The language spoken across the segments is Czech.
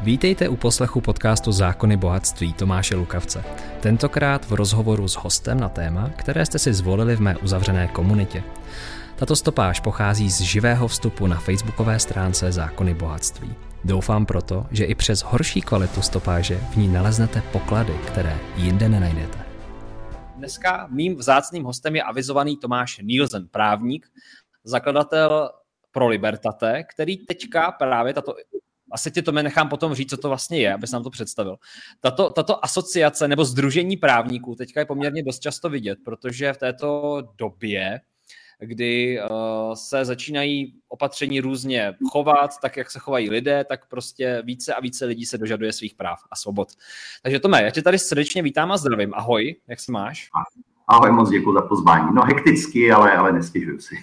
Vítejte u poslechu podcastu Zákony bohatství Tomáše Lukavce. Tentokrát v rozhovoru s hostem na téma, které jste si zvolili v mé uzavřené komunitě. Tato stopáž pochází z živého vstupu na facebookové stránce Zákony bohatství. Doufám proto, že i přes horší kvalitu stopáže v ní naleznete poklady, které jinde nenajdete. Dneska mým vzácným hostem je avizovaný Tomáš Nielsen, právník, zakladatel Pro Libertate, který teďka právě asi ti to nechám potom říct, co to vlastně je, abys nám to představil. Tato asociace nebo sdružení právníků teďka je poměrně dost často vidět, protože v této době, kdy se začínají opatření různě chovat, tak jak se chovají lidé, tak prostě více a více lidí se dožaduje svých práv a svobod. Takže Tome, já tě tady srdečně vítám a zdravím. Ahoj, jak se máš? Ahoj, moc děkuji za pozvání. No hekticky, ale nestěžuju si.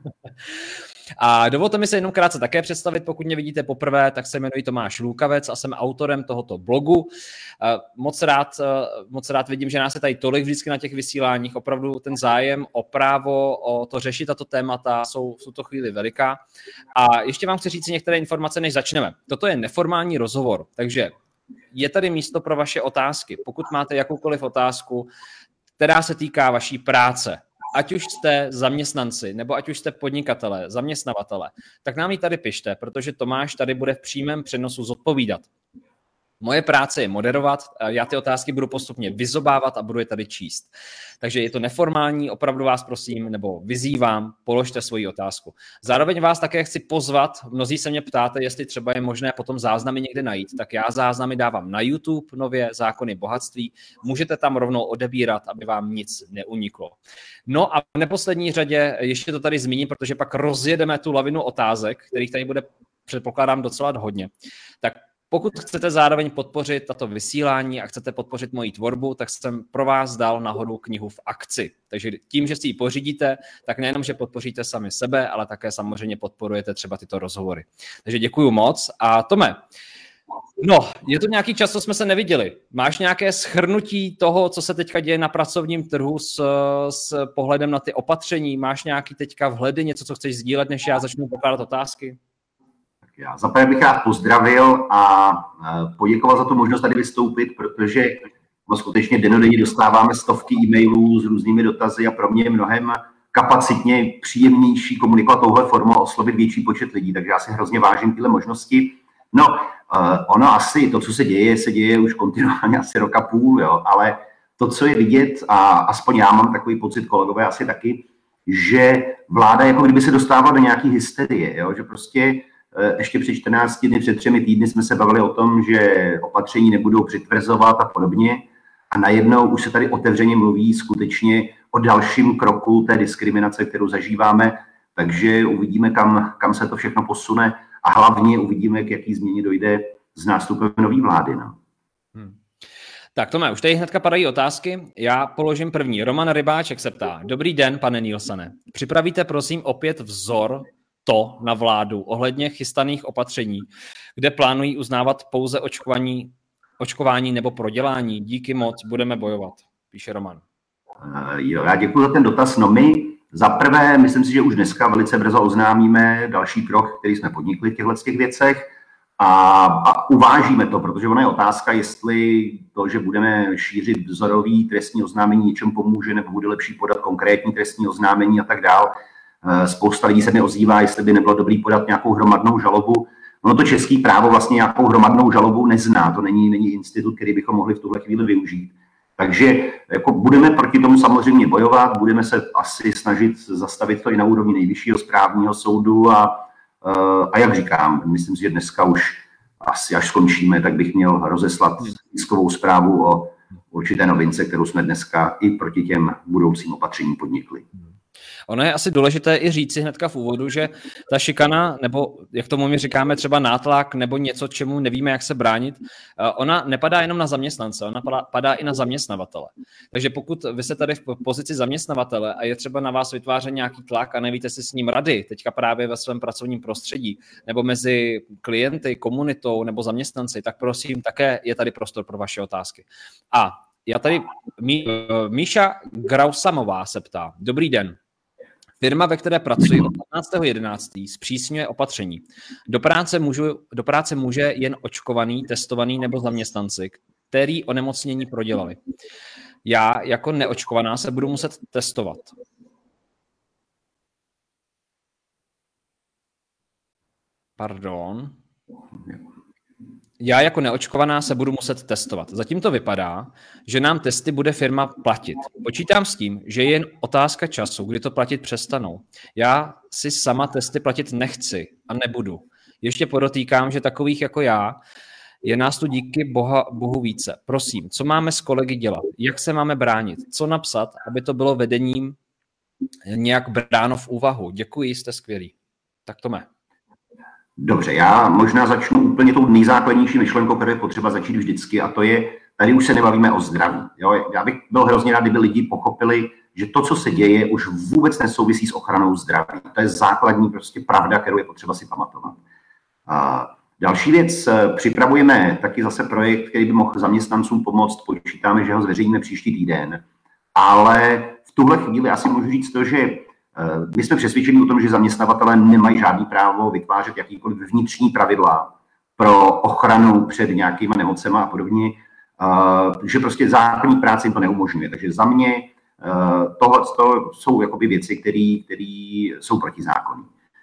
A dovolte mi se jenom krátce také představit, pokud mě vidíte poprvé, tak se jmenuji Tomáš Lukavec a jsem autorem tohoto blogu. Moc rád vidím, že nás je tady tolik vždycky na těch vysíláních. Opravdu ten zájem o právo, o to řešit tato témata jsou v tuto chvíli veliká. A ještě vám chci říct některé informace, než začneme. Toto je neformální rozhovor, takže je tady místo pro vaše otázky. Pokud máte jakoukoliv otázku, která se týká vaší práce, ať už jste zaměstnanci, nebo ať už jste podnikatelé, zaměstnavatele, tak nám ji tady pište, protože Tomáš tady bude v přímém přenosu zodpovídat. Moje práce je moderovat, já ty otázky budu postupně vyzobávat a budu je tady číst. Takže je to neformální, opravdu vás prosím, nebo vyzývám, položte svoji otázku. Zároveň vás také chci pozvat, mnozí se mě ptáte, jestli třeba je možné potom záznamy někde najít, tak já záznamy dávám na YouTube, nově Zákony bohatství, můžete tam rovnou odebírat, aby vám nic neuniklo. No a v neposlední řadě ještě to tady zmíním, protože pak rozjedeme tu lavinu otázek, kterých tady bude, předpokládám, docela hodně. Tak pokud chcete zároveň podpořit tato vysílání a chcete podpořit moji tvorbu, tak jsem pro vás dal nahoru knihu v akci. Takže tím, že si ji pořídíte, tak nejenom, že podpoříte sami sebe, ale také samozřejmě podporujete třeba tyto rozhovory. Takže děkuju moc. A Tome, je to nějaký čas, co jsme se neviděli. Máš nějaké shrnutí toho, co se teďka děje na pracovním trhu s pohledem na ty opatření? Máš nějaký teďka vhledy, něco, co chceš sdílet, než já začnu pokládat otázky? Já zaprvé bych rád pozdravil a poděkoval za tu možnost tady vystoupit, protože skutečně dennodenně dostáváme stovky e-mailů s různými dotazy a pro mě je mnohem kapacitně příjemnější komunikovat touhle formou a oslovit větší počet lidí, takže já si hrozně vážím tyhle možnosti. Ono asi to, co se děje už kontinuálně asi rok a půl, jo, ale to, co je vidět, a aspoň já mám takový pocit, kolegové asi taky, že vláda jako kdyby se dostává do nějaký hysterie, jo, že prostě ještě před 14 dny, před 3 týdny jsme se bavili o tom, že opatření nebudou přitvrzovat a podobně. A najednou už se tady otevřeně mluví skutečně o dalším kroku té diskriminace, kterou zažíváme. Takže uvidíme, kam se to všechno posune a hlavně uvidíme, k jaký změně dojde s nástupem nové vlády. No. Tak Tome, už tady hnedka padají otázky. Já položím první. Roman Rybáček se ptá. Dobrý den, pane Nielsene. Připravíte prosím opět vzor na vládu ohledně chystaných opatření, kde plánují uznávat pouze očkování nebo prodělání. Díky moc, budeme bojovat, píše Roman. Já děkuji za ten dotaz. My zaprvé, myslím si, že už dneska velice brzo oznámíme další krok, který jsme podnikli v těchto věcech a uvážíme to, protože ona je otázka, jestli to, že budeme šířit vzorový trestní oznámení něčem pomůže, nebo bude lepší podat konkrétní trestní oznámení a tak dál. Spousta lidí se mi ozývá, jestli by nebylo dobrý podat nějakou hromadnou žalobu. Ono to český právo vlastně nějakou hromadnou žalobu nezná. To není institut, který bychom mohli v tuhle chvíli využít. Takže jako budeme proti tomu samozřejmě bojovat, budeme se asi snažit zastavit to i na úrovni nejvyššího správního soudu a jak říkám, myslím si, že dneska už asi až skončíme, tak bych měl rozeslat tiskovou zprávu o určité novince, kterou jsme dneska i proti těm budoucím opatřením podnikli. Ono je asi důležité i říci hnedka v úvodu, že ta šikana, nebo jak tomu my říkáme třeba nátlak, nebo něco, čemu nevíme, jak se bránit, ona nepadá jenom na zaměstnance, ona padá i na zaměstnavatele. Takže pokud vy jste tady v pozici zaměstnavatele a je třeba na vás vytvářet nějaký tlak a nevíte si s ním rady, teďka právě ve svém pracovním prostředí, nebo mezi klienty, komunitou nebo zaměstnanci, tak prosím, také je tady prostor pro vaše otázky. A já tady, Míša Grausamová se ptá. Dobrý den. Firma, ve které pracuji od 15.11. zpřísňuje opatření. Do práce může jen očkovaný, testovaný nebo zaměstnanci, který onemocnění prodělali. Já jako neočkovaná se budu muset testovat. Pardon. Já jako neočkovaná se budu muset testovat. Zatím to vypadá, že nám testy bude firma platit. Počítám s tím, že je jen otázka času, kdy to platit přestanou. Já si sama testy platit nechci a nebudu. Ještě podotýkám, že takových jako já je nás tu díky Bohu více. Prosím, co máme s kolegy dělat? Jak se máme bránit? Co napsat, aby to bylo vedením nějak bráno v úvahu? Děkuji, jste skvělí. Tak to mé. Dobře, já možná začnu úplně tou nejzákladnější myšlenkou, kterou je potřeba začít vždycky, a to je, tady už se nebavíme o zdraví. Jo? Já bych byl hrozně rád, kdyby lidi pochopili, že to, co se děje, už vůbec nesouvisí s ochranou zdraví. To je základní prostě pravda, kterou je potřeba si pamatovat. A další věc, připravujeme taky zase projekt, který by mohl zaměstnancům pomoct, počítáme, že ho zveřejníme příští týden, ale v tuhle chvíli asi můžu říct to, že my jsme přesvědčeni o tom, že zaměstnavatelé nemají žádný právo vytvářet jakýkoliv vnitřní pravidla pro ochranu před nějakýma nemocema a podobně, že prostě zákonní práce jim to neumožňuje. Takže za mě tohle jsou jakoby věci, které jsou protizákonné.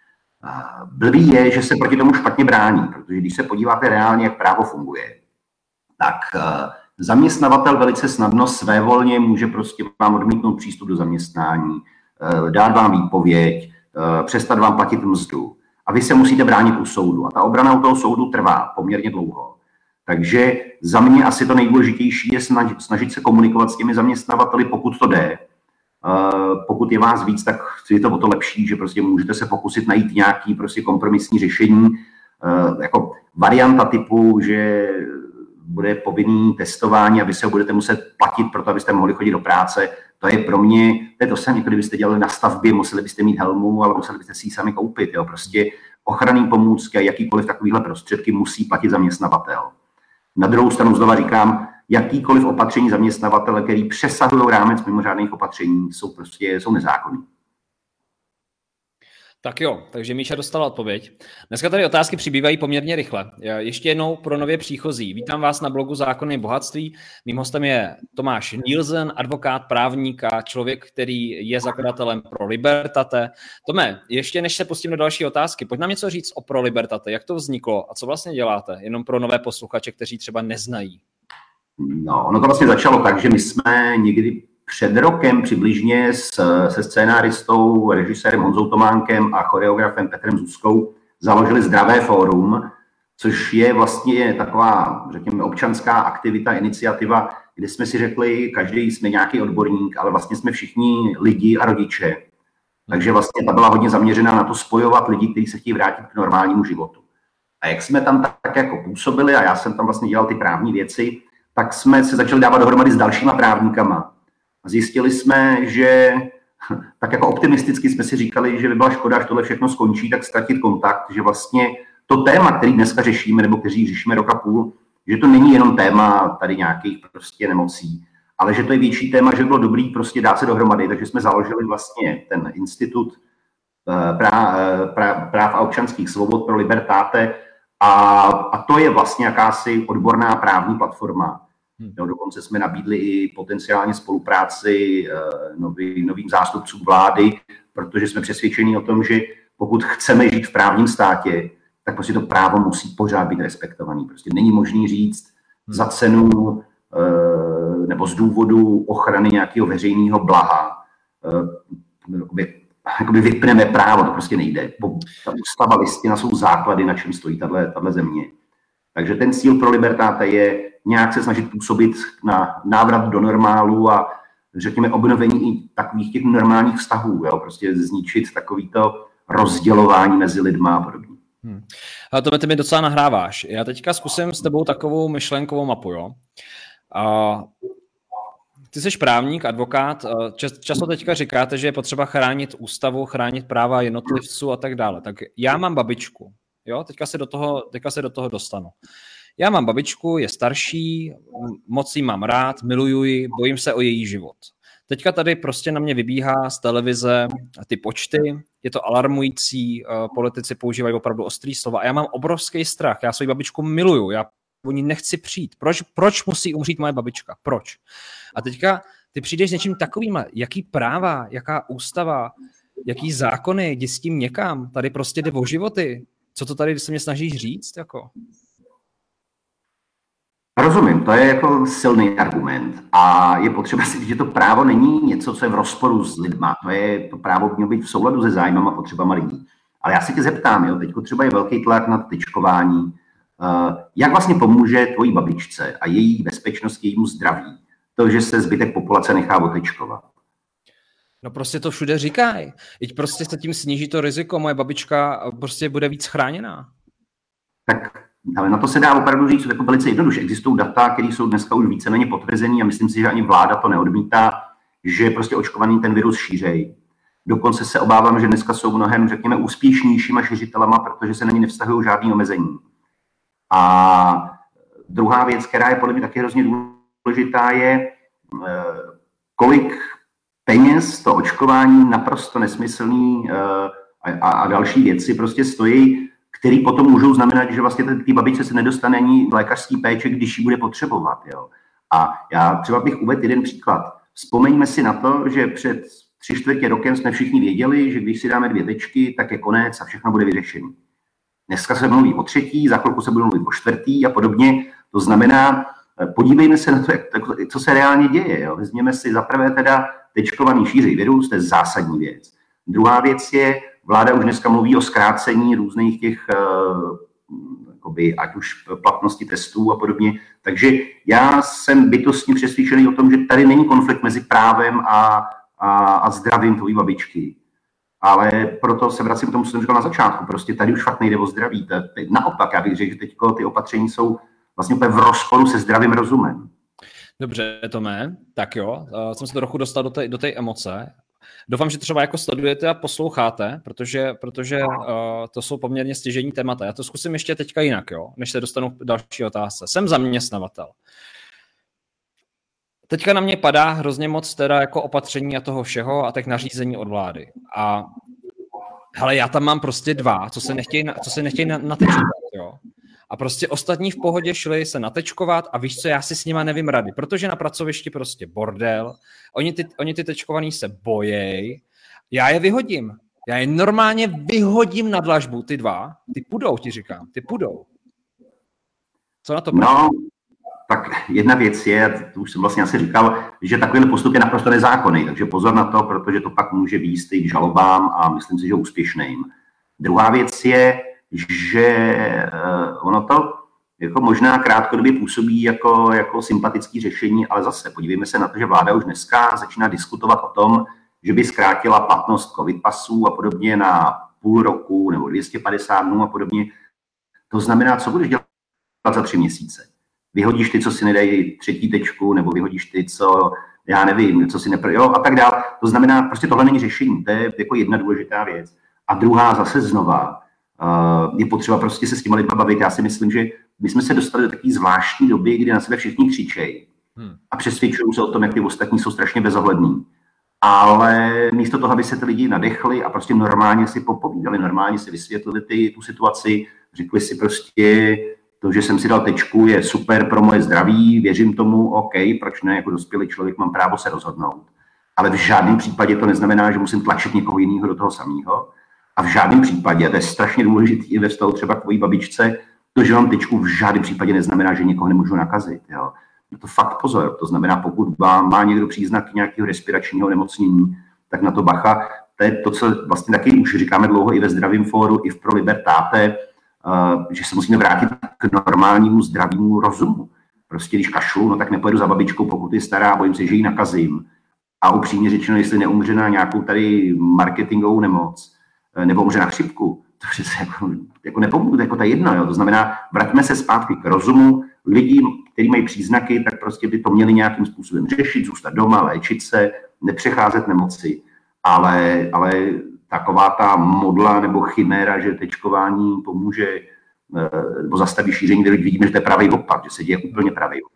Blbý je, že se proti tomu špatně brání, protože když se podíváte reálně, jak právo funguje, tak zaměstnavatel velice snadno svévolně může prostě vám odmítnout přístup do zaměstnání, dát vám výpověď, přestat vám platit mzdu. A vy se musíte bránit u soudu. A ta obrana u toho soudu trvá poměrně dlouho. Takže za mě asi to nejdůležitější je snažit se komunikovat s těmi zaměstnavateli, pokud to jde. Pokud je vás víc, tak je to o to lepší, že prostě můžete se pokusit najít nějaký prostě kompromisní řešení. Jako varianta typu, že bude povinný testování a vy se ho budete muset platit proto, abyste mohli chodit do práce. To je pro mě, to je to samé, jako kdybyste dělali na stavbě, museli byste mít helmu, ale museli byste si ji sami koupit. Jo. Prostě ochranný pomůcky a jakýkoliv takovýhle prostředky musí platit zaměstnavatel. Na druhou stranu znova říkám, jakýkoliv opatření zaměstnavatele, který přesahují rámec mimořádných opatření, jsou nezákonný. Tak jo, takže Míša dostala odpověď. Dneska tady otázky přibývají poměrně rychle. Ještě jednou pro nově příchozí. Vítám vás na blogu Zákony bohatství. Mým hostem je Tomáš Nielsen, advokát, právník a člověk, který je zakladatelem Pro Libertate. Tome, ještě než se pustím do další otázky, pojď nám něco říct o Pro Libertate. Jak to vzniklo a co vlastně děláte? Jenom pro nové posluchače, kteří třeba neznají. No, ono to vlastně začalo tak, že my jsme někdy před rokem přibližně se scénáristou, režisérem Honzou Tománkem a choreografem Petrem Zuzkou založili Zdravé fórum, což je vlastně taková, řekněme, občanská aktivita, iniciativa, kde jsme si řekli, každý jsme nějaký odborník, ale vlastně jsme všichni lidi a rodiče. Takže vlastně ta byla hodně zaměřená na to spojovat lidi, kteří se chtějí vrátit k normálnímu životu. A jak jsme tam tak jako působili, a já jsem tam vlastně dělal ty právní věci, tak jsme se začali dávat dohromady s dalšíma právníkama. A zjistili jsme, že tak jako optimisticky jsme si říkali, že by byla škoda, až tohle všechno skončí, tak ztratit kontakt, že vlastně to téma, který dneska řešíme, nebo který řešíme rok a půl, že to není jenom téma tady nějakých prostě nemocí, ale že to je větší téma, že by bylo dobrý prostě dát se dohromady. Takže jsme založili vlastně ten institut práv a občanských svobod Pro Libertate a to je vlastně jakási odborná právní platforma. No, dokonce jsme nabídli i potenciálně spolupráci novým zástupcům vlády, protože jsme přesvědčeni o tom, že pokud chceme žít v právním státě, tak prostě to právo musí pořád být respektovaný. Prostě není možný říct za cenu nebo z důvodu ochrany nějakého veřejného blaha jakoby vypneme právo, to prostě nejde. Ta ústava, listina jsou základy, na čem stojí tato země. Takže ten cíl Pro Libertate je nějak se snažit působit na návrat do normálu a řekněme obnovení i takových těch normálních vztahů, jo? Prostě zničit takovýto rozdělování mezi lidma a podobně. Ale to ty mi docela nahráváš. Já teďka zkusím s tebou takovou myšlenkovou mapu, jo. Ty jsi právník, advokát, často teďka říkáte, že je potřeba chránit ústavu, chránit práva jednotlivců a tak dále. Tak já mám babičku, jo, teďka se do toho dostanu. Já mám babičku, je starší, moc jí mám rád, miluji ji, bojím se o její život. Teďka tady prostě na mě vybíhá z televize ty počty, je to alarmující, politici používají opravdu ostrý slova a já mám obrovský strach, já svou babičku miluju, já o ní nechci přijít. Proč musí umřít moje babička? Proč? A teďka ty přijdeš s něčím takovým, jaký práva, jaká ústava, jaký zákony, jdi s tím někam, tady prostě jde o životy. Co to tady se mě snažíš říct? Jako? Rozumím, to je jako silný argument a je potřeba si říct, že to právo není něco, co je v rozporu s lidma. To právo mělo být v souladu se zájmama a potřebama lidí. Ale já se tě zeptám, jo, teďko třeba je velký tlak na tečkování. Jak vlastně pomůže tvojí babičce a její bezpečnosti, jejímu zdraví to, že se zbytek populace nechá otečkovat? No prostě to všude říkají. Teď prostě se tím sníží to riziko, moje babička prostě bude víc chráněná. Tak ale na to se dá opravdu říct jako velice jednoduše. Existují data, které jsou dneska už víceméně potvrzený a myslím si, že ani vláda to neodmítá, že prostě očkovaný ten virus šířejí. Dokonce se obávám, že dneska jsou mnohem, řekněme, úspěšnějšíma šiřitelama, protože se na ně nevztahují žádný omezení. A druhá věc, která je podle mě taky hrozně důležitá, je, kolik peněz to očkování naprosto nesmyslný a další věci prostě stojí, který potom můžou znamenat, že vlastně té babičce se nedostane ani lékařský péče, když ji bude potřebovat. Jo. A já třeba bych uvedl jeden příklad. Vzpomeňme si na to, že před 3/4 rokem jsme všichni věděli, že když si dáme 2 tečky, tak je konec a všechno bude vyřešené. Dneska se mluví o 3., za chvilku se bude mluvit o 4. a podobně. To znamená, podívejme se na to, co se reálně děje. Jo. Vezměme si zaprvé teda tečkovaný šíří virus, to je zásadní věc. Druhá věc je, vláda už dneska mluví o zkrácení různých těch, ať už platnosti testů a podobně. Takže já jsem bytostně přesvědčený o tom, že tady není konflikt mezi právem a zdravím tvojí babičky. Ale proto se vracím k tomu, co jsem říkal na začátku. Prostě tady už fakt nejde o zdraví. Naopak, já bych řekl, že teď ty opatření jsou vlastně úplně v rozporu se zdravým rozumem. Dobře, Tome, tak jo, jsem se trochu dostal do té emoce. Doufám, že třeba jako sledujete a posloucháte, protože to jsou poměrně stěžejní témata. Já to zkusím ještě teďka jinak, jo, než se dostanu k další otázce. Jsem zaměstnavatel. Teďka na mě padá hrozně moc teda jako opatření a toho všeho a těch nařízení od vlády. A hele, já tam mám prostě 2, co se nechtějí natečkovat, jo. A prostě ostatní v pohodě šli se natečkovat a víš co, já si s nima nevím rady, protože na pracovišti prostě bordel, oni ty tečkovaný se bojejí, já je vyhodím. Já je normálně vyhodím na dlažbu, ty 2, ty půjdou, ti říkám, ty půjdou. Co na to? No, tak jedna věc je, to už jsem vlastně asi říkal, že takovýhle postup je naprosto nezákonný, takže pozor na to, protože to pak může vést i k žalobám a myslím si, že úspěšným. Druhá věc je, že ono to jako možná krátkodobě působí jako sympatické řešení, ale zase podívejme se na to, že vláda už dneska začíná diskutovat o tom, že by zkrátila platnost covid pasů a podobně na půl roku nebo 250 dnů a podobně. To znamená, co budeš dělat za 3 měsíce? Vyhodíš ty, co si nedají 3. tečku, nebo vyhodíš ty, co, já nevím, co si a tak dále. To znamená, prostě tohle není řešení. To je jako jedna důležitá věc. A druhá zase znova, je potřeba prostě se s těma lidma bavit. Já si myslím, že my jsme se dostali do takové zvláštní doby, kdy na sebe všichni křičejí a přesvědčují se o tom, jak ty ostatní jsou strašně bezohlední. Ale místo toho, aby se ty lidi nadechli a prostě normálně si popovídali, normálně si vysvětlili tu situaci, řekli si prostě, to, že jsem si dal tečku, je super pro moje zdraví, věřím tomu, OK, proč ne, jako dospělý člověk mám právo se rozhodnout. Ale v žádném případě to neznamená, že musím tlačit někoho jiného do toho samého. A v žádném případě, to je strašně důležitý ve vztahu třeba k tvojí babičce, to, že mám tečku, v žádném případě neznamená, že někoho nemůžu nakazit. Jo. Je to fakt pozor. To znamená, pokud má někdo příznak nějakého respiračního onemocnění, tak na to bacha. To je to, co vlastně taky už říkáme dlouho i ve Zdravím fóru, i v Pro Libertate, že se musíme vrátit k normálnímu zdravému rozumu. Prostě když kašlu, no tak nepojedu za babičkou, pokud je stará, bojím se, že ji nakazím. A upřímně řečeno, jestli neumře na nějakou tady marketingovou nemoc, nebo umře na chřipku, to přece jako nepomůže, jako ta jedna. Jo. To znamená, vraťme se zpátky k rozumu. Lidi, kteří mají příznaky, tak prostě by to měli nějakým způsobem řešit, zůstat doma, léčit se, nepřecházet nemoci. Ale taková ta modla nebo chiméra, že tečkování pomůže nebo zastaví šíření, kdy vidíme, že to je pravý opak, že se děje úplně pravý opak.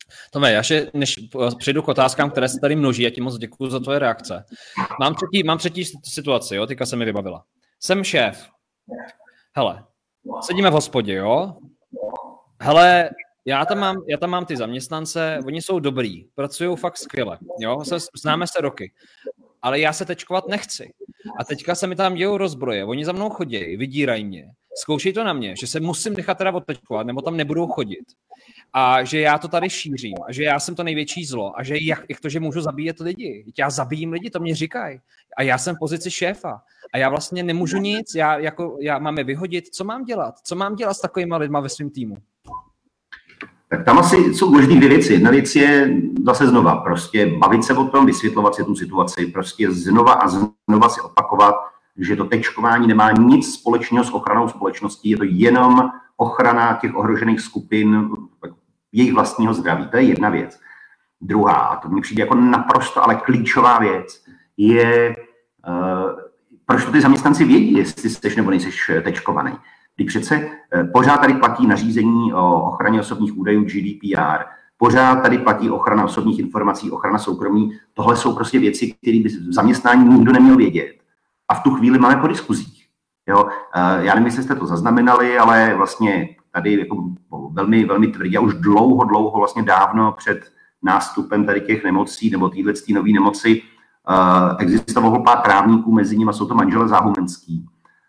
Tome, já než přijdu k otázkám, které se tady množí, já ti moc děkuju za tvoje reakce. Mám třetí situaci, jo, teďka se mi vybavila. Jsem šéf. Hele, sedíme v hospodě, jo. Hele, já tam mám ty zaměstnance, oni jsou dobrý, pracují fakt skvěle, jo, známe se roky, ale já se tečkovat nechci. A teďka se mi tam dějou rozbroje, oni za mnou chodí, vydírají mě, zkoušej to na mě, že se musím nechat teda odtečkovat, nebo tam nebudou chodit. A že já to tady šířím, a že já jsem to největší zlo, a že jak to, že můžu zabíjet lidi. Já zabijím lidi, to mě říkají. A já jsem v pozici šéfa. A já vlastně nemůžu nic, já mám je vyhodit. Co mám dělat? Co mám dělat s takovýma lidma ve svém týmu? Tak tam asi jsou důležité dvě věci. Jedna věc je zase znova, prostě bavit se o tom, vysvětlovat si tu situaci, prostě znova a znova si opakovat, že to tečkování nemá nic společného s ochranou společnosti, je to jenom ochrana těch ohrožených skupin, jejich vlastního zdraví. To je jedna věc. Druhá, a to mi přijde jako naprosto, ale klíčová věc, je, proč to ty zaměstnanci vědí, jestli jsi nebo nejseš tečkovaný. Když přece pořád tady platí nařízení o ochraně osobních údajů GDPR, pořád tady platí ochrana osobních informací, ochrana soukromí. Tohle jsou prostě věci, které by v zaměstnání nikdo neměl vědět. A v tu chvíli máme po diskuzích. Jo? Já nevím, jestli jste to zaznamenali, ale vlastně tady jako velmi, velmi tvrdě, už dlouho, vlastně dávno před nástupem tady těch nemocí nebo této nové nemoci existovalo pár právníků, mezi nimi jsou to manželé Záhumenský.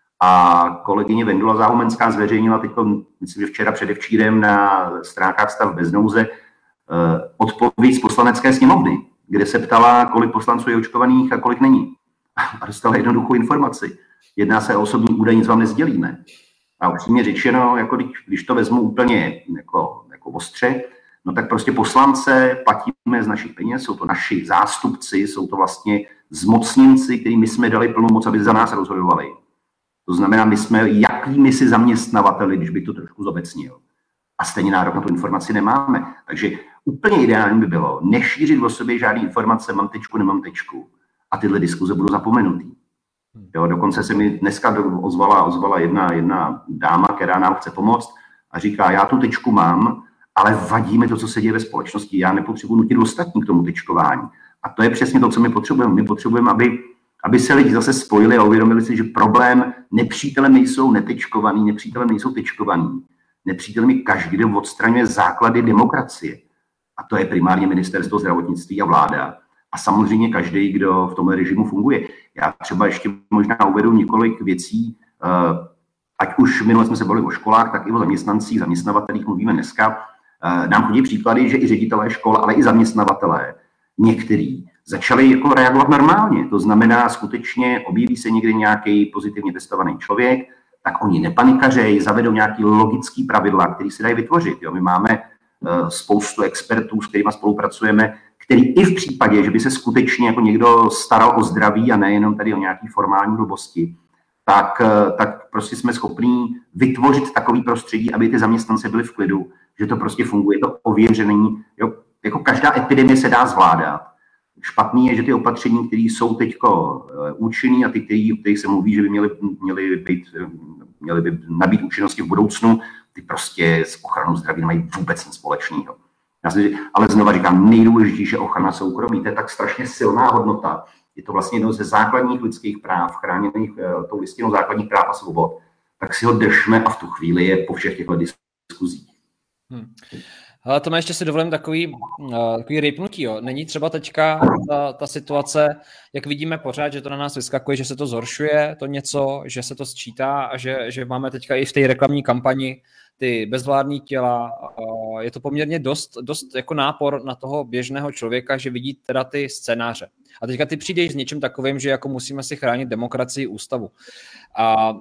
A kolegyně Vendula Záhumenská zveřejnila teď, myslím, že včera předevčírem na stránkách Stav bez nouze odpověď z poslanecké sněmovny, kde se ptala, kolik poslanců je očkovaných a kolik není. A dostala jednoduchou informaci. Jedná se o osobní údaj, nic vám nezdělíme. A upřímně řečeno, jako když to vezmu úplně jako ostře, no tak prostě poslance platíme z našich peněz, jsou to naši zástupci, jsou to vlastně zmocněnci, kterým my jsme dali plnou moc, aby za nás rozhodovali. To znamená, my jsme jakými si zaměstnavateli, když bych to trošku zobecnil. A stejně nárok na tu informaci nemáme. Takže úplně ideální by bylo nešířit o sobě žádný informace, mám tečku, nemám tečku. A tyhle diskuze budou zapomenutý. Jo, dokonce se mi dneska ozvala jedna dáma, která nám chce pomoct a říká, já tu tečku mám, ale vadí mi to, co se děje ve společnosti. Já nepotřebuji nutit ostatní k tomu tečkování. A to je přesně to, co my potřebujeme. My potřebujeme, aby se lidi zase spojili a uvědomili si, že problém nepřítelem nejsou netečkovaný, nepřítelem nejsou tečkovaný. Nepřítelem je každý, kdo odstraňuje základy demokracie. A to je primárně ministerstvo zdravotnictví a vláda. A samozřejmě každý, kdo v tomhle režimu funguje. Já třeba ještě možná uvedu několik věcí, ať už minule jsme se bavili o školách, tak i o zaměstnancích, zaměstnavatelích mluvíme dneska. Nám chodí příklady, že i ředitelé škol, ale i zaměstnavatelé, některý, začali jako reagovat normálně. To znamená, skutečně objeví se někde nějaký pozitivně testovaný člověk, tak oni nepanikařejí, zavedou nějaký logický pravidla, který se dají vytvořit. Jo? My máme spoustu expertů, s kterými spolupracujeme, který i v případě, že by se skutečně jako někdo staral o zdraví a nejenom tady o nějaký formální blbosti, tak prostě jsme schopní vytvořit takový prostředí, aby ty zaměstnance byli v klidu, že to prostě funguje, to ověřený. Jo? Jako každá epidemie se dá zvládat. Špatný je, že ty opatření, které jsou teď účinný a ty, kterých se mluví, že by měly by nabít účinnosti v budoucnu, ty prostě s ochranou zdraví nemají vůbec nic společného. Ale znova říkám, nejdůležitější je ochrana soukromí. To je tak strašně silná hodnota. Je to vlastně jedno ze základních lidských práv, chráněných tou listinou základních práv a svobod. Tak si ho držme a v tu chvíli je po všech těchto diskuzích. Ale to ještě si dovolím takový rejpnutí. Jo. Není třeba teďka ta situace, jak vidíme pořád, že to na nás vyskakuje, že se to zhoršuje, to něco, že se to sčítá a že máme teďka i v té reklamní kampani ty bezvládní těla. Je to poměrně dost jako nápor na toho běžného člověka, že vidí teda ty scénáře. A teďka ty přijdeš s něčím takovým, že jako musíme si chránit demokracii, ústavu. A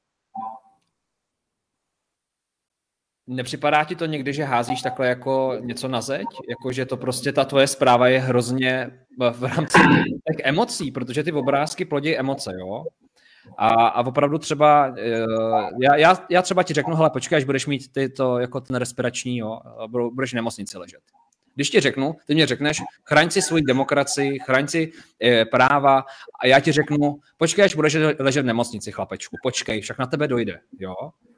nepřipadá ti to někdy, že házíš takhle jako něco na zeď? Jako, že to prostě ta tvoje zpráva je hrozně v rámci těch emocí, protože ty obrázky plodí emoce, jo? A opravdu třeba, já třeba ti řeknu, hele, počkej, až budeš mít jako ten respirační, jo, budeš v nemocnici ležet. Když ti řeknu, ty mě řekneš, chraň si svoji demokracii, chraň si práva a já ti řeknu, počkej, až budeš ležet v nemocnici, chlapečku, počkej, však na tebe dojde, jo?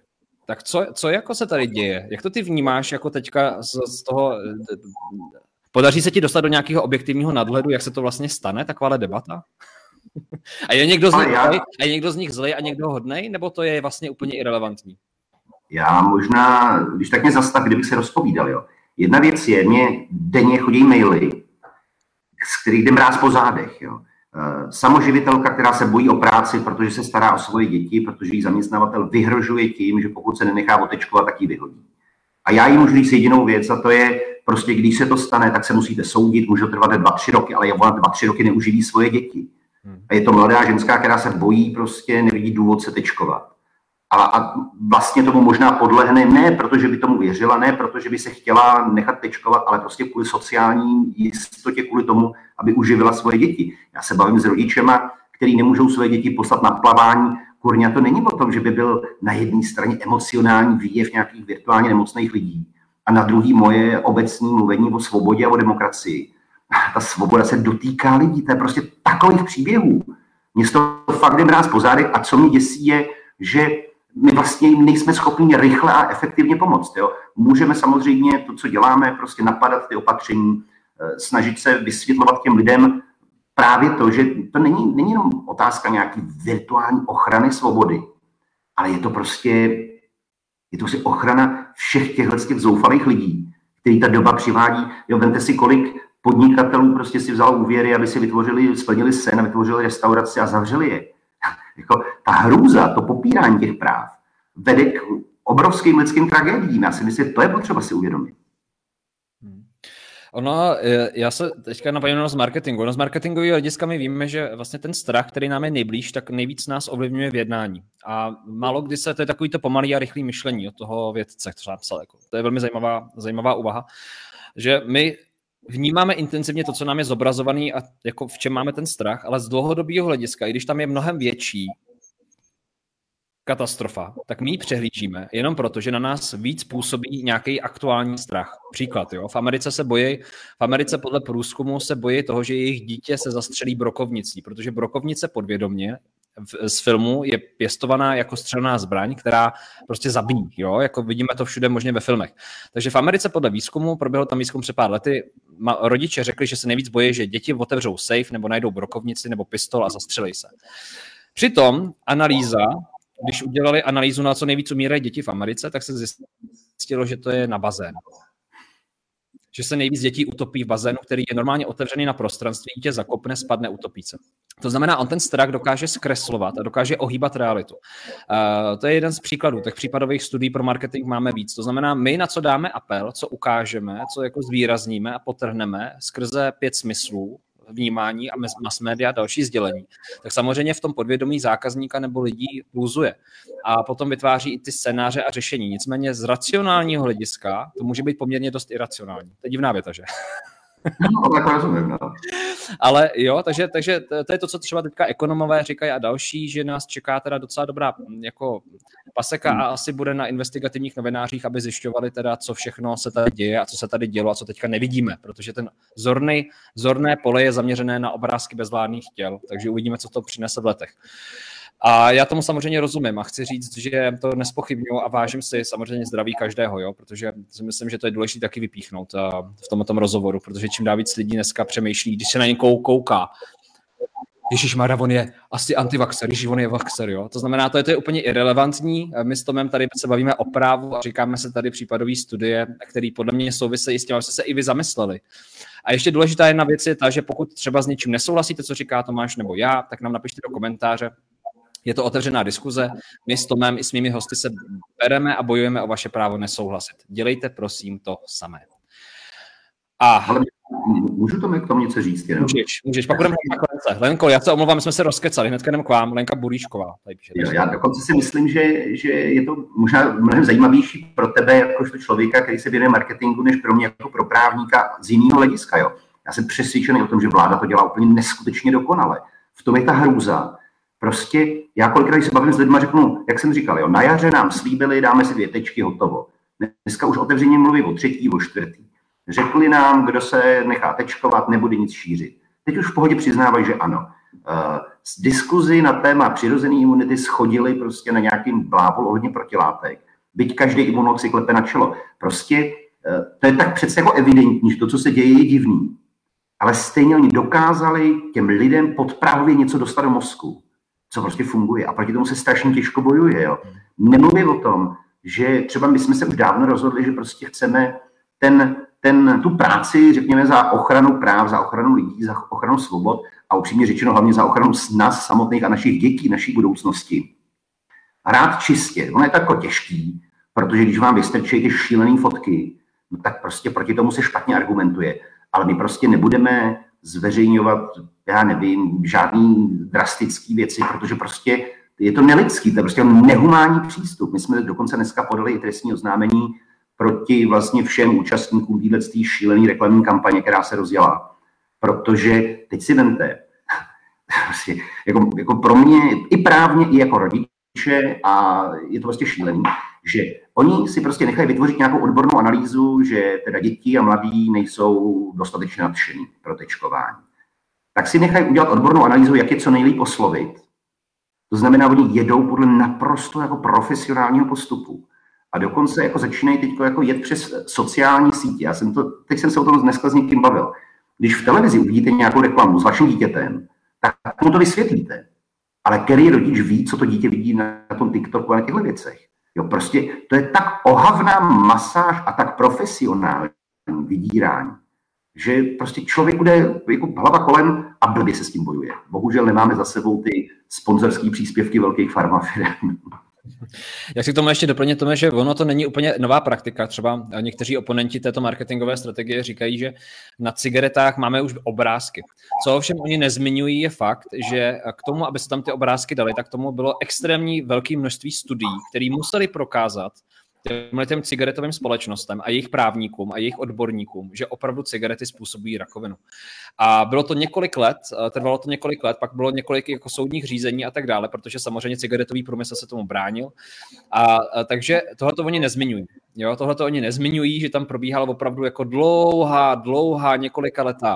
Tak co jako se tady děje? Jak to ty vnímáš jako teďka z toho... Podaří se ti dostat do nějakého objektivního nadhledu, jak se to vlastně stane, takováhle debata? A je někdo z nich zlej a někdo hodnej, nebo to je vlastně úplně irelevantní? Já možná, když tak mě zastav, kdybych se rozpovídal, jo. Jedna věc je, mě denně chodí maily, z kterých jde mráz po zádech, jo. Samoživitelka, která se bojí o práci, protože se stará o svoje děti, protože jí zaměstnavatel vyhrožuje tím, že pokud se nenechá otečkovat, tak ji vyhodí. A já jí můžu říct jedinou věc, a to je prostě, když se to stane, tak se musíte soudit, může to trvat 2-3 roky, ale ona 2-3 roky neuživí svoje děti. A je to mladá ženská, která se bojí, prostě nevidí důvod se tečkovat. A vlastně tomu možná podlehne, ne protože by tomu věřila, ne protože by se chtěla nechat tečkovat, ale prostě kvůli sociální jistotě, kvůli tomu, aby uživila svoje děti. Já se bavím s rodičema, který nemůžou své děti poslat na plavání. Kurňa, to není o tom, že by byl na jedné straně emocionální výjev nějakých virtuálně nemocných lidí a na druhý moje obecní mluvení o svobodě a o demokracii. Ta svoboda se dotýká lidí, to je prostě takových příběhů. Mně to fakt jde mráz po zádech a co mě děsí je, že my vlastně jim nejsme schopni rychle a efektivně pomoct. Jo? Můžeme samozřejmě to, co děláme, prostě napadat ty opatření, snažit se vysvětlovat těm lidem právě to, že to není jenom otázka nějaký virtuální ochrany svobody, ale je to prostě ochrana všech těchto zoufalých lidí, který ta doba přivádí. Jo, vemte si, kolik podnikatelů prostě si vzalo úvěry, aby si splnili sen a vytvořili restauraci a zavřeli je. Jako ta hrůza, to popírání těch práv vede k obrovským lidským tragédiím. Já si myslím, že to je potřeba si uvědomit. Já se teďka napojím z marketingu. Z marketingového hlediska my víme, že vlastně ten strach, který nám je nejblíž, tak nejvíc nás ovlivňuje v jednání. A málo kdy to je takový to pomalý a rychlý myšlení od toho vědce, co napsal. To je velmi zajímavá úvaha, že my vnímáme intenzivně to, co nám je zobrazovaný a jako v čem máme ten strach, ale z dlouhodobého hlediska, i když tam je mnohem větší katastrofa, tak my ji přehlížíme jenom proto, že na nás víc působí nějaký aktuální strach. Příklad, jo. V Americe podle průzkumu se bojí toho, že jejich dítě se zastřelí brokovnicí, protože brokovnice podvědomě z filmu je pěstovaná jako střelná zbraň, která prostě zabíjí, jo, jako vidíme to všude možně ve filmech. Takže v Americe podle výzkumu, proběhl tam výzkum před pár lety, rodiče řekli, že se nejvíc bojí, že děti otevřou safe nebo najdou brokovnici nebo pistol a zastřelí se. Přitom když udělali analýzu, na co nejvíc umírají děti v Americe, tak se zjistilo, že to je na bazén. Že se nejvíc dětí utopí v bazénu, který je normálně otevřený na prostranství, dítě zakopne, spadne, utopí se. To znamená, on ten strach dokáže zkreslovat a dokáže ohýbat realitu. To je jeden z příkladů. Těch případových studií pro marketing máme víc. To znamená, my na co dáme apel, co ukážeme, co jako zvýrazníme a potrhneme skrze 5 smyslů, vnímání a mass media a další sdělení, tak samozřejmě v tom podvědomí zákazníka nebo lidí pulzuje. A potom vytváří i ty scénáře a řešení. Nicméně z racionálního hlediska to může být poměrně dost iracionální. To je divná věta, že? No, tak rozumím, no. Ale jo, takže to je to, co třeba teďka ekonomové říkají a další, že nás čeká teda docela dobrá jako paseka a asi bude na investigativních novinářích, aby zjišťovali teda, co všechno se tady děje a co se tady dělo a co teďka nevidíme, protože ten zorné pole je zaměřené na obrázky bezvládných těl, takže uvidíme, co to přinese v letech. A já tomu samozřejmě rozumím a chci říct, že to nespochybnuju a vážím si samozřejmě zdraví každého, jo, protože si myslím, že to je důležité taky vypíchnout v tomto rozhovoru, protože čím dál víc lidí dneska přemýšlí, když se na někoho kouká, ježišmarja, on je asi antivaxer, on je vaxer, jo. To znamená, to je úplně irelevantní. My s Tomem tady se bavíme o právu a říkáme se tady případové studie, které podle mě souvisejí s tím, abyste se i vy zamysleli. A ještě důležitá jedna věc je ta, že pokud třeba s něčím nesouhlasíte, co říká Tomáš nebo já, tak nám napište do komentáře. Je to otevřená diskuze. My s Tomem i s mými hosty se bereme a bojujeme o vaše právo nesouhlasit. Dělejte prosím to samé. Ale můžu k tomu něco říct? Můžeš. Pak budeme na konce. Lenko, já se omlouvám, my jsme se rozkecali. Hnedka jdem k vám. Lenka Bulíšková. Já dokonce si myslím, že je to možná mnohem zajímavější pro tebe, jakožto člověka, který se věnuje marketingu, než pro mě jako pro právníka z jiného hlediska. Jo. Já jsem přesvědčený o tom, že vláda to dělá úplně neskutečně dokonale. V tom je ta hrůza. Prostě já kolikrát, když se bavím s lidmi, řeknu, jak jsem říkal, jo, na jaře nám slíbili, dáme si 2 tečky, hotovo. Dneska už otevřeně mluví o 3., o 4. Řekli nám, kdo se nechá tečkovat, nebude nic šířit. Teď už v pohodě přiznávají, že ano. Z diskuzi na téma přirozené imunity schodili prostě na nějakým blábol ohledně protilátek. byť každý imunolog si klepe na čelo. Prostě to je tak přece jako evidentní, že to, co se děje, je divný. Ale stejně oni dokázali těm lidem podprahově něco dostat do mozku, co prostě funguje. A proti tomu se strašně těžko bojuje. Jo. Nemluvím o tom, že třeba my jsme se už dávno rozhodli, že prostě chceme tu práci, řekněme, za ochranu práv, za ochranu lidí, za ochranu svobod a upřímně řečeno hlavně za ochranu nás samotných a našich dětí, naší budoucnosti. Hrát čistě. Ono je to jako těžký, protože když vám vystrčí ty šílený fotky, no tak prostě proti tomu se špatně argumentuje. Ale my prostě nebudeme zveřejňovat, já nevím, žádný drastický věci, protože prostě je to nelidský, to je prostě nehumánní přístup. My jsme dokonce dneska podali i trestní oznámení proti vlastně všem účastníkům této šílené reklamní kampaně, která se rozjela. Protože teď si vemte, jako pro mě i právně, i jako rodiče, a je to prostě šílený, že oni si prostě nechají vytvořit nějakou odbornou analýzu, že teda děti a mladí nejsou dostatečně nadšení pro tečkování. Tak si nechají udělat odbornou analýzu, jak je co nejlíp oslovit. To znamená, oni jedou podle naprosto jako profesionálního postupu. A dokonce jako začínají teď jako jet přes sociální sítě. Teď jsem se o tom dneska s někým bavil. Když v televizi uvidíte nějakou reklamu s vaším dítětem, tak mu to vysvětlíte. Ale který rodič ví, co to dítě vidí na tom TikToku a na těchto věcech. Jo, prostě to je tak ohavná masáž a tak profesionální vydírání, že prostě člověk bude jako hlava kolem a blbě se s tím bojuje. Bohužel nemáme za sebou ty sponzorské příspěvky velkých farmafirem. Já si k tomu ještě doplním tomu, že ono to není úplně nová praktika. Třeba někteří oponenti této marketingové strategie říkají, že na cigaretách máme už obrázky. Co ovšem oni nezmiňují je fakt, že k tomu, aby se tam ty obrázky daly, tak tomu bylo extrémní velké množství studií, které museli prokázat těm cigaretovým společnostem a jejich právníkům a jejich odborníkům, že opravdu cigarety způsobují rakovinu. A bylo to několik let, trvalo to několik let, pak bylo několik jako soudních řízení a tak dále, protože samozřejmě cigaretový průmysl se tomu bránil. Takže tohleto oni nezmiňují. Jo, tohleto oni nezmiňují, že tam probíhala opravdu jako dlouhá několikaletá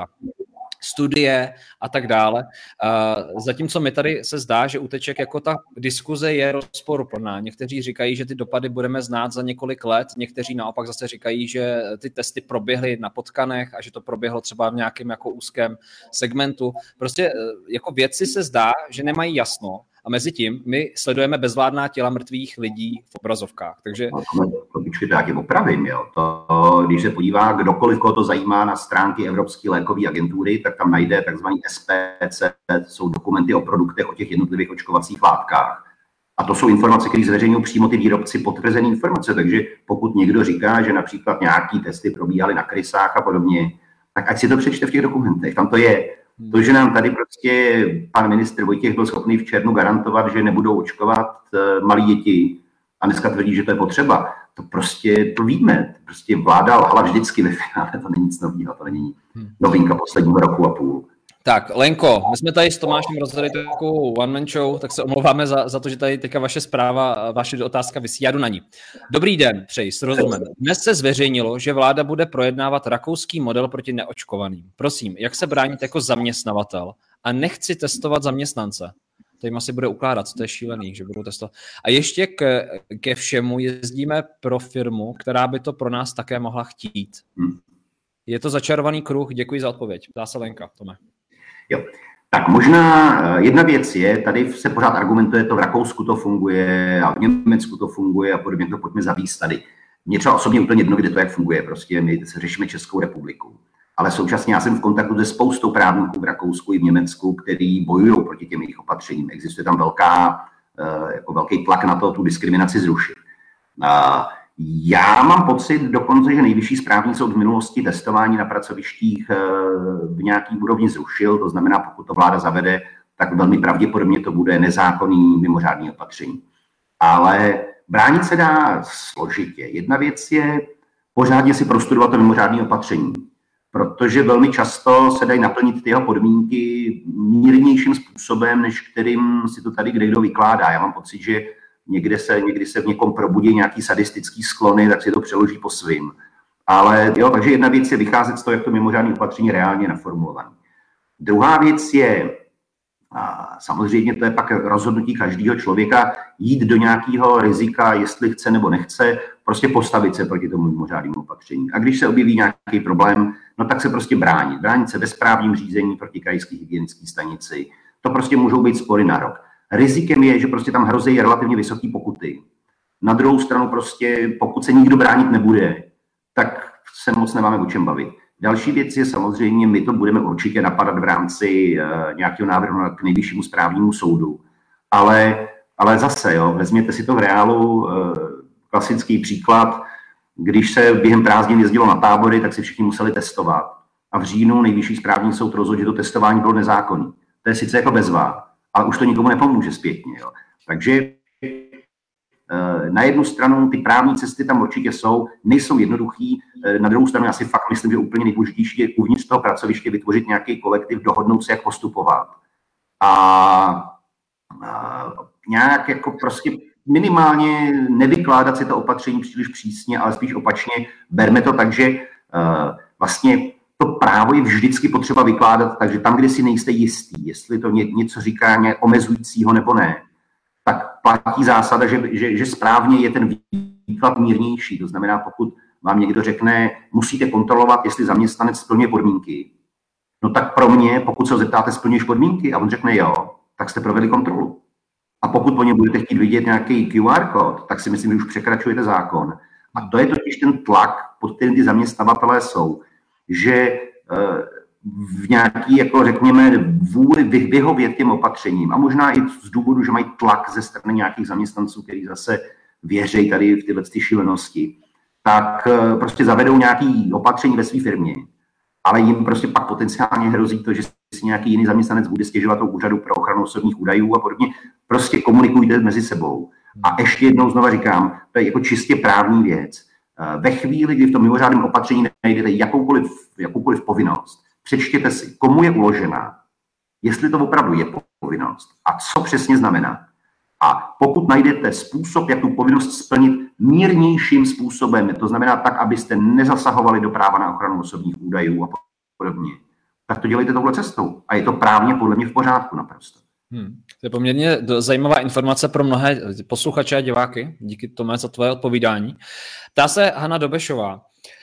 studie a tak dále. Zatímco mi tady se zdá, že uteček jako ta diskuze je rozporuplná. Někteří říkají, že ty dopady budeme znát za několik let, někteří naopak zase říkají, že ty testy proběhly na potkanech a že to proběhlo třeba v nějakém jako úzkém segmentu. Prostě jako vědci se zdá, že nemají jasno a mezi tím my sledujeme bezvládná těla mrtvých lidí v obrazovkách. Takže... To taky opravím, jo. Když se podívá kdokoliv, koho to zajímá na stránky Evropské lékové agentury, tak tam najde takzvaný SPC, jsou dokumenty o produktech, o těch jednotlivých očkovacích látkách. A to jsou informace, které zveřejňují přímo ty výrobci, potvrzené informace. Takže pokud někdo říká, že například nějaký testy probíhaly na krysách a podobně, tak ať si to přečte v těch dokumentech. Tam to je. To, že nám tady prostě pan ministr Vojtěch byl schopný v červnu garantovat, že nebudou očkovat malí děti a dneska tvrdí, že to je potřeba, to prostě to víme. Prostě vláda lhala vždycky ve finále, to není nic nového, to není novinka posledního roku a půl. Tak, Lenko, my jsme tady s Tomášem rozhodli takovou one-man show, tak se omlouváme za to, že tady teďka vaše zpráva, vaše otázka visí. Já jdu na ní. Dobrý den, přeji, s rozumem. Dnes se zveřejnilo, že vláda bude projednávat rakouský model proti neočkovaným. Prosím, jak se bránit jako zaměstnavatel a nechci testovat zaměstnance? To jim asi bude ukládat, to je šílený, že budou testovat. A ještě ke všemu jezdíme pro firmu, která by to pro nás také mohla chtít. Je to začarovaný kruh, děkuji za odpověď. Ptá se Lenka, Tome. Jo. Tak možná jedna věc je, tady se pořád argumentuje, to v Rakousku to funguje a v Německu to funguje a podobně, to pojďme zavíst tady. Mně třeba osobně úplně jedno, kde to jak funguje, prostě my se řešíme Českou republiku. Ale současně já jsem v kontaktu se spoustou právníků v Rakousku i v Německu, kteří bojují proti těm jejich opatřením. Existuje tam velký tlak na to, tu diskriminaci zrušit. Já mám pocit dokonce, že nejvyšší správní soud v minulosti testování na pracovištích v nějaký úrovni zrušil, to znamená, pokud to vláda zavede, tak velmi pravděpodobně to bude nezákonný mimořádný opatření. Ale bránit se dá složitě. Jedna věc je pořádně si prostudovat to mimořádné opatření, protože velmi často se dají naplnit ty jeho podmínky mírnějším způsobem, než kterým si to tady kdekdo vykládá. Já mám pocit, že někdy se v někom probudí nějaký sadistický sklony, tak si to přeloží po svým. Ale jo, takže jedna věc je vycházet z toho, jak to mimořádné opatření reálně naformulované. Druhá věc je samozřejmě to je pak rozhodnutí každého člověka jít do nějakého rizika, jestli chce nebo nechce, prostě postavit se proti tomu mimořádnému opatření. A když se objeví nějaký problém, no tak se prostě bránit. Bránit se ve správním řízení proti krajské hygienické stanici. To prostě můžou být spory na rok. Rizikem je, že prostě tam hrozí relativně vysoké pokuty. Na druhou stranu prostě, pokud se nikdo bránit nebude, tak se moc nemáme o čem bavit. Další věc je samozřejmě, my to budeme určitě napadat v rámci nějakého návrhu k nejvyššímu správnímu soudu. Ale zase, jo, vezměte si to v reálu, klasický příklad, když se během prázdnin jezdilo na tábory, tak si všichni museli testovat. A v říjnu nejvyšší správní soud rozhodl, že to testování bylo nezákonné. To je sice jako bezvá, ale už to nikomu nepomůže zpětně. Jo. Takže na jednu stranu ty právní cesty tam určitě jsou, nejsou jednoduchý, na druhou stranu já si fakt myslím, že úplně nejdůležitější je uvnitř toho pracoviště vytvořit nějaký kolektiv, dohodnout se, jak postupovat. A nějak jako prostě minimálně nevykládat si to opatření příliš přísně, ale spíš opačně. Berme to tak, že vlastně to právo je vždycky potřeba vykládat, takže tam, kde si nejste jistý, jestli to něco říká nějak omezujícího nebo ne, tak platí zásada, že správně je ten výklad mírnější. To znamená, pokud vám někdo řekne, musíte kontrolovat, jestli zaměstnanec splňuje podmínky, no tak pro mě, pokud se ho zeptáte, splňuješ podmínky, a on řekne jo, tak jste provedli kontrolu. A pokud po něm budete chtít vidět nějaký QR kód, tak si myslím, že už překračujete zákon. A to je totiž ten tlak, pod kterým ty zaměstnavatelé jsou, že v nějaký, jako řekněme, vůli vyhovět těm opatřením a možná i z důvodu, že mají tlak ze strany nějakých zaměstnanců, kteří zase věří tady v tyhle šílenosti, tak prostě zavedou nějaký opatření ve své firmě, ale jim prostě pak potenciálně hrozí to, že si nějaký jiný zaměstnanec bude stěžovat u úřadu pro ochranu osobních údajů a podobně. Prostě komunikujte mezi sebou. A ještě jednou znova říkám, to je jako čistě právní věc. Ve chvíli, kdy v tom mimořádném opatření najdete jakoukoliv povinnost, přečtěte si, komu je uložená, jestli to opravdu je povinnost a co přesně znamená. A pokud najdete způsob, jak tu povinnost splnit mírnějším způsobem, to znamená tak, abyste nezasahovali do práva na ochranu osobních údajů a podobně, tak to dělejte touhle cestou. A je to právně podle mě v pořádku naprosto. To je poměrně zajímavá informace pro mnohé posluchače a diváky. Díky tomu za tvoje odpovídání. Ptá se Hana Dobešová.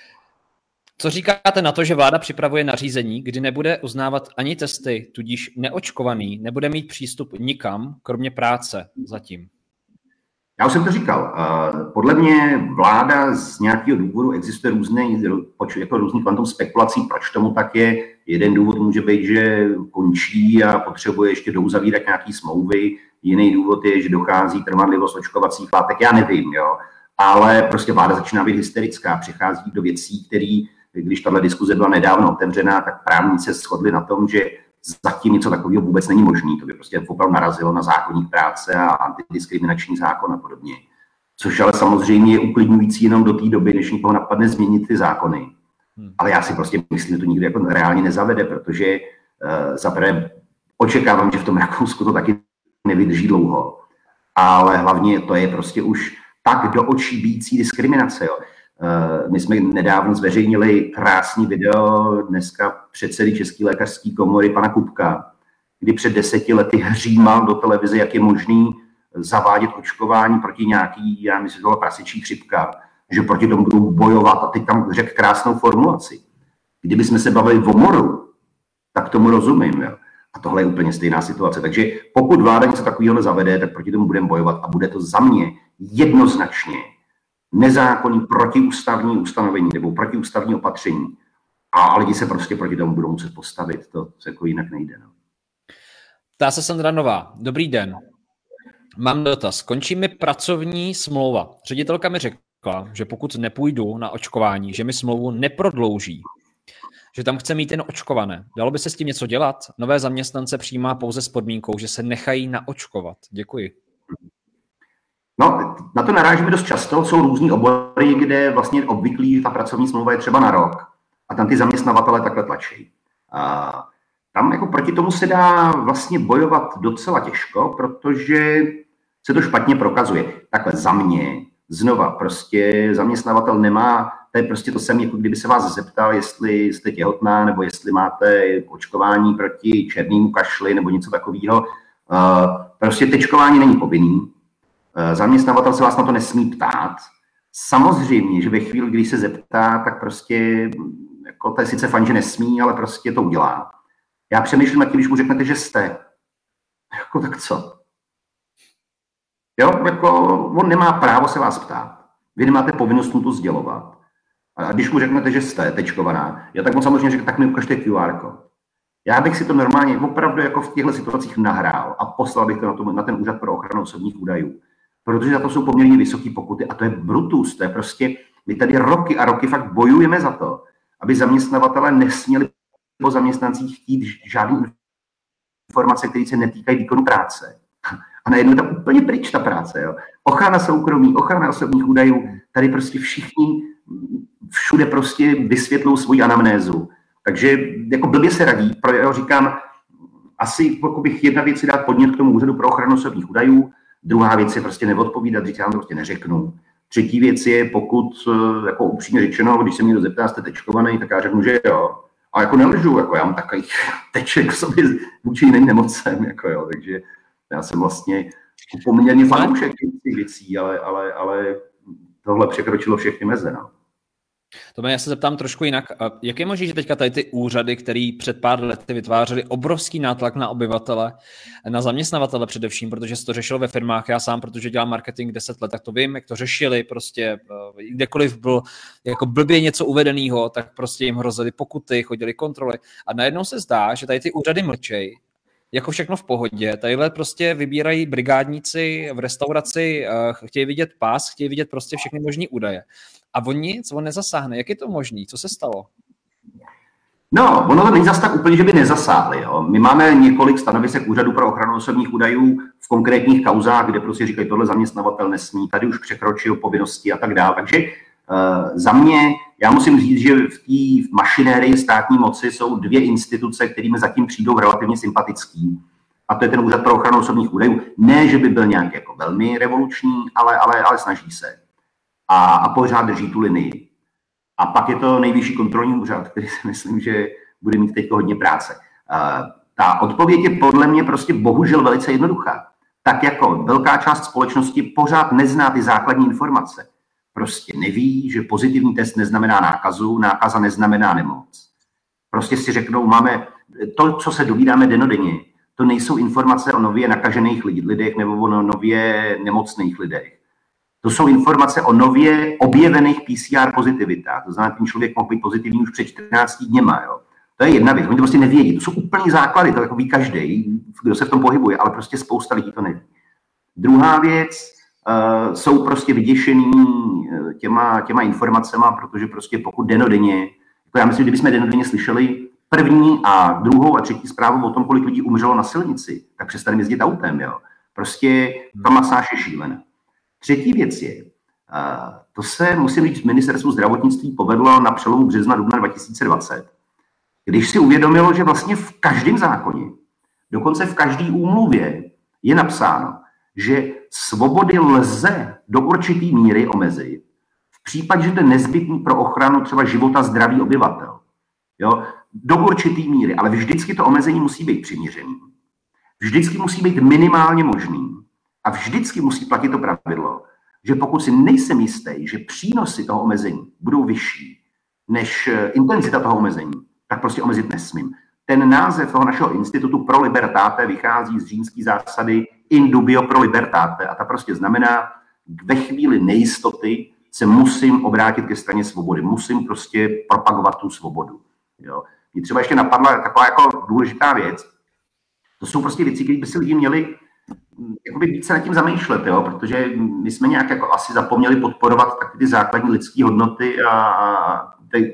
Co říkáte na to, že vláda připravuje nařízení, kdy nebude uznávat ani testy, tudíž neočkovaný nebude mít přístup nikam, kromě práce zatím? Já už jsem to říkal. Podle mě vláda z nějakého důvodu existuje různý kvantum spekulací, proč tomu tak je. Jeden důvod může být, že končí a potřebuje ještě douzavírat nějaký smlouvy. Jiný důvod je, že dochází trvanlivost očkovacích látek. Já nevím, jo. Ale prostě vláda začíná být hysterická, přichází do věcí, které, když tahle diskuze byla nedávno otevřená, tak právníci se shodli na tom, že zatím něco takového vůbec není možné. To by prostě opravdu narazilo na zákoník práce a antidiskriminační zákon a podobně. Což ale samozřejmě je uklidňující jenom do té doby, než někoho napadne změnit ty zákony. Ale já si prostě myslím, že to nikdo jako reálně nezavede, protože zaprvé očekávám, že v tom Rakousku to taky nevydrží dlouho. Ale hlavně to je prostě už tak do očí bijící diskriminace. Jo. My jsme nedávno zveřejnili krásný video dneska předsedy České lékařské komory pana Kupka, kdy před 10 lety hřímal do televize, jak je možný zavádět očkování proti nějaký, já myslím, že to byla prasičí chřipka, že proti tomu budou bojovat a teď tam řekl krásnou formulaci. Kdyby jsme se bavili o moru, tak tomu rozumím. Jo. A tohle je úplně stejná situace. Takže pokud vláda něco takového nezavede, tak proti tomu budeme bojovat a bude to za mě jednoznačně nezákonný protiústavní ustanovení nebo protiústavní opatření. A lidi se prostě proti tomu budou muset postavit. To jako jinak nejde. No. Ptá se Sandra Nová. Dobrý den. Mám dotaz. Končí mi pracovní smlouva. Ředitelka mi řekla, že pokud nepůjdu na očkování, že mi smlouvu neprodlouží. Že tam chce mít jen očkované. Dalo by se s tím něco dělat? Nové zaměstnance přijímá pouze s podmínkou, že se nechají naočkovat. Děkuji. No, na to narážíme dost často. Jsou různý obory, kde vlastně obvyklý ta pracovní smlouva je třeba na rok. A tam ty zaměstnavatele takhle tlačí. A tam jako proti tomu se dá vlastně bojovat docela těžko, protože se to špatně prokazuje. Takhle za mě, znova, prostě zaměstnavatel nemá, to je prostě to samé, jako kdyby se vás zeptal, jestli jste těhotná, nebo jestli máte očkování proti černému kašli, nebo něco takového. Prostě tečkování není povinný, zaměstnavatel se vás na to nesmí ptát. Samozřejmě, že ve chvíli, kdy se zeptá, tak prostě, jako to je sice fajn, že nesmí, ale prostě to udělá. Já přemýšlím nad tím, když mu řeknete, že jste. Jako tak co? Jo, jako on nemá právo se vás ptát. Vy nemáte povinnost mu to sdělovat. A když mu řeknete, že jste tečkovaná, tak on samozřejmě řekne, tak mi ukažte QR kód. Já bych si to normálně opravdu jako v těchto situacích nahrál a poslal bych to na ten úřad pro ochranu osobních údajů. Protože za to jsou poměrně vysoké pokuty a to je brutus, to je prostě, my tady roky a roky fakt bojujeme za to, aby zaměstnavatelé nesměli po zaměstnancích chtít žádné informace, které se netýkají výkonu práce. A najednou je tam úplně pryč ta práce. Jo. Ochrana soukromí, ochrana osobních údajů, tady prostě všichni všude prostě vysvětlou svoji anamnézu. Takže jako blbě se radí, říkám, asi bych jedna věc je dát podnět k tomu úřadu pro ochranu osobních údajů, druhá věc je prostě neodpovídat, říct, já vám to prostě neřeknu. Třetí věc je, pokud, jako upřímně řečeno, když se mě někdo zeptá, jste tečkovaný, tak já řeknu, že jo. A jako nelžu, jako já mám takových teček v sobě vůči jiným nemocem, jako jo, takže já jsem vlastně poměrně fanoušek těch věcí, ale tohle překročilo všechny meze, no. Tome, já se zeptám trošku jinak. Jak je možné, že teďka tady ty úřady, které před pár lety vytvářely obrovský nátlak na obyvatele, na zaměstnavatele především, protože se to řešilo ve firmách, já sám, protože dělám marketing 10 let, tak to vím, jak to řešili, prostě kdekoliv byl jako blbě něco uvedeného, tak prostě jim hrozily pokuty, chodily kontroly a najednou se zdá, že tady ty úřady mlčej, jako všechno v pohodě. Tadyhle prostě vybírají brigádníci v restauraci, chtějí vidět pás, chtějí vidět prostě všechny možný údaje. A on nezasáhne. Jak je to možný? Co se stalo? No, ono to není zase tak úplně, že by nezasáhli. Jo. My máme několik stanovisek úřadu pro ochranu osobních údajů v konkrétních kauzách, kde prostě říkají, tohle zaměstnavatel nesmí, tady už překročil povinnosti a tak dále. Takže za mě, já musím říct, že v té mašinérii státní moci jsou dvě instituce, kterými zatím přijdou relativně sympatický. A to je ten úřad pro ochranu osobních údajů. Ne, že by byl nějak jako velmi revoluční, ale snaží se. A pořád drží tu linii. A pak je to nejvyšší kontrolní úřad, který si myslím, že bude mít teď hodně práce. Ta odpověď je podle mě prostě bohužel velice jednoduchá. Tak jako velká část společnosti pořád nezná ty základní informace. Prostě neví, že pozitivní test neznamená nákazu, nákaza neznamená nemoc. Prostě si řeknou, máme to, co se dovídáme dennodenně, to nejsou informace o nově nakažených lidech nebo o nově nemocných lidech. To jsou informace o nově objevených PCR pozitivitách. To znamená, ten člověk mohl být pozitivní už před 14 dněma. Jo. To je jedna věc. Oni to prostě nevědí. To jsou úplný základy, to jako ví každý, kdo se v tom pohybuje, ale prostě spousta lidí to neví. Druhá věc, jsou prostě vyděšený těma informacema, protože prostě pokud dennodenně, jako já myslím, kdybychom dennodenně slyšeli první a druhou a třetí zprávu o tom, kolik lidí umřelo na silnici, tak přestane jezdit autem. Jo. Prostě ta masáž je šílená. Třetí věc je, to se, musím říct, ministerstvu zdravotnictví povedlo na přelomu března dubna 2020, když si uvědomilo, že vlastně v každém zákoně, dokonce v každé úmluvě je napsáno, že svobody lze do určité míry omezit v případě, že to je nezbytný pro ochranu třeba života zdraví obyvatel. Jo? Do určité míry, ale vždycky to omezení musí být přiměřený. Vždycky musí být minimálně možný. A vždycky musí platit to pravidlo, že pokud si nejsem jistý, že přínosy toho omezení budou vyšší než intenzita toho omezení, tak prostě omezit nesmím. Ten název toho našeho institutu pro libertate vychází z římské zásady in dubio pro libertate a ta prostě znamená, ve chvíli nejistoty se musím obrátit ke straně svobody, musím prostě propagovat tu svobodu. Jo. Mě třeba ještě napadla taková jako důležitá věc. To jsou prostě věci, které by si lidi měli jakoby více nad tím zamýšlet, jo? Protože my jsme nějak jako asi zapomněli podporovat taky ty základní lidské hodnoty a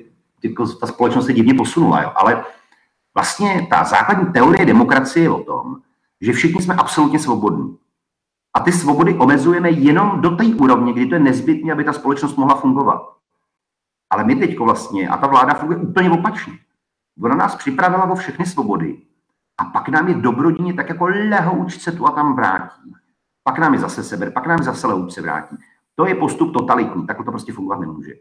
ta společnost se divně posunula. Jo? Ale vlastně ta základní teorie demokracie je o tom, že všichni jsme absolutně svobodní. A ty svobody omezujeme jenom do té úrovně, kdy to je nezbytné, aby ta společnost mohla fungovat. Ale my teďko vlastně, a ta vláda funguje úplně opačně. Ona nás připravila o všechny svobody, a pak nám je dobrodině tak jako lehouč se tu a tam vrátí. Pak nám je zase seber, pak nám je zase lehouč se vrátí. To je postup totalitní, tak to prostě fungovat nemůže.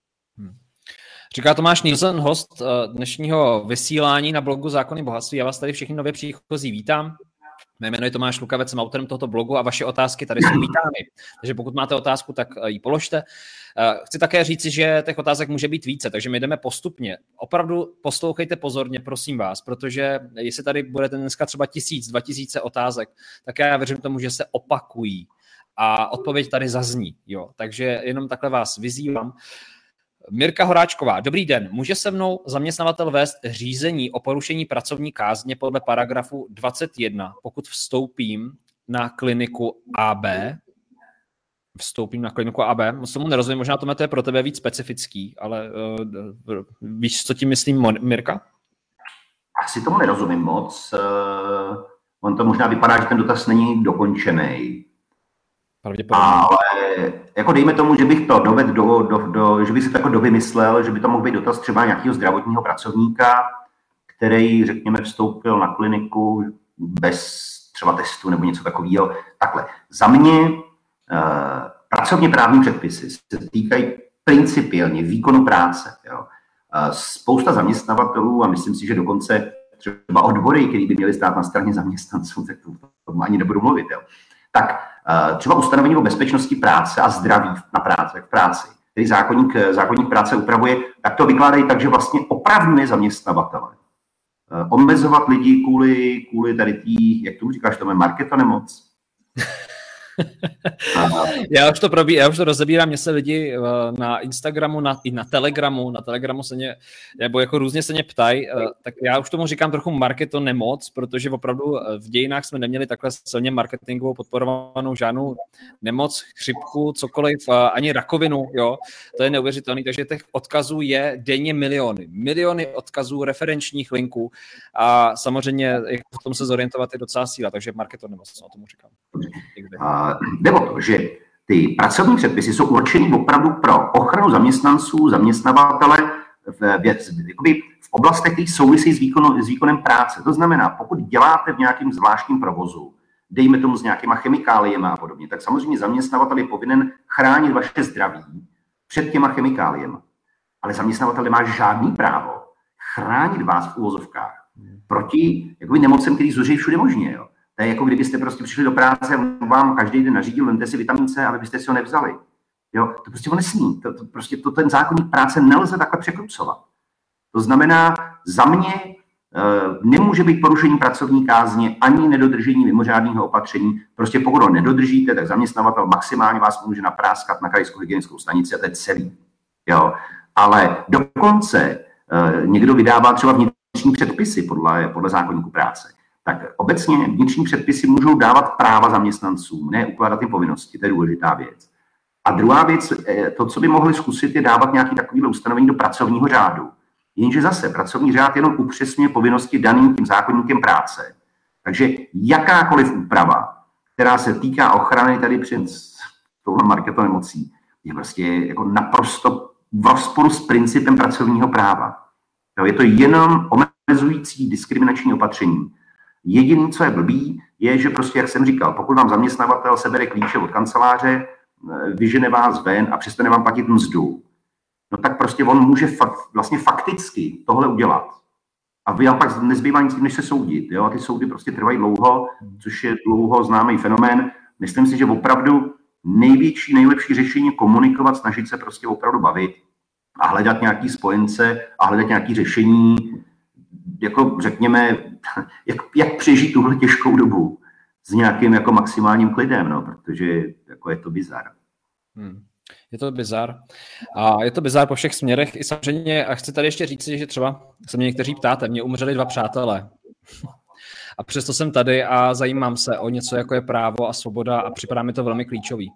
Říká Tomáš Nilsen, host dnešního vysílání na blogu Zákony bohatství. Já vás tady všichni nově příchozí vítám. Mé jméno je Tomáš Lukavec, jsem autorem tohoto blogu a vaše otázky tady jsou vítány. Takže pokud máte otázku, tak ji položte. Chci také říci, že těch otázek může být více, takže my jdeme postupně. Opravdu poslouchejte pozorně, prosím vás, protože jestli tady budete dneska třeba 1000, 2000 otázek, tak já věřím tomu, že se opakují a odpověď tady zazní. Jo? Takže jenom takhle vás vyzývám. Mirka Horáčková, dobrý den. Může se mnou zaměstnavatel vést řízení o porušení pracovní kázně podle paragrafu 21, pokud vstoupím na kliniku AB? Moc tomu nerozumím, možná to je pro tebe víc specifický, ale víš, co tím myslím, Mirka? Asi tomu nerozumím moc. On to možná vypadá, že ten dotaz není dokončený. Ale jako dejme tomu, že bych to dovedl že bych si to jako dovymyslel, že by to mohl být dotaz třeba nějakého zdravotního pracovníka, který, řekněme, vstoupil na kliniku bez třeba testu nebo něco takového. Takhle. Za mě pracovně právní předpisy se týkají principiálně výkonu práce. Jo. Spousta zaměstnavatelů, a myslím si, že dokonce třeba odbory, které by měly stát na straně zaměstnanců, tak to ani nebudu mluvit. Jo. Tak třeba ustanovení o bezpečnosti práce a zdraví v práci, který zákoník práce upravuje, tak to vykládají tak, že vlastně opravňuje zaměstnavatele. Omezovat lidi kvůli tady jak tomu říkáš, to je marketo nemoc. Já už to rozebírám, mě se lidi na Instagramu, i na Telegramu se mě, nebo jako různě se mě ptají, tak já už tomu říkám trochu marketo nemoc, protože opravdu v dějinách jsme neměli takhle silně marketingovou podporovanou žádnou nemoc, chřipku, cokoliv, ani rakovinu, jo, to je neuvěřitelný, takže těch odkazů je denně miliony odkazů, referenčních linků a samozřejmě jak v tom se zorientovat je docela síla, takže marketo nemoc, tomu říkám. Jde o to, že ty pracovní předpisy jsou určeny opravdu pro ochranu zaměstnanců, zaměstnavatele v oblastech, které souvisí s výkonem práce. To znamená, pokud děláte v nějakém zvláštním provozu, dejme tomu s nějakýma chemikáliemi a podobně, tak samozřejmě zaměstnavatel je povinen chránit vaše zdraví před těma chemikáliemi. Ale zaměstnavatel nemá žádný právo chránit vás v uvozovkách proti nemocem, který zuří všude možně. Jo. To je jako kdybyste prostě přišli do práce a vám každý den nařídil, vemte si vitamin C, ale byste si ho nevzali. Jo, to prostě nesmí. Ten zákoník práce nelze takhle překrucovat. To znamená, za mě nemůže být porušení pracovní kázně ani nedodržení mimořádného opatření. Prostě pokud ho nedodržíte, tak zaměstnavatel maximálně vás může napráskat na krajskou hygienickou stanici a to je celý. Jo. Ale dokonce někdo vydává třeba vnitřní předpisy podle zákoníku práce. Tak obecně vnitřní předpisy můžou dávat práva zaměstnancům, ne ukládat jim povinnosti, to je důležitá věc. A druhá věc, to, co by mohli zkusit, je dávat nějaké takové ustanovení do pracovního řádu. Jenže zase pracovní řád jenom upřesňuje povinnosti daným tím zákoníkem práce. Takže jakákoliv úprava, která se týká ochrany tady před touhle marketovou nemocí, je prostě jako naprosto v rozporu s principem pracovního práva. Je to jenom omezující diskriminační opatření. Jediné, co je blbý, je, že prostě, jak jsem říkal, pokud vám zaměstnavatel sebere klíče od kanceláře, vyžene vás ven a přestane vám platit mzdu, no tak prostě on může vlastně fakticky tohle udělat. A vy pak nezbývá nic, než se soudit. Jo? A ty soudy prostě trvají dlouho, což je dlouho známý fenomén. Myslím si, že opravdu nejlepší řešení je komunikovat, snažit se prostě opravdu bavit a hledat nějaký spojence a hledat nějaké řešení, jako řekněme, jak přežít tuhle těžkou dobu s nějakým jako maximálním klidem, no, protože jako je to bizar. Je to bizar. A je to bizar po všech směrech. I samozřejmě, a chci tady ještě říct, že třeba se mě někteří ptáte, mě umřeli 2 přátelé. A přesto jsem tady a zajímám se o něco, jako je právo a svoboda a připadá mi to velmi klíčový.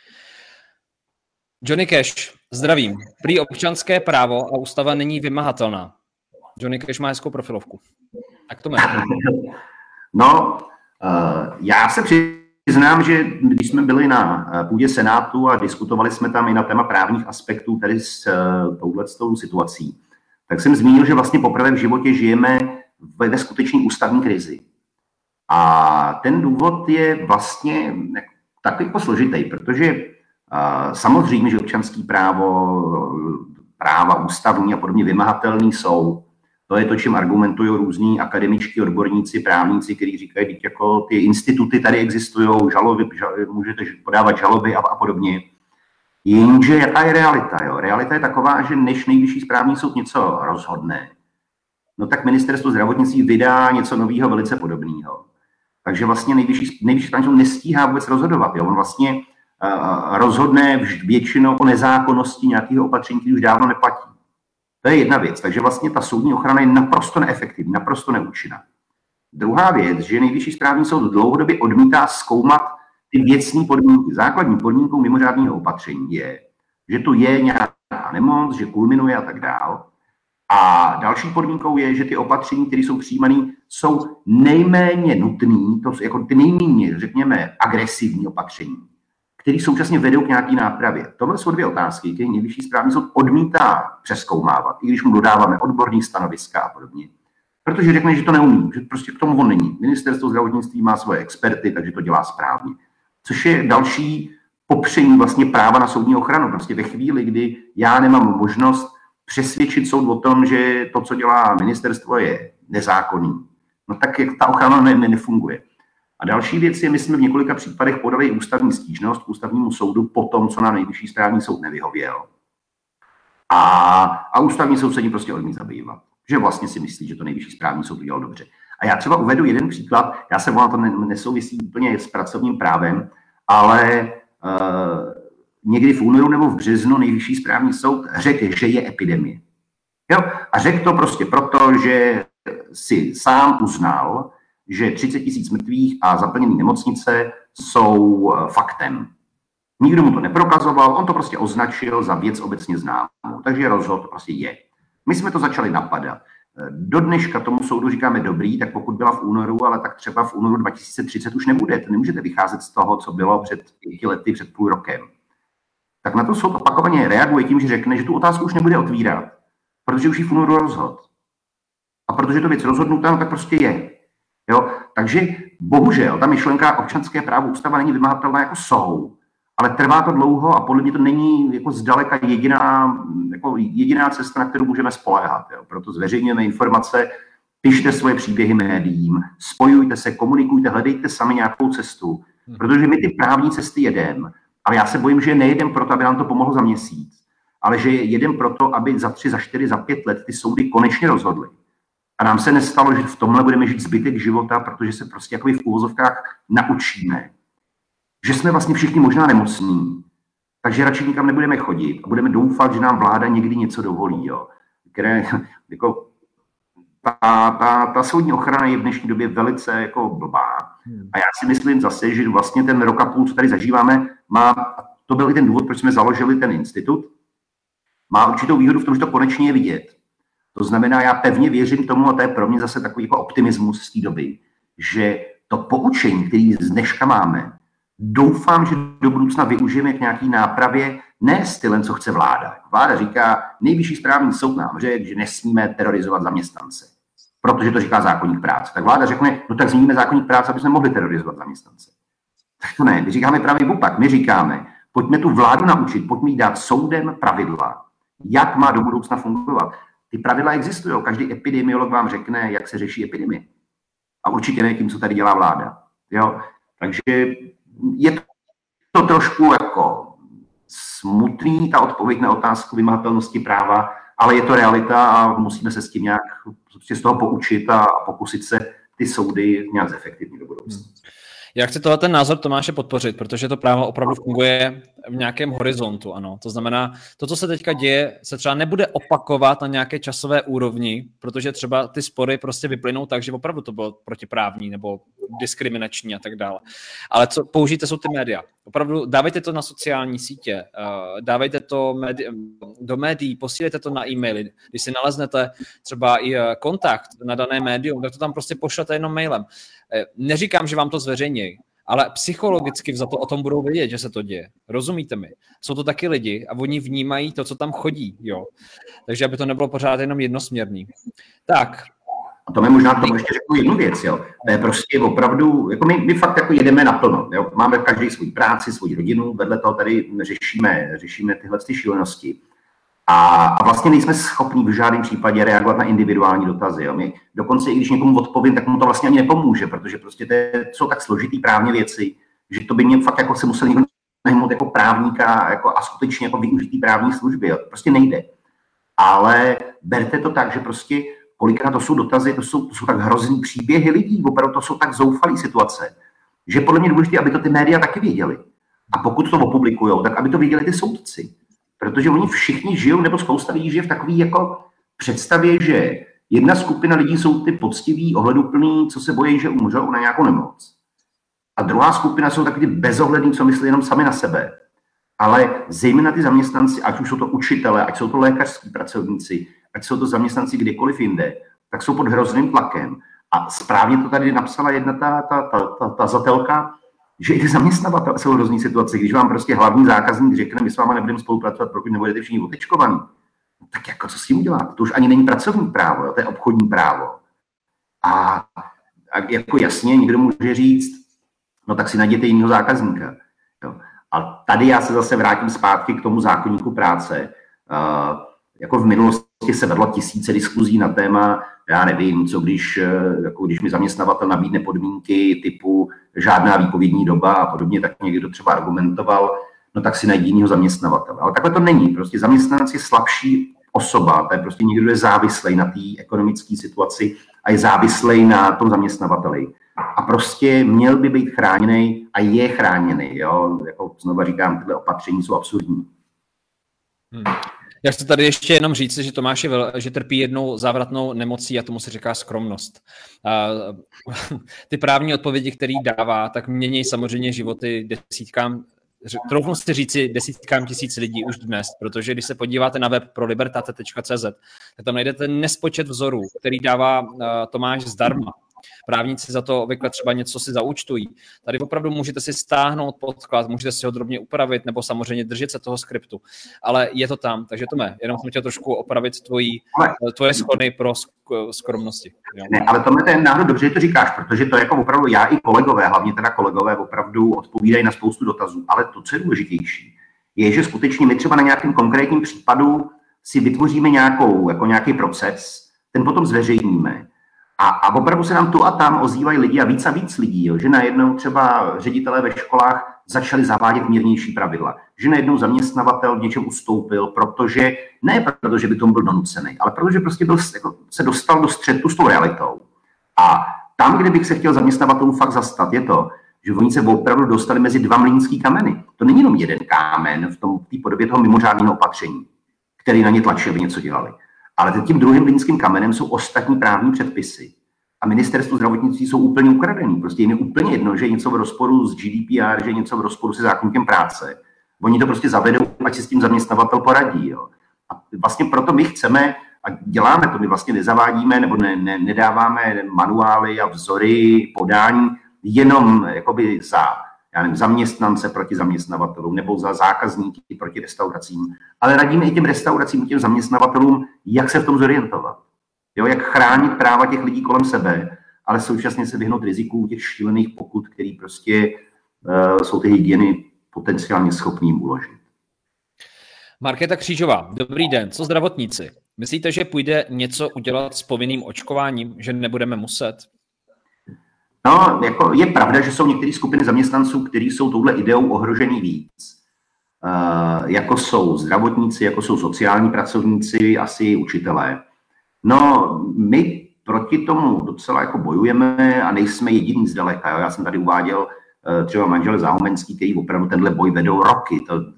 Johnny Cash, zdravím. Prý občanské právo a ústava není vymahatelná. Johnny Cash má hezkou profilovku. Tak to jmenuje. No, já se přiznám, že když jsme byli na půdě Senátu a diskutovali jsme tam i na téma právních aspektů tady s touhletou situací, tak jsem zmínil, že vlastně poprvé v životě žijeme ve skutečné ústavní krizi. A ten důvod je vlastně takový jako složitý, protože samozřejmě, že občanské práva ústavní a podobně vymahatelný jsou. To je to, čím argumentují různí akademičtí, odborníci, právníci, kteří říkají, že jako ty instituty tady existují, můžete podávat žaloby a podobně. Jenže jaká je realita? Jo? Realita je taková, že než Nejvyšší správní soud něco rozhodne, no tak ministerstvo zdravotnictví vydá něco nového, velice podobného. Takže vlastně nejvyšší správní soud nestíhá vůbec rozhodovat. Jo? On vlastně rozhodne většinou o nezákonnosti nějakého opatření, který už dávno neplatí. To je jedna věc. Takže vlastně ta soudní ochrana je naprosto neefektivní, naprosto neúčinná. Druhá věc, že Nejvyšší správní soud dlouhodobě odmítá zkoumat ty věcné podmínky. Základní podmínkou mimořádného opatření je, že tu je nějaká nemoc, že kulminuje a tak dál. A další podmínkou je, že ty opatření, které jsou přijímané, jsou nejméně nutné, to jsou jako ty nejméně, řekněme, agresivní opatření, které současně vedou k nějaké nápravě. Tohle jsou dvě otázky, které Nejvyšší správní soud odmítá přezkoumávat, i když mu dodáváme odborný stanoviska a podobně. Protože řekne, že to neumí, že prostě k tomu on není. Ministerstvo zdravotnictví má svoje experty, takže to dělá správně. Což je další popření vlastně práva na soudní ochranu. Prostě ve chvíli, kdy já nemám možnost přesvědčit soud o tom, že to, co dělá ministerstvo, je nezákonný, no tak jak ta ochrana nefunguje. A další věc je, my jsme v několika případech podali ústavní stížnost k ústavnímu soudu po tom, co nám Nejvyšší správní soud nevyhověl. A ústavní soud se tím prostě odmít zabývat. Že vlastně si myslí, že to Nejvyšší správní soud udělal dobře. A já třeba uvedu jeden příklad, já se to nesouvisí úplně s pracovním právem, ale někdy v únoru nebo v březnu Nejvyšší správní soud řekl, že je epidemie. Jo? A řekl to prostě proto, že si sám uznal, že 30 000 mrtvých a zaplněné nemocnice jsou faktem. Nikdo mu to neprokazoval, on to prostě označil za věc obecně známou. Takže rozhod prostě je. My jsme to začali napadat. Do dneška tomu soudu říkáme dobrý, tak pokud byla v únoru, ale tak třeba v únoru 2030 už nebude. To nemůžete vycházet z toho, co bylo před 5 lety, před půl rokem. Tak na to soud opakovaně reaguje tím, že řekne, že tu otázku už nebude otvírat, protože už ji v únoru rozhod. A protože to věc rozhodnutá, no tak prostě je. Jo? Takže bohužel ta myšlenka občanské právo ústava není vymahatelná jako jsou, ale trvá to dlouho a podle mě to není jako zdaleka jediná cesta, na kterou můžeme spoléhat. Jo? Proto zveřejňujeme informace, pište svoje příběhy médiím, spojujte se, komunikujte, hledejte sami nějakou cestu, protože my ty právní cesty jedeme, ale já se bojím, že nejedem proto, aby nám to pomohlo za měsíc, ale že jedem proto, aby za 3, za 4, za 5 let ty soudy konečně rozhodly. A nám se nestalo, že v tomhle budeme žít zbytek života, protože se prostě jako v úvozovkách naučíme, že jsme vlastně všichni možná nemocní, takže radši nikam nebudeme chodit a budeme doufat, že nám vláda někdy něco dovolí. Jo. Které, jako, ta soudní ochrana je v dnešní době velice jako blbá. A já si myslím zase, že vlastně ten rok a půl, co tady zažíváme, to byl i ten důvod, proč jsme založili ten institut, má určitou výhodu v tom, že to konečně je vidět. To znamená, já pevně věřím tomu, a to je pro mě zase takový jako optimismus z té doby, že to poučení, který z dneška máme, doufám, že do budoucna využijeme k nějaký nápravě, ne stylem, co chce vláda. Vláda říká, Nejvyšší správní soud nám řekl, že nesmíme terorizovat zaměstnance, protože to říká zákoník práce. Tak vláda řekne, no tak změníme zákoník práce, aby jsme mohli terorizovat zaměstnance. Tak to ne, my říkáme právě opak. My říkáme, pojďme tu vládu naučit, pojďme jí dát soudem pravidla, jak má do budoucna fungovat. Ty pravidla existují, každý epidemiolog vám řekne, jak se řeší epidemie. A určitě ne tím, co tady dělá vláda. Jo? Takže je to trošku jako smutný, ta odpověď na otázku vymahatelnosti práva, ale je to realita a musíme se s tím nějak z toho poučit a pokusit se ty soudy nějak zefektivnit do budoucna. Já chci tohle ten názor Tomáše podpořit, protože to právo opravdu funguje v nějakém horizontu, ano. To znamená, to, co se teďka děje, se třeba nebude opakovat na nějaké časové úrovni, protože třeba ty spory prostě vyplynou tak, že opravdu to bylo protiprávní nebo diskriminační a tak dále. Ale co použijte jsou ty média. Opravdu dávejte to na sociální sítě, dávejte to do médií, posílejte to na e-maily. Když si naleznete třeba i kontakt na dané médium, tak to tam prostě pošlete jenom mailem. Neříkám, že vám to zveřejnějí, ale psychologicky za to o tom budou vědět, že se to děje. Rozumíte mi? Jsou to taky lidi a oni vnímají to, co tam chodí. Jo? Takže aby to nebylo pořád jenom jednosměrný. Tak. A to mi možná k tomu ještě řeknu jednu věc. Jo. To je prostě opravdu, jako my fakt jako jedeme naplno. Jo. Máme každý svou práci, svou rodinu, vedle toho tady řešíme tyhle šílenosti. A vlastně nejsme schopni v žádném případě reagovat na individuální dotazy. Jo. My dokonce, i když někomu odpovím, tak mu to vlastně ani nepomůže, protože prostě jsou tak složitý právně věci, že to by mě fakt jako se musel někdo najmout jako právníka jako a skutečně jako využitý právní služby. Jo. To prostě nejde. Ale berte to tak, že prostě kolikrát to jsou dotazy, to jsou tak hrozný příběhy lidí, opravdu to jsou tak zoufalé situace, že podle mě je důležité, aby to ty média taky věděli. A pokud to opublikujou, tak aby to věděli ty soudci. Protože oni všichni žijou, nebo spousta lidí žije v takové jako představě, že jedna skupina lidí jsou ty poctiví, ohleduplní, co se bojí, že umřou na nějakou nemoc. A druhá skupina jsou takový bezohlední, co myslí jenom sami na sebe. Ale zejména ty zaměstnanci, ať už jsou to učitelé, ať jsou to lékařský pracovníci, ať jsou to zaměstnanci kdekoliv jinde, tak jsou pod hrozným tlakem. A správně to tady napsala jedna ta zatelka, že i ty zaměstnavatelé jsou v hrozný situaci. Když vám prostě hlavní zákazník řekne, my s váma nebudeme spolupracovat, pokud nebudete všichni otečkovaní, tak jako co s tím udělat? To už ani není pracovní právo, jo? To je obchodní právo. A jako jasně někdo může říct, no tak si najděte jiného zákazníka. Jo? A tady já se zase vrátím zpátky k tomu zákoníku práce. Jako v minulosti se vedlo tisíce diskuzí na téma, já nevím, co když mi zaměstnavatel nabídne podmínky typu žádná výpovědní doba a podobně, tak někdo třeba argumentoval, no tak si najdi jiného zaměstnavatele. Ale takhle to není. Prostě zaměstnanec je slabší osoba, to je prostě někdo, kdo je závislý na té ekonomické situaci a je závislý na tom zaměstnavateli. A prostě měl by být chráněný a je chráněný. Jo? Jako znova říkám, tyhle opatření jsou absurdní. Já chci tady ještě jenom říct, že Tomáš že trpí jednou závratnou nemocí a tomu se říká skromnost. Ty právní odpovědi, které dává, tak mění samozřejmě životy desítkám, troufnu si říci desítkám tisíc lidí už dnes, protože když se podíváte na web pro libertate.cz, tak tam najdete nespočet vzorů, který dává Tomáš zdarma. Právníci za to obvykle třeba něco si zaúčtují. Tady opravdu můžete si stáhnout podklad, můžete si ho drobně upravit nebo samozřejmě držet se toho skriptu. Ale je to tam, takže Tome, jenom jsem chtěl trošku opravit tvoje schody pro skromnosti. Jo? Ne, ale Tome, to je náhodou dobře, že to říkáš, protože to jako opravdu já i kolegové, hlavně teda kolegové opravdu odpovídají na spoustu dotazů. Ale to, co je důležitější, je, že skutečně my třeba na nějakém konkrétním případu si vytvoříme nějaký proces, ten potom zveřejníme. A opravdu se nám tu a tam ozývají lidi a víc lidí, jo, že najednou třeba ředitelé ve školách začali zavádět mírnější pravidla. Že najednou zaměstnavatel v něčem ustoupil, protože by tomu byl donucený, ale protože prostě se dostal do střetu s tou realitou. A tam, kde bych se chtěl zaměstnavatelů fakt zastat, je to, že oni se opravdu dostali mezi dva mlýnský kameny. To není jenom jeden kámen v té podobě toho mimořádného opatření, který na ně tlačí, aby něco dělali. Ale tím druhým mlýnským kamenem jsou ostatní právní předpisy. A ministerstvo zdravotnictví jsou úplně ukradený. Prostě jim je úplně jedno, že je něco v rozporu s GDPR, že je něco v rozporu se zákoníkem práce. Oni to prostě zavedou, ať si s tím zaměstnavatel poradí. Jo. A vlastně proto my chceme, a děláme to, my vlastně nezavádíme nebo nedáváme manuály a vzory podání jenom jakoby za zaměstnance proti zaměstnavatelům nebo za zákazníky proti restauracím, ale radíme i těm restauracím, těm zaměstnavatelům, jak se v tom zorientovat. Jo, jak chránit práva těch lidí kolem sebe, ale současně se vyhnout riziků těch šílených pokut, který prostě jsou ty hygieny potenciálně schopným uložit. Markéta Křížová, dobrý den, co zdravotníci? Myslíte, že půjde něco udělat s povinným očkováním, že nebudeme muset? No, jako je pravda, že jsou některé skupiny zaměstnanců, kteří jsou touhle ideou ohrožený víc. Jako jsou zdravotníci, jako jsou sociální pracovníci, asi učitelé. No, my proti tomu docela jako bojujeme a nejsme jediný zdaleka. Jo? Já jsem tady uváděl třeba manžele Záhomenský, který opravdu tenhle boj vedou roky.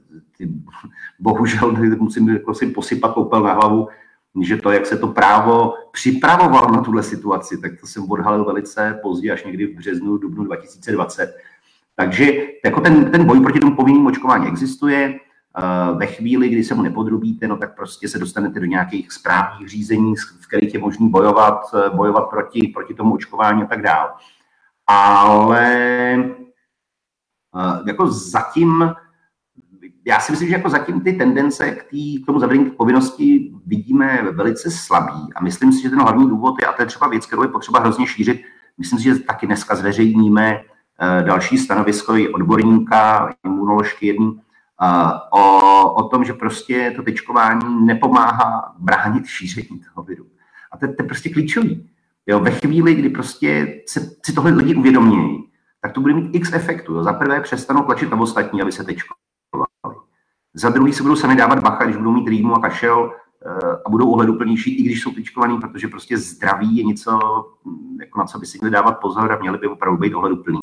Bohužel musím jako si posypat popel na hlavu, že to, jak se to právo připravovalo na tuhle situaci, tak to jsem odhalil velice pozdě, až někdy v březnu, dubnu 2020. Takže jako ten boj proti tomu povinnému očkování existuje. Ve chvíli, kdy se mu nepodrobíte, no tak prostě se dostanete do nějakých správních řízení, v kterých je možné bojovat proti tomu očkování a tak dále. Ale jako zatím, já si myslím, že jako zatím ty tendence k tomu zavedení povinnosti vidíme velice slabý a myslím si, že ten hlavní důvod je, a to je třeba věc, kterou je potřeba hrozně šířit, myslím si, že taky dneska zveřejníme další stanovisko i odborníka, imunoložky jedný, O tom, že prostě to tečkování nepomáhá bránit šíření toho viru. A to je prostě klíčový. Jo, ve chvíli, kdy prostě si tohle lidi uvědomí, tak to bude mít x efektu. Jo. Za prvé přestanou tlačit na ostatní, aby se tečkovali. Za druhý se budou sami dávat bacha, když budou mít rýmu a kašel a budou ohleduplnější, i když jsou tečkovaný, protože prostě zdraví je něco, jako na co by si měli dávat pozor a měli by opravdu být ohleduplný.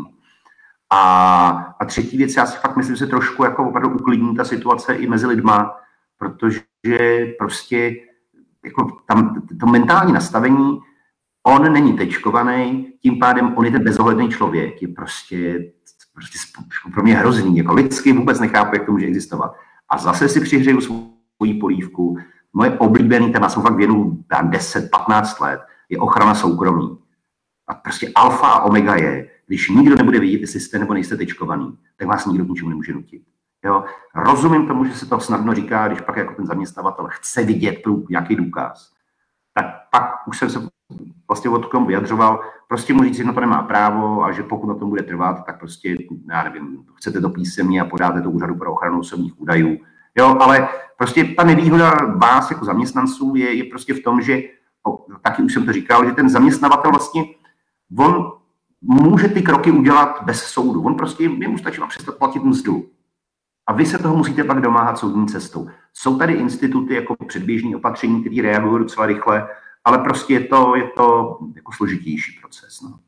A třetí věc, já si fakt myslím, že se trošku jako opravdu uklidní ta situace i mezi lidma, protože prostě jako tam to mentální nastavení, on není tečkovaný, tím pádem on je ten bezohledný člověk, je prostě pro mě hrozný, jako lidsky vůbec nechápu, jak to může existovat. A zase si přihřeju svoji polívku. Moje oblíbený téma, jsem fakt věnu 10-15 let, je ochrana soukromí. A prostě alfa a omega je, když nikdo nebude vědět, jestli jste nebo nejste tečkovaný, tak vás nikdo k ničemu nemůže nutit. Jo? Rozumím tomu, že se to snadno říká, když pak jako ten zaměstnavatel chce vidět nějaký důkaz. Tak pak už jsem se vlastně od tomu vyjadřoval, prostě mu říct, že to nemá právo a že pokud na tom bude trvat, tak prostě, já nevím, chcete to písemně a podáte to úřadu pro ochranu osobních údajů. Jo, ale prostě ta nevýhoda vás jako zaměstnanců je prostě v tom, že, taky už jsem to říkal, že ten zaměstnavatel vlastně, on může ty kroky udělat bez soudu. On prostě, jemu stačí přestat platit mzdu. A vy se toho musíte pak domáhat soudní cestou. Jsou tady instituty jako předběžné opatření, které reagují docela rychle, ale prostě je to jako složitější proces. No.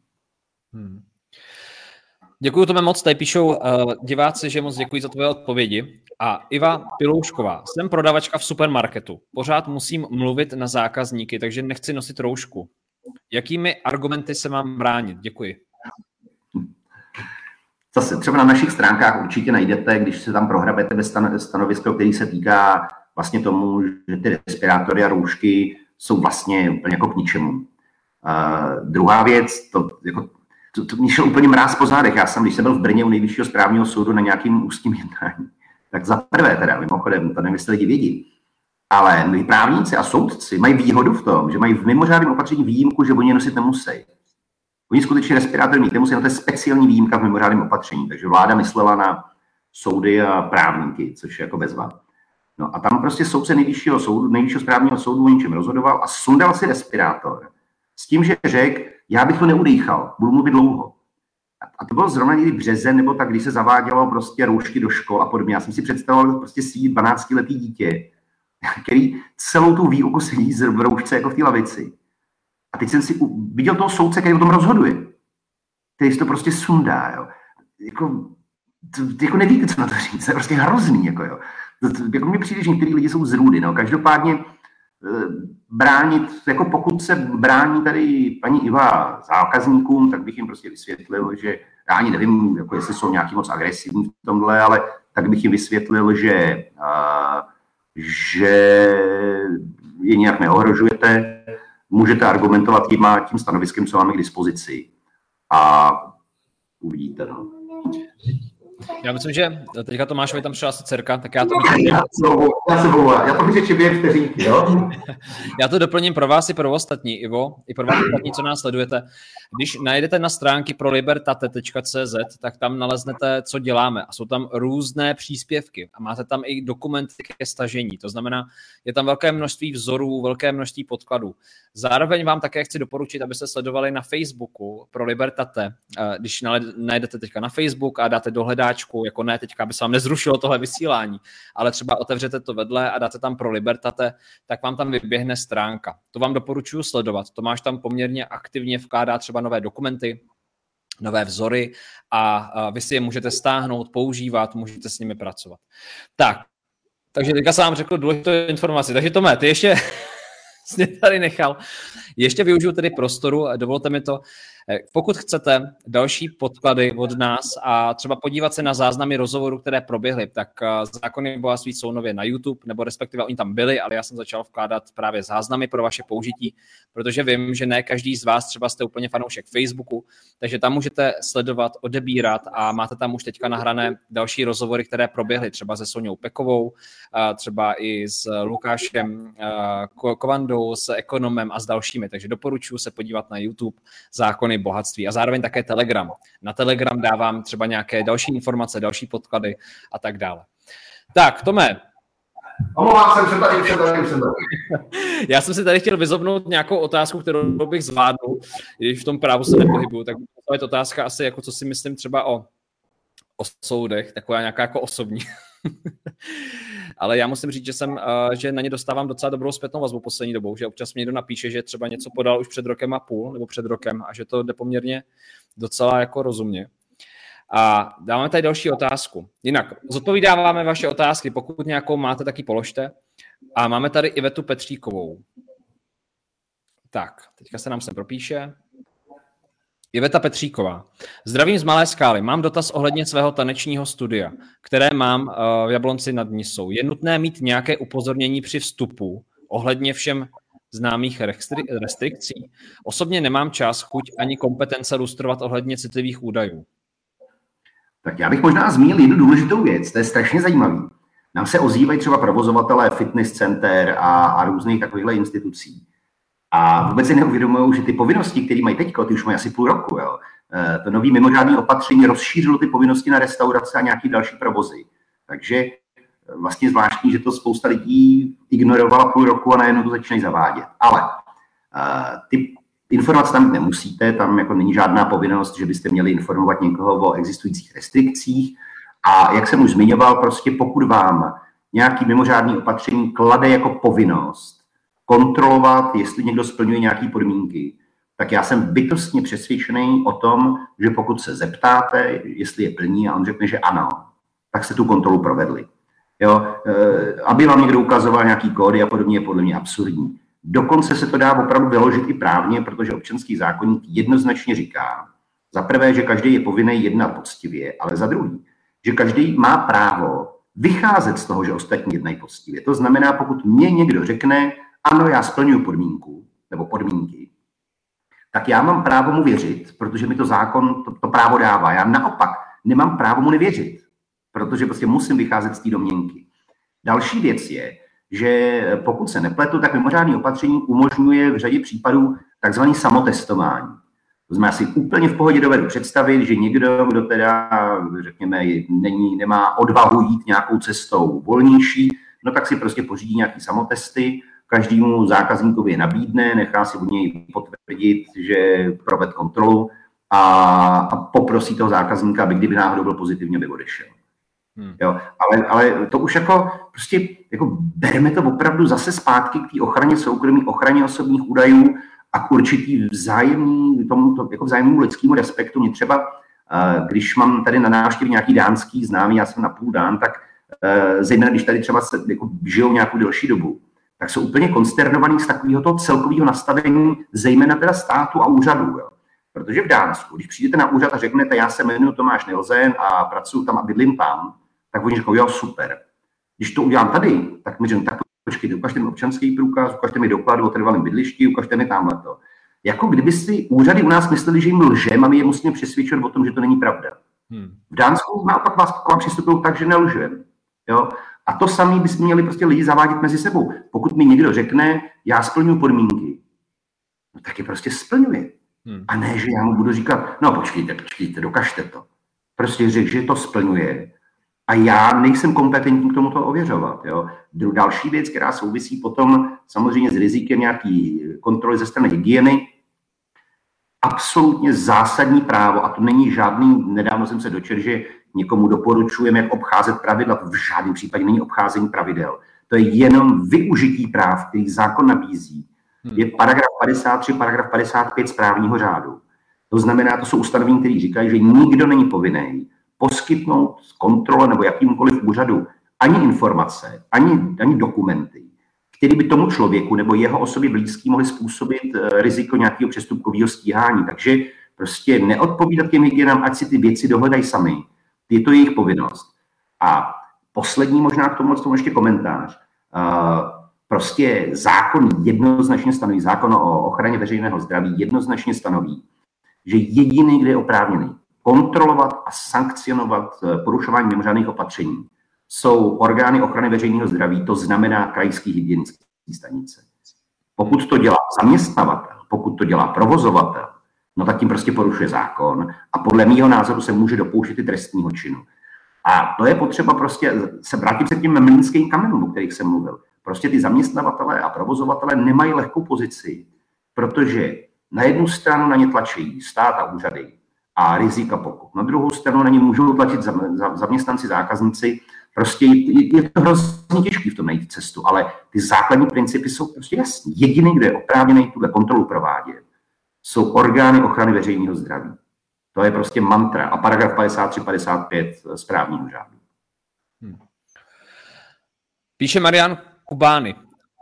Děkuji tobě moc, tady píšou diváci, že moc děkuji za tvoje odpovědi. A Iva Piloušková, jsem prodavačka v supermarketu. Pořád musím mluvit na zákazníky, takže nechci nosit roušku. Jakými argumenty se mám bránit? Děkuji. Zase třeba na našich stránkách určitě najdete, když se tam prohrabete ve stanovisko, který se týká vlastně tomu, že ty respirátory a roušky jsou vlastně úplně jako k ničemu. Druhá věc, to mě šel úplně mráz po zádech. Když jsem byl v Brně u Nejvyššího správního soudu na nějakým ústním jednání, tak za prvé teda, mimochodem, to nevím, jestli lidi vědí, ale právníci a soudci mají výhodu v tom, že mají v mimořádném opatření výjimku, že oni je nosit nemusí. Oni skutečně respirátory mít nemusí, no to je speciální výjimka v mimořádném opatření, takže vláda myslela na soudy a právníky, což je jako bezva. No a tam prostě soudce Nejvyššího správního soudu o něčem rozhodoval a sundal si respirátor s tím, že řekl, já bych to neudýchal, budu mluvit dlouho. A to bylo zrovna někdy březen, nebo tak, když se zavádělo prostě roušky do škol a podobně. Já jsem si představoval prostě svý 12letý dítě, který celou tu výuku sedí v roušce jako v té lavici. A teď jsem si viděl toho soudce, který o tom rozhoduje. Který si to prostě sundá, jo. Jako nevíte, co na to říct, to je prostě hrozný, jako jo. Jako mi přijde, že některý lidi jsou zrůdy, no. Každopádně bránit, jako pokud se brání tady paní Iva zákazníkům, tak bych jim prostě vysvětlil, že já ani nevím, jako jestli jsou nějaký moc agresivní v tomhle, ale tak bych jim vysvětlil, že je nějak neohrožujete, můžete argumentovat tím stanoviskem, co máme k dispozici a uvidíte, no. Já myslím, že teďka Tomášovi tam přišla dcerka, tak já to vyřečím během vteřínky, jo? Já to doplním pro vás i pro ostatní, Ivo, i pro vás ostatní, co nás sledujete. Když najdete na stránky prolibertate.cz, tak tam naleznete, co děláme. A jsou tam různé příspěvky a máte tam i dokumenty ke stažení. To znamená, je tam velké množství vzorů, velké množství podkladů. Zároveň vám také chci doporučit, abyste sledovali na Facebooku Prolibertate. Když najdete teďka na Facebook a dáte do hledáčku, jako ne teďka, aby se vám nezrušilo tohle vysílání, ale třeba otevřete to vedle a dáte tam Prolibertate, tak vám tam vyběhne stránka. To vám doporučuji sledovat. Tomáš tam poměrně aktivně vkládá třeba nové dokumenty, nové vzory a vy si je můžete stáhnout, používat, můžete s nimi pracovat. Takže teďka jsem vám řekl důležitou informaci. Takže Tome, ty ještě jsi tady nechal. Ještě využiju tedy prostoru, dovolte mi to. Pokud chcete další podklady od nás a třeba podívat se na záznamy rozhovorů, které proběhly, tak Zákony bohatství jsou nově na YouTube, nebo respektive oni tam byli, ale já jsem začal vkládat právě záznamy pro vaše použití, protože vím, že ne každý z vás třeba jste úplně fanoušek Facebooku, takže tam můžete sledovat, odebírat a máte tam už teďka nahrané další rozhovory, které proběhly třeba se Soňou Pekovou, třeba i s Lukášem Kovandou, s Ekonomem a s dalšími, takže doporučuji se podívat na YouTube Zákony bohatství a zároveň také Telegram. Na Telegram dávám třeba nějaké další informace, další podklady a tak dále. Tak, Tome. Omlouvám se, jsem tady. Já jsem si tady chtěl vyzobnout nějakou otázku, kterou bych zvládnul, když v tom právu se nepohybuju, tak to je otázka asi, jako co si myslím třeba o soudech, taková nějaká jako osobní. Ale já musím říct, že na ně dostávám docela dobrou zpětnou vazbu poslední dobou, že občas mě někdo napíše, že třeba něco podal už před rokem a půl, nebo před rokem, a že to jde poměrně docela jako rozumně. A dáváme tady další otázku. Jinak, zodpovídáváme vaše otázky, pokud nějakou máte, tak ji položte. A máme tady Ivetu Petříkovou. Tak, teďka se nám sem propíše. Iveta Petříková. Zdravím z Malé Skály. Mám dotaz ohledně svého tanečního studia, které mám v Jablonci nad Nisou. Je nutné mít nějaké upozornění při vstupu ohledně všem známých restrikcí? Osobně nemám čas, chuť ani kompetence lustrovat ohledně citlivých údajů. Tak já bych možná zmínil jednu důležitou věc, to je strašně zajímavý. Nám se ozývají třeba provozovatelé fitness center a různých takovýchhle institucí. A vůbec si neuvědomují, že ty povinnosti, které mají teď, ty už mají asi půl roku. Jo. To nový mimořádné opatření rozšířilo ty povinnosti na restaurace a nějaký další provozy. Takže vlastně zvláštní, že to spousta lidí ignorovala půl roku a najednou to začínají zavádět. Ale ty informace tam nemusíte, tam jako není žádná povinnost, že byste měli informovat někoho o existujících restrikcích. A jak jsem už zmiňoval, prostě pokud vám nějaký mimořádný opatření klade jako povinnost kontrolovat, jestli někdo splňuje nějaké podmínky, tak já jsem bytostně přesvědčený o tom, že pokud se zeptáte, jestli je plní a on řekne, že ano, tak se tu kontrolu provedli. Jo? Aby vám někdo ukazoval nějaký kódy a podobně, je podle mě absurdní. Dokonce se to dá opravdu vyložit i právně, protože občanský zákoník jednoznačně říká, za prvé, že každý je povinný jednat poctivě, ale za druhý, že každý má právo vycházet z toho, že ostatní jednají poctivě. To znamená, pokud mě někdo řekne, ano, já splňuji podmínku nebo podmínky, tak já mám právo mu věřit, protože mi to zákon to právo dává. Já naopak nemám právo mu nevěřit, protože prostě musím vycházet z té domněnky. Další věc je, že pokud se nepletu, tak mimořádné opatření umožňuje v řadě případů takzvané samotestování. To znamená, si úplně v pohodě dovedu představit, že někdo, kdo teda, řekněme, nemá odvahu jít nějakou cestou volnější, no tak si prostě pořídí nějaký samotesty, každému zákazníkovi je nabídne, nechá si od něj potvrdit, že proved kontrolu a poprosí toho zákazníka, aby kdyby náhodou byl pozitivně, by odešel. Jo, ale to už jako prostě jako bereme to opravdu zase zpátky k té ochraně soukromí, ochraně osobních údajů a k určitý vzájemnému lidskému respektu. Mě třeba, když mám tady na návštěvě nějaký dánský známý, já jsem na půl Dán, tak zejména když tady třeba se jako žijou nějakou delší dobu, tak jsou úplně konsternovaný z takového toho celkového nastavení, zejména teda státu a úřadů. Jo. Protože v Dánsku, když přijdete na úřad a řeknete, já se jmenuji Tomáš Nilsen a pracuji tam a bydlím tam, tak oni řeknou, jo, super. Když to udělám tady, tak mi řeknou, tak počkejte, ukažte mi občanský průkaz, ukažte mi doklad o trvalém bydlišti, ukažte mi tamhleto. Jako kdyby si úřady u nás mysleli, že jim lžeme a my je musíme přesvědčovat o tom, že to není pravda. V Dánsku naopak vás k vám přistupují tak, že nelžeme. Jo? A to samé bychom měli prostě lidi zavádět mezi sebou. Pokud mi někdo řekne, já splňuji podmínky, no tak je prostě splňuje. A ne, že já mu budu říkat, no počkejte, dokažte to. Prostě řekl, že to splňuje a já nejsem kompetentní k tomu to ověřovat. Jo. Další věc, která souvisí potom samozřejmě s rizikem nějaký kontroly ze strany hygieny, absolutně zásadní právo, a to není žádný, nedávno jsem se dočetl, že někomu doporučujeme, jak obcházet pravidla, to v žádném případě není obcházení pravidel. To je jenom využití práv, který zákon nabízí. Je paragraf 53, paragraf 55 správního řádu. To znamená, to jsou ustanovení, které říkají, že nikdo není povinný poskytnout kontrole nebo jakýmkoliv úřadu ani informace, ani dokumenty, které by tomu člověku nebo jeho osobě blízký mohly způsobit riziko nějakého přestupkového stíhání. Takže prostě neodpovídat těm hygienám, ať si ty věci dohledají sami. Je to jejich povinnost. A poslední možná k tomu ještě komentář. Prostě zákon jednoznačně stanoví, zákon o ochraně veřejného zdraví jednoznačně stanoví, že jediný, kde je oprávněný kontrolovat a sankcionovat porušování mimořádných opatření, jsou orgány ochrany veřejného zdraví, to znamená krajské hygienické stanice. Pokud to dělá zaměstnavatel, pokud to dělá provozovatel, no tak tím prostě porušuje zákon a podle mého názoru se může dopouštět i trestního činu. A to je potřeba prostě se vrátit se k těm mlýnským kamenům, o kterých jsem mluvil. Prostě ty zaměstnavatelé a provozovatelé nemají lehkou pozici, protože na jednu stranu na ně tlačí stát a úřady a rizika pokut. Na druhou stranu na ně můžou tlačit zaměstnanci, zákazníci. Prostě je to hrozně těžké v tom najít cestu, ale ty základní principy jsou prostě jasné. Jediný, kdo je oprávněný tuhle kontrolu provádět, jsou orgány ochrany veřejného zdraví. To je prostě mantra. A paragraf 53-55 správního řádu. Píše Marian Kubány.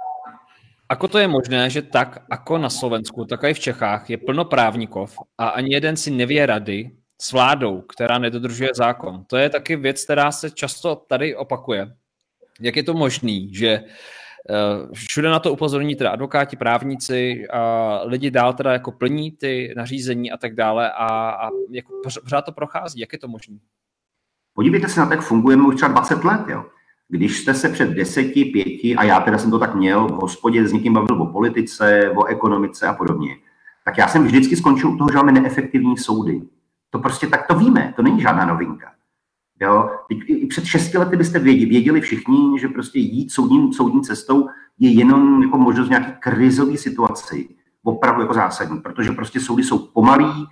Ako to je možné, že tak ako na Slovensku, tak aj v Čechách je plno právnikov a ani jeden si nevie rady s vládou, která nedodržuje zákon. To je taky věc, která se často tady opakuje. Jak je to možný, že všude na to upozorní teda advokáti, právníci, a lidi dál teda jako plní ty nařízení a tak dále a jako pořád to prochází. Jak je to možné? Podívejte se na to, jak fungujeme už třeba 20 let. Jo. Když jste se před 10, 5, a já teda jsem to tak měl, v hospodě s někým bavil o politice, o ekonomice a podobně, tak já jsem vždycky skončil u toho, že máme neefektivní soudy. To prostě tak to víme, to není žádná novinka. Jo? I před 6 lety byste věděli všichni, že prostě jít soudní cestou je jenom jako možnost nějaký krizový situaci, opravdu jako zásadní, protože prostě soudy jsou pomalý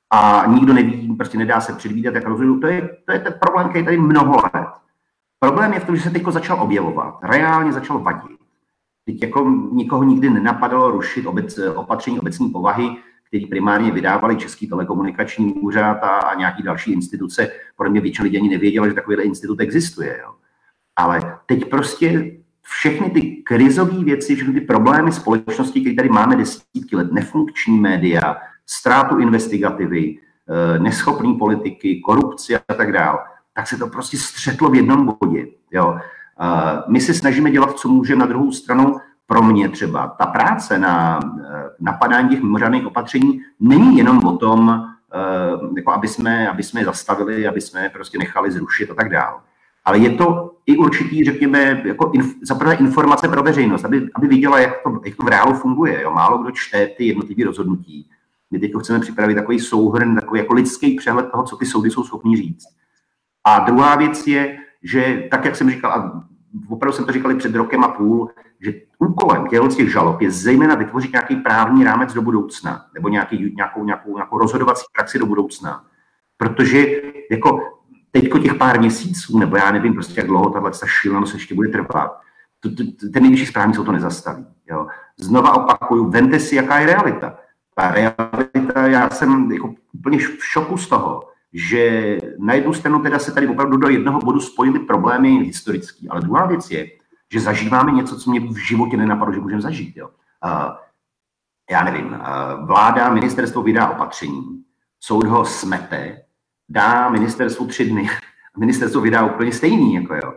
a nikdo neví, prostě nedá se předvídat, jak rozhodují. To je ten problém, který je tady mnoho let. Problém je v tom, že se teď začal objevovat, reálně začal vadit. Teď jako nikoho nikdy nenapadalo rušit opatření obecní povahy, který primárně vydávali Český telekomunikační úřad a nějaký další instituce. Pro mě většina lidí ani nevěděla, že takovýhle institut existuje. Jo. Ale teď prostě všechny ty krizové věci, všechny ty problémy společnosti, které tady máme desítky let, nefunkční média, ztrátu investigativy, neschopný politiky, korupci a tak dále, tak se to prostě střetlo v jednom bodě. Jo. My se snažíme dělat, co můžeme, na druhou stranu. Pro mě třeba ta práce na napadání těch mimořádných opatření není jenom o tom, jako aby jsme je zastavili, aby jsme je prostě nechali zrušit a tak dále. Ale je to i určitý, řekněme, jako zaprvé informace pro veřejnost, aby viděla, jak to v reálu funguje. Jo. Málo kdo čte ty jednotlivé rozhodnutí. My teď chceme připravit takový souhrn, takový jako lidský přehled toho, co ty soudy jsou schopní říct. A druhá věc je, že tak, jak jsem říkal, a opravdu jsem to říkal i před rokem a půl, že úkolem těch žalob je zejména vytvořit nějaký právní rámec do budoucna nebo nějakou rozhodovací praxi do budoucna. Protože jako teďko těch pár měsíců, nebo já nevím prostě, jak dlouho tato šílenost ještě bude trvat, ten nejvyšší správní soud to nezastaví. Jo. Znova opakuju, vemte si, jaká je realita. Ta realita, já jsem jako úplně v šoku z toho, že na jednu stranu teda se tady opravdu do jednoho bodu spojily problémy historický, ale druhá věc je, že zažíváme něco, co mě v životě nenapadlo, že můžeme zažít. Jo. Já nevím, vláda, ministerstvo vydá opatření, soud ho smete, dá ministerstvu 3 dny, ministerstvo vydá úplně stejný. Jako jo.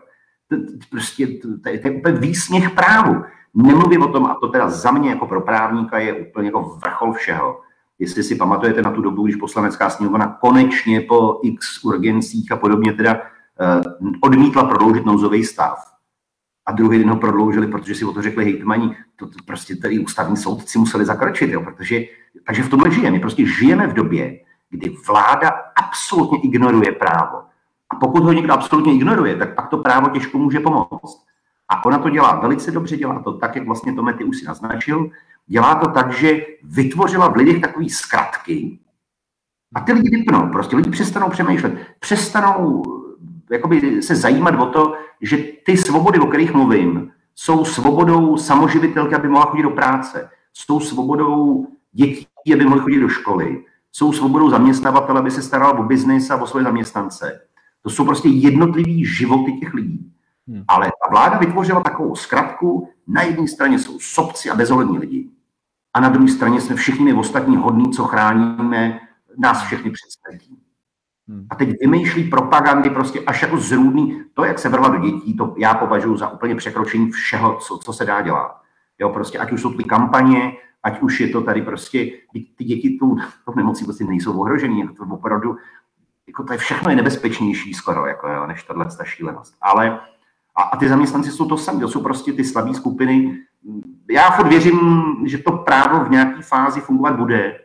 To je úplně výsměch právu. Nemluvím o tom, a to teda za mě jako pro právníka je úplně jako vrchol všeho. Jestli si pamatujete na tu dobu, když Poslanecká sněmovna konečně po x urgencích a podobně teda odmítla prodloužit nouzový stav. A druhý den ho prodloužili, protože si o to řekli hejtmani, to prostě tady ústavní soudci museli zakročit, jo, takže v tomhle žijeme. My prostě žijeme v době, kdy vláda absolutně ignoruje právo. A pokud ho někdo absolutně ignoruje, tak pak to právo těžko může pomoct. A ona to dělá velice dobře, dělá to tak, jak vlastně Tome, ty už si naznačil. Dělá to tak, že vytvořila v lidech takové zkratky a ty lidi vypnou. Prostě lidi přestanou přemýšlet, přestanou jakoby se zajímat o to, že ty svobody, o kterých mluvím, jsou svobodou samoživitelky, aby mohla chodit do práce, jsou svobodou dětí, aby mohly chodit do školy, jsou svobodou zaměstnavatele, aby se staral o biznis a o svoje zaměstnance. To jsou prostě jednotlivý životy těch lidí. Ale ta vláda vytvořila takovou zkratku, na jedné straně jsou sobci a bezohlední lidi. A na druhé straně jsme všichni my ostatní hodní, co chráníme nás všechny před smrtí. A teď vymýšlí propagandy prostě až jako zrůdný. To, jak se vrhla do dětí, to já považuji za úplně překročení všeho, co se dá dělat. Jo, prostě ať už jsou ty kampaně, ať už je to tady prostě, ty děti tu nemocí prostě nejsou ohrožený, jako to opravdu, jako to je všechno je nebezpečnější skoro, jako, jo, než tato šílenost. Ale a ty zaměstnanci jsou to sami, to jsou prostě ty slabé skupiny. Já furt věřím, že to právo v nějaké fázi fungovat bude,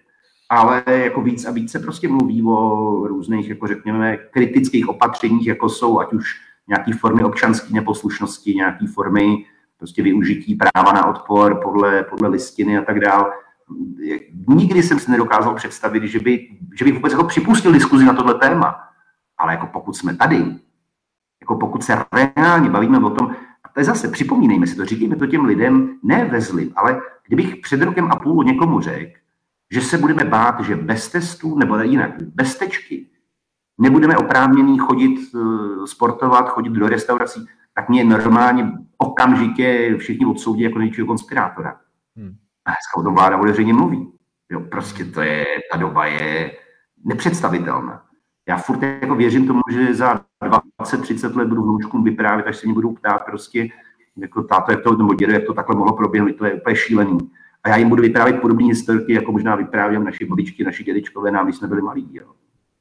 ale jako víc a víc se prostě mluví o různých, jako řekněme, kritických opatřeních, jako jsou ať už nějaké formy občanské neposlušnosti, nějaké formy prostě využití práva na odpor podle listiny a tak dále. Nikdy jsem si nedokázal představit, že by vůbec jako připustil diskuzi na tohle téma. Ale jako pokud jsme tady, jako pokud se reálně bavíme o tom, a to je zase, připomínejme si to, říkejme to těm lidem, ne ve zlým, ale kdybych před rokem a půl někomu řekl, že se budeme bát, že bez testů, nebo jinak, bez tečky, nebudeme oprávnění chodit sportovat, chodit do restaurací, tak mě normálně okamžitě všichni odsoudí jako největšího konspirátora. A dneska o tom vláda otevřeně mluví. Jo, prostě ta doba je nepředstavitelná. Já furt jako věřím tomu, že za 20-30 let budu vnoučkům vyprávět, až se mě budou ptát prostě, jako táto, jak to, nebo dědo, jak to takhle mohlo proběhnout, to je úplně šílený. A já jim budu vyprávět podobné historky, jako možná vyprávěm naši babičky, naši dědečkové nám, když jsme byli malí. Jo.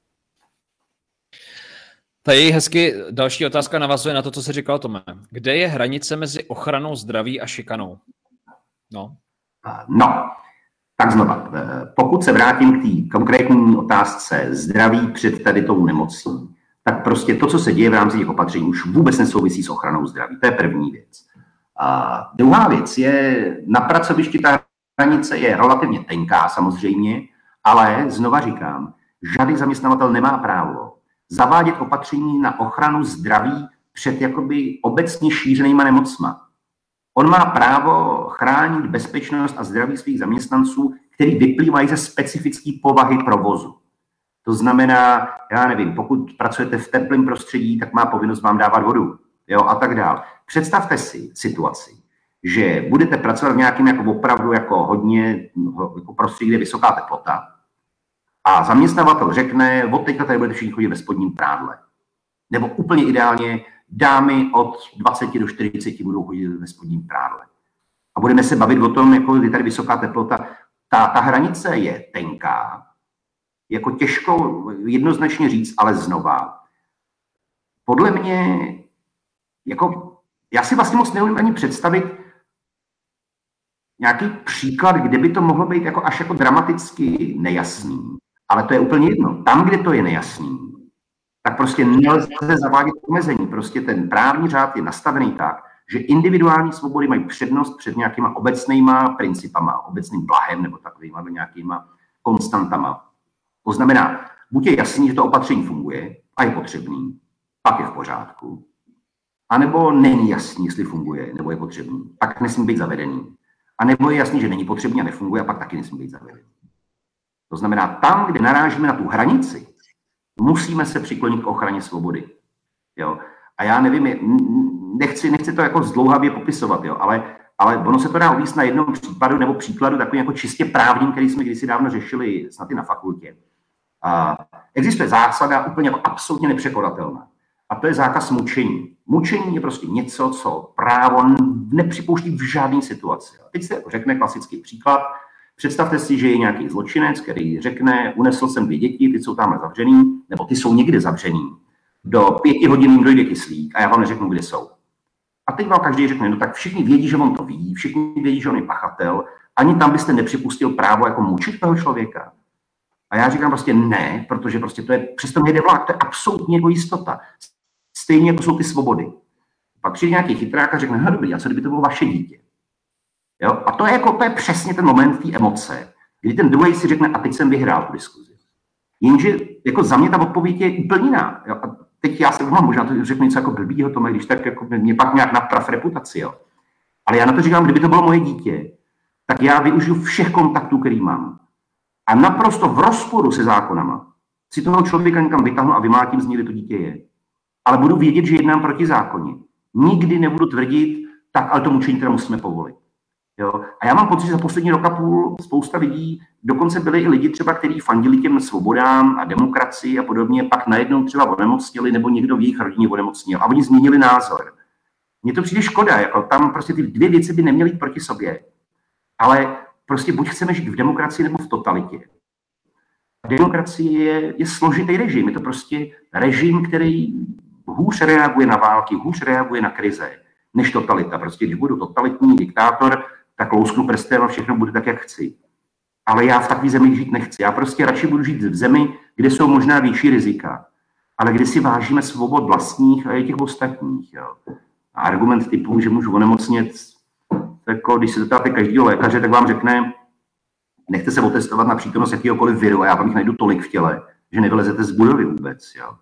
Tady hezky další otázka navazuje na to, co jsi říkal, Tome. Kde je hranice mezi ochranou zdraví a šikanou? No, tak znova. Pokud se vrátím k té konkrétní otázce zdraví před tady tou nemocí, tak prostě to, co se děje v rámci těch opatření, už vůbec nesouvisí s ochranou zdraví. To je první věc. A druhá věc je, na pracovišti ta hranice je relativně tenká samozřejmě, ale znova říkám, žádný zaměstnavatel nemá právo zavádět opatření na ochranu zdraví před jakoby obecně šířenýma nemocma. On má právo chránit bezpečnost a zdraví svých zaměstnanců, který vyplývají ze specifické povahy provozu. To znamená, já nevím, pokud pracujete v teplém prostředí, tak má povinnost vám dávat vodu, jo, a tak dále. Představte si situaci, že budete pracovat v nějakém jako opravdu jako hodně jako prostředí, kde je vysoká teplota a zaměstnavatel řekne, od teďka tady budete všichni chodit ve spodním prádle. Nebo úplně ideálně dámy od 20 do 40 budou chodit ve spodním prádle. A budeme se bavit o tom, jako je tady vysoká teplota. Ta hranice je tenká, jako těžko jednoznačně říct, ale znova. Podle mě, jako, já si vlastně moc neumím ani představit nějaký příklad, kde by to mohlo být jako až jako dramaticky nejasný. Ale to je úplně jedno. Tam, kde to je nejasný, tak prostě nelze zavádět omezení. Prostě ten právní řád je nastavený tak, že individuální svobody mají přednost před nějakýma obecnýma principama, obecným blahem nebo takovýma nějakýma konstantama. To znamená, buď je jasný, že to opatření funguje a je potřebný, pak je v pořádku. A nebo není jasný, jestli funguje nebo je potřebný, pak nesmí být zavedený. A nebo je jasný, že není potřebný a nefunguje a pak taky nesmí být zavedený. To znamená, tam, kde narážíme na tu hranici, musíme se přiklonit k ochraně svobody. Jo? A já nevím, nechci to jako zdlouhavě popisovat, jo? Ale ono se to dá uvíct na jednom případu nebo příkladu takovým jako čistě právním, který jsme kdysi dávno řešili snad i na fakultě. Existuje zásada úplně jako absolutně nepřekonatelná. A to je zákaz mučení. Mučení je prostě něco, co právo nepřipouští v žádné situaci. A teď se jako řekne klasický příklad. Představte si, že je nějaký zločinec, který řekne, unesl jsem 2 děti, ty jsou tamhle zavřený, nebo ty jsou někde zavřený. Do 5 hodin jim dojde kyslík a já vám neřeknu, kde jsou. A teď vám každý řekne, no tak všichni vědí, že on to ví, všichni vědí, že on je pachatel, ani tam byste nepřipustil právo jako mučit toho člověka. A já říkám prostě ne, protože prostě to je, přesto nejde vlak, to je absolutně jako jistota. Stejně jako jsou ty svobody. Pak přijde nějaký chytrák a řekne, no dobrý, a co kdyby to bylo vaše dítě? Jo? A to je přesně ten moment té emoce, kdy ten druhý si řekne, a teď jsem vyhrál tu diskuzi. Jenže jako za mě ta odpověď je úplně jiná. Jo? A teď já se mám možná to řeknu něco jako blbýho, Tome, když tak jako mě pak nějak naprav reputaci. Jo? Ale já na to říkám, kdyby to bylo moje dítě, tak já využiju všech kontaktů, který mám. A naprosto v rozporu se zákonama si toho člověka někam vytáhnu a vymátím z něj, kde to dítě je. Ale budu vědět, že jednám proti zákoně. Nikdy nebudu tvrdit, tak ale to mučení teda musíme povolit. Jo? A já mám pocit, že za poslední rok a půl spousta lidí, dokonce byli i lidi třeba, kteří fandili těm svobodám a demokracii a podobně, pak najednou třeba onemocnili nebo někdo v jejich rodině onemocnil a oni změnili názor. Mně to přijde škoda, jako tam prostě ty 2 věci by neměly jít proti sobě. Ale prostě buď chceme žít v demokracii nebo v totalitě. Demokracie je složitý režim, je to prostě režim, který hůř reaguje na války, hůř reaguje na krize, než totalita. Prostě když budu totalitní diktátor, tak lousknu prstem a všechno bude tak, jak chci. ale já v takové zemi žít nechci. Já prostě radši budu žít v zemi, kde jsou možná větší rizika, ale kde si vážíme svobod vlastních a i těch ostatních. Jo. A argument typu, že můžu onemocnit, jako když se zeptáte každého lékaře, tak vám řekne, nechte se otestovat na přítomnost jakýhokoliv viru a já vám jich najdu tolik v těle, že nevylezete z budovy vůbec. Jo.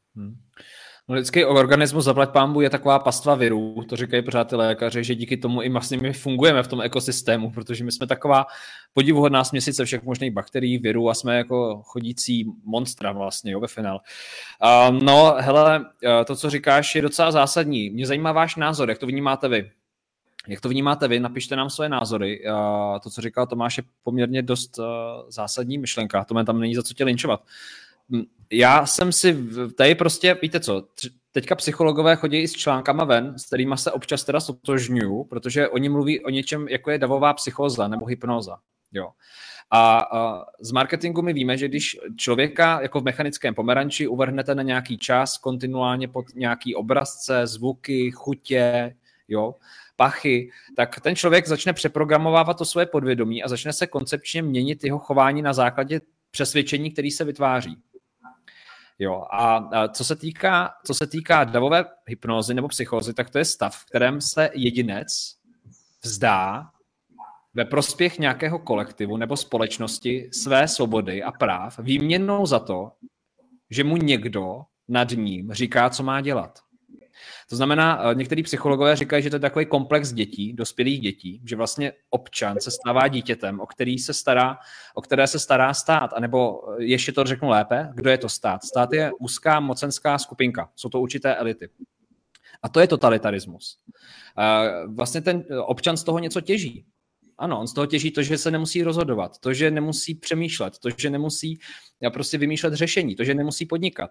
No, lidský organismus, zaplať pánbu, je taková pastva virů, to říkají pořád ty lékaři, že díky tomu i vlastně my fungujeme v tom ekosystému, protože my jsme taková podivuhodná směsice všech možných bakterií, virů a jsme jako chodící monstra vlastně, jo, ve finále. No, hele, to, co říkáš, je docela zásadní. Mě zajímá váš názor, jak to vnímáte vy? Jak to vnímáte vy? Napište nám svoje názory. To, co říkal Tomáš, je poměrně dost zásadní myšlenka. To tam není za co tě linčovat. Já jsem si tady prostě, víte co, teďka psychologové chodí i s článkama ven, s kterýma se občas teda stotožňuju, protože oni mluví o něčem, jako je davová psychóza nebo hypnóza. Jo. A z marketingu my víme, že když člověka jako v mechanickém pomeranči uvrhnete na nějaký čas kontinuálně pod nějaký obrazce, zvuky, chutě, jo, pachy, tak ten člověk začne přeprogramovávat to svoje podvědomí a začne se koncepčně měnit jeho chování na základě přesvědčení, který se vytváří. Jo, a co se týká davové hypnózy nebo psychózy, tak to je stav, v kterém se jedinec vzdá ve prospěch nějakého kolektivu nebo společnosti své svobody a práv výměnou za to, že mu někdo nad ním říká, co má dělat. To znamená, některý psychologové říkají, že to je takový komplex dětí, dospělých dětí, že vlastně občan se stává dítětem, o které se stará stát, anebo ještě to řeknu lépe, kdo je to stát? Stát je úzká mocenská skupinka, jsou to určité elity. A to je totalitarismus. Vlastně ten občan z toho něco těží. Ano, on z toho těží to, že se nemusí rozhodovat, to, že nemusí přemýšlet, to, že nemusí prostě vymýšlet řešení, to, že nemusí podnikat.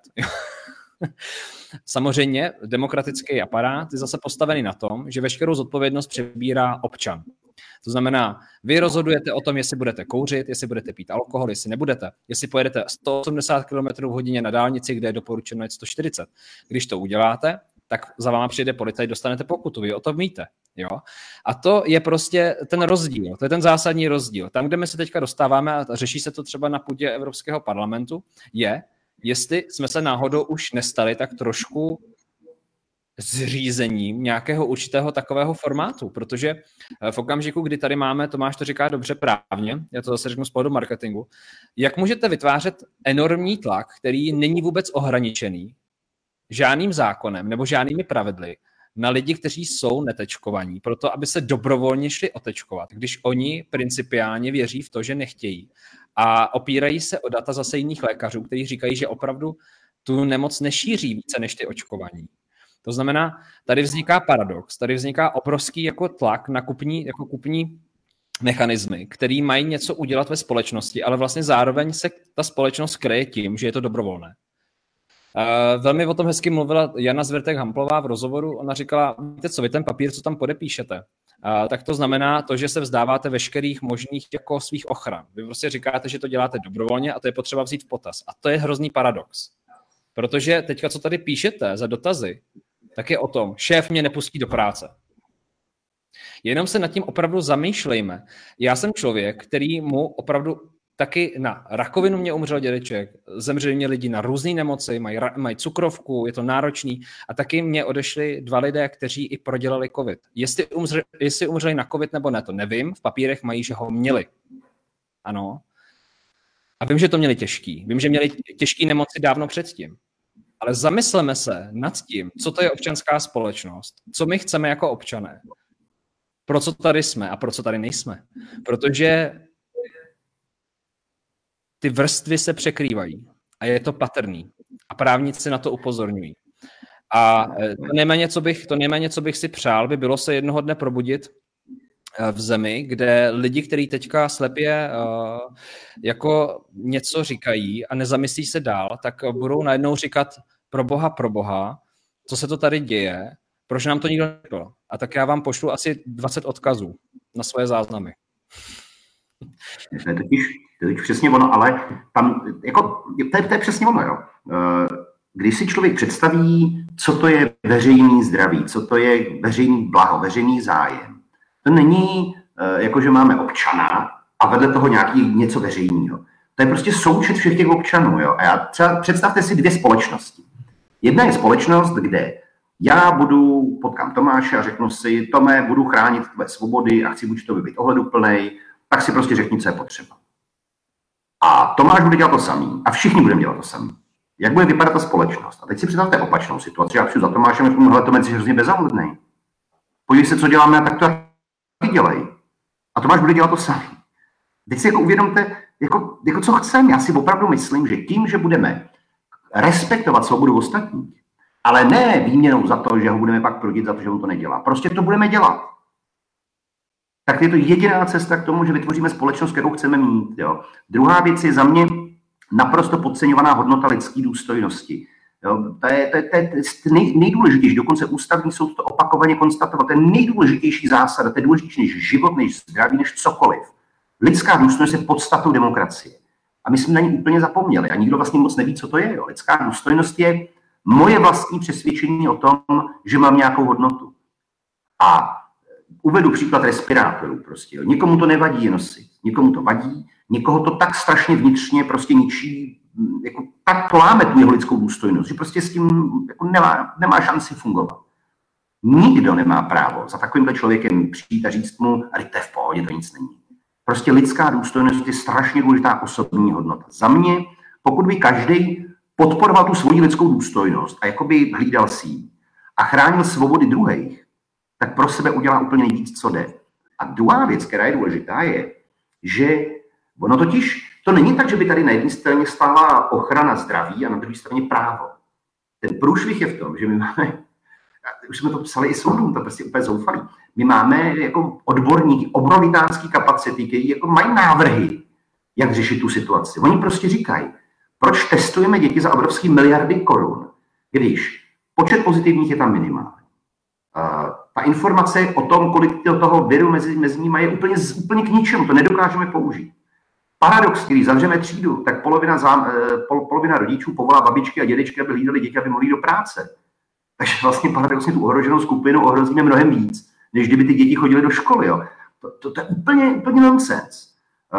Samozřejmě demokratický aparát je zase postavený na tom, že veškerou zodpovědnost přebírá občan. To znamená, vy rozhodujete o tom, jestli budete kouřit, jestli budete pít alkohol, jestli nebudete, jestli pojedete 180 km/h na dálnici, kde je doporučeno jet 140. Když to uděláte, tak za váma přijde policajt, dostanete pokutu, vy o tom víte. Jo? A to je prostě ten rozdíl, to je ten zásadní rozdíl. Tam, kde my se teďka dostáváme, a řeší se to třeba na půdě Evropského parlamentu, je, jestli jsme se náhodou už nestali tak trošku zřízením nějakého určitého takového formátu, protože v okamžiku, kdy tady máme, Tomáš to říká dobře právně, já to zase řeknu z pohledu marketingu, jak můžete vytvářet enormní tlak, který není vůbec ohraničený žádným zákonem nebo žádnými pravidly na lidi, kteří jsou netečkovaní, proto aby se dobrovolně šli otečkovat, když oni principiálně věří v to, že nechtějí a opírají se o data zase jiných lékařů, kteří říkají, že opravdu tu nemoc nešíří více než ty očkovaní. To znamená, tady vzniká paradox, tady vzniká obrovský jako tlak na kupní mechanismy, který mají něco udělat ve společnosti, ale vlastně zároveň se ta společnost kryje tím, že je to dobrovolné. Velmi o tom hezky mluvila Jana Zvertek-Hamplová v rozhovoru. Ona říkala, víte co, vy ten papír, co tam podepíšete, tak to znamená to, že se vzdáváte veškerých možných jako svých ochran. Vy prostě říkáte, že to děláte dobrovolně a to je potřeba vzít v potaz. A to je hrozný paradox. Protože teďka, co tady píšete za dotazy, tak je o tom, šéf mě nepustí do práce. Jenom se nad tím opravdu zamýšlejme. Já jsem člověk, který mu opravdu taky na rakovinu mě umřel dědeček, zemřeli mě lidi na různé nemoci, mají cukrovku, je to náročný a taky mě odešli 2 lidé, kteří i prodělali covid. Jestli umřeli na covid nebo ne, to nevím, v papírech mají, že ho měli. Ano. A vím, že to měli těžký. Vím, že měli těžké nemoci dávno předtím. Ale zamysleme se nad tím, co to je občanská společnost, co my chceme jako občané, pro co tady jsme a pro co tady nejsme. Protože ty vrstvy se překrývají a je to patrný. A právníci na to upozorňují. A to nejméně, co bych si přál, by bylo se jednoho dne probudit v zemi, kde lidi, kteří teďka slepě jako něco říkají a nezamyslí se dál, tak budou najednou říkat pro boha, co se to tady děje, proč nám to nikdo neřekl. A tak já vám pošlu asi 20 odkazů na svoje záznamy. To je přesně ono, ale tam, jako, to je přesně ono, jo. Když si člověk představí, co to je veřejný zdraví, co to je veřejný blaho, veřejný zájem, to není jako, že máme občana a vedle toho něco veřejného. To je prostě součet všech těch občanů. Jo? A třeba představte si dvě společnosti. Jedna je společnost, kde já potkám Tomáše a řeknu si, Tome, budu chránit tvé svobody a chci vůči tobě být ohleduplnej, tak si prostě řekni, co je potřeba. A Tomáš bude dělat to samý a všichni budeme dělat to samý. Jak bude vypadat ta společnost? A teď si představte opačnou situaci. Já přijdu za Tomášem a řeknu, hele, Tome, jsi hrozně bezohlednej. Podívej se, co děláme, a tak to taky dělej. A Tomáš bude dělat to samý. Teď si uvědomte, co chceme. Já si opravdu myslím, že tím, že budeme respektovat svobodu ostatních, ale ne výměnou za to, že ho budeme pak prudit za to, že on to nedělá. Prostě to budeme dělat. Tak je to jediná cesta k tomu, že vytvoříme společnost, kterou chceme mít. Jo. Druhá věc je za mě naprosto podceňovaná hodnota lidské důstojnosti. Jo. To je nejdůležitější, dokonce ústavní soud to opakovaně konstatoval, to je nejdůležitější zásada, to je důležitější než život, než zdraví, než cokoliv. Lidská důstojnost je podstatou demokracie. A my jsme na ní úplně zapomněli a nikdo vlastně moc neví, co to je. Jo. Lidská důstojnost je moje vlastní přesvědčení o tom, že mám nějakou hodnotu. A uvedu příklad respirátorů prostě. Jo. Někomu to nevadí je nosit, někomu to vadí, někoho to tak strašně vnitřně prostě ničí, jako tak poláme tu jeho lidskou důstojnost, že prostě s tím jako nemá šanci fungovat. Nikdo nemá právo za takovýmhle člověkem přijít a říct mu, ale to je v pohodě, to nic není. Prostě lidská důstojnost je strašně důležitá osobní hodnota. Za mě, pokud by každý podporoval tu svoji lidskou důstojnost a jakoby hlídal si ji a chránil svobody druhých, tak pro sebe udělá úplně nejvíc, co jde. A druhá věc, která je důležitá, je, že ono totiž, to není tak, že by tady na jedné straně stála ochrana zdraví a na druhé straně právo. Ten průšvih je v tom, že my máme, už jsme to psali i soudům, to prostě úplně zoufalý, my máme jako odborníky, obrovitánský kapacity, kteří jako mají návrhy, jak řešit tu situaci. Oni prostě říkají, proč testujeme děti za obrovský miliardy korun, když počet pozitivních je tam minimální. Ta informace o tom, kolik toho viru mezi nimi je úplně k ničemu, to nedokážeme použít. Paradox, když zavřeme třídu, tak polovina rodičů povolá babičky a dědečky, aby hlídali děti, aby mohli do práce. Takže vlastně paradoxně tu ohroženou skupinu ohrozíme mnohem víc, než kdyby ty děti chodily do školy. Jo. To je úplně nonsens.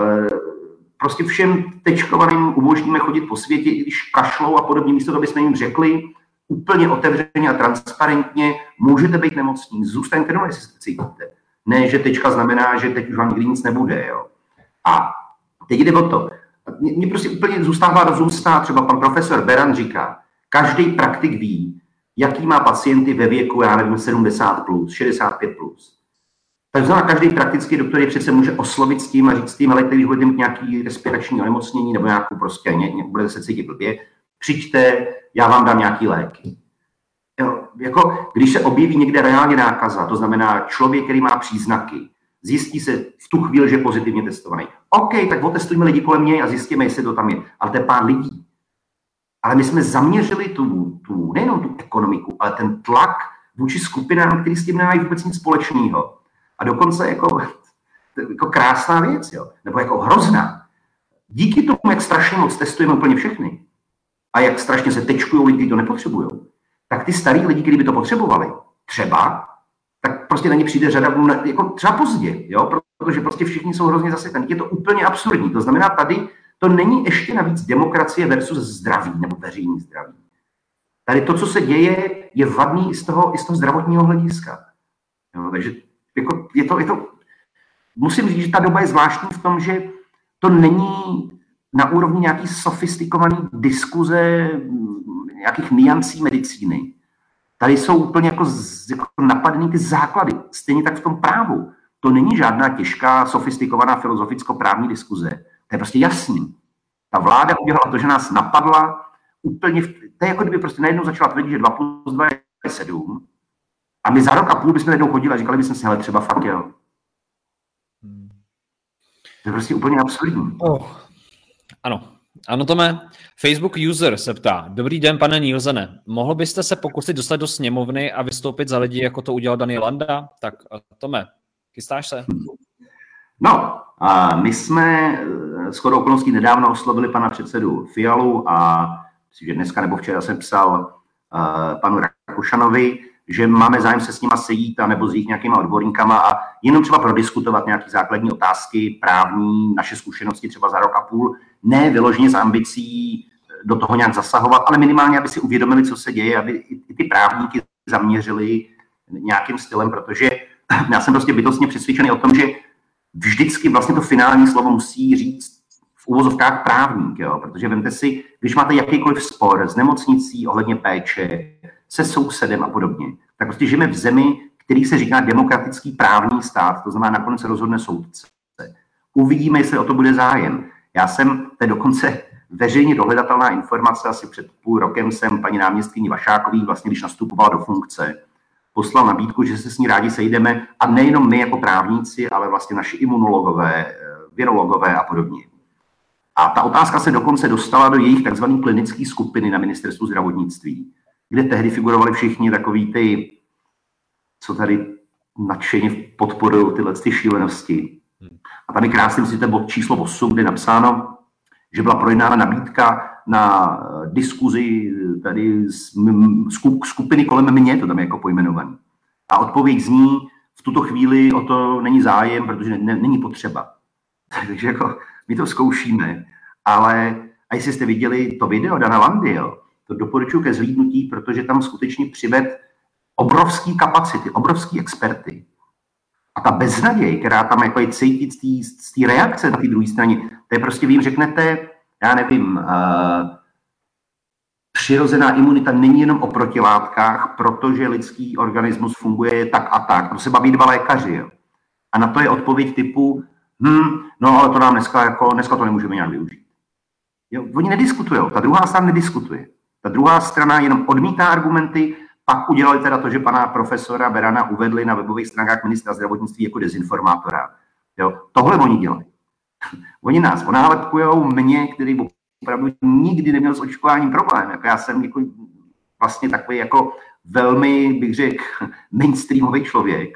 Prostě všem tečkovaným umožníme chodit po světě, i když kašlou a podobně, místo toho, aby jsme jim řekli úplně otevřeně a transparentně, můžete být nemocní, zůstaňte doma, jestli se cítíte. Ne, že tečka znamená, že teď už vám nikdy nic nebude. Jo. A teď jde o to. Mně prostě úplně zůstává rozum stát, třeba pan profesor Beran říká, každý praktik ví, jaký má pacienty ve věku, já nevím, 70+, 65+. Tak znamená, každý praktický doktor je přece může oslovit s tím a říct s tím, ale když budete mít nějaký respirační onemocnění nebo nějakou prostě, budete se cítit blbě, přijďte, já vám dám nějaký léky. Jo, jako, když se objeví někde reálně nákaza, to znamená člověk, který má příznaky, zjistí se v tu chvíli, že je pozitivně testovaný. OK, tak otestujme lidi kolem něj a zjistíme, jestli to tam je. Ale to je pár lidí. Ale my jsme zaměřili nejenom tu ekonomiku, ale ten tlak vůči skupinám, který s tím nemají vůbec nic společného. A dokonce jako krásná věc, jo? Nebo jako hrozná. Díky tomu, jak strašně moc testujeme úplně všechny a jak strašně se tečkují lidi, kteří to nepotřebují, tak ty starý lidi, kteří by to potřebovali, třeba, tak prostě na ně přijde řada, jako třeba pozdě, jo? Protože prostě všichni jsou hrozně zasytení. Je to úplně absurdní. To znamená, tady to není ještě navíc demokracie versus zdraví nebo veřejný zdraví. Tady to, co se děje, je vadný i z toho zdravotního hlediska. Jo? Takže jako je to, musím říct, že ta doba je zvláštní v tom, že to není na úrovni nějaký sofistikovaný diskuze, nějakých nuancí medicíny. Tady jsou úplně jako napadený ty základy. Stejně tak v tom právu. To není žádná těžká, sofistikovaná filozoficko-právní diskuze. To je prostě jasný. Ta vláda udělala to, že nás napadla úplně, to je jako kdyby prostě najednou začala tvrdit, že 2+2 je 7. A my za rok a půl bychom najednou chodili a říkali bychom si, hele, třeba fakt, jo. To je prostě úplně absurdní. Ano, Tome. Facebook user se ptá. Dobrý den, pane Nielsene. Mohl byste se pokusit dostat do sněmovny a vystoupit za lidi, jako to udělal Daniel Landa? Tak, Tome, chystáš se? No, a my jsme shodou okolností nedávno oslovili pana předsedu Fialu a myslím, že dneska nebo včera jsem psal panu Rakušanovi, že máme zájem se s nima sejít nebo s jejich nějakýma odborníkama a jenom třeba prodiskutovat nějaké základní otázky právní, naše zkušenosti třeba za rok a půl, ne vyloženě s ambicí do toho nějak zasahovat, ale minimálně, aby si uvědomili, co se děje, aby i ty právníky zaměřili nějakým stylem, protože já jsem prostě bytostně přesvědčený o tom, že vždycky vlastně to finální slovo musí říct v uvozovkách právník, jo? Protože vemte si, když máte jakýkoliv spor s nemocnicí ohledně péče, se sousedem a podobně, tak prostě žijeme v zemi, který se říká demokratický právní stát, to znamená nakonec se rozhodne soudce. Uvidíme, jestli o to bude zájem. To je dokonce veřejně dohledatelná informace, asi před půl rokem jsem paní náměstkyni Vašákový, vlastně když nastupovala do funkce, poslal nabídku, že se s ní rádi sejdeme a nejenom my jako právníci, ale vlastně naši imunologové, virologové a podobně. A ta otázka se dokonce dostala do jejich takzvané klinické skupiny na ministerstvu zdravotnictví, kde tehdy figurovali všichni takový ty, co tady nadšeně podporují tyhle šílenosti. A tady krásně si ten bod číslo 8, kde je napsáno, že byla projednána nabídka na diskuzi tady skupiny kolem mě, to tam je jako pojmenovaný. A odpověď zní, v tuto chvíli o to není zájem, protože není potřeba. Takže jako my to zkoušíme, ale a jestli jste viděli to video Dana Landy, jo, to doporučuji ke zhlídnutí, protože tam skutečně přived obrovský kapacity, obrovský experty. A ta beznaděj, která tam jako je cítit z té reakce na té druhé straně, to je prostě, vy jim řeknete, já nevím, přirozená imunita není jenom o protilátkách, protože lidský organismus funguje tak a tak. To se baví dva lékaři. Jo. A na to je odpověď typu, no ale to nám dneska to nemůžeme nějak využít. Jo, oni nediskutují, ta druhá strana nediskutuje. Ta druhá strana jenom odmítá argumenty, pak udělali teda to, že pana profesora Berana uvedli na webových stránkách ministra zdravotnictví jako dezinformátora. Jo, tohle oni dělají. Oni nás onálepkujou, mě, který opravdu nikdy neměl s očkováním problém. Jako já jsem jako vlastně takový jako velmi, bych řekl, mainstreamový člověk,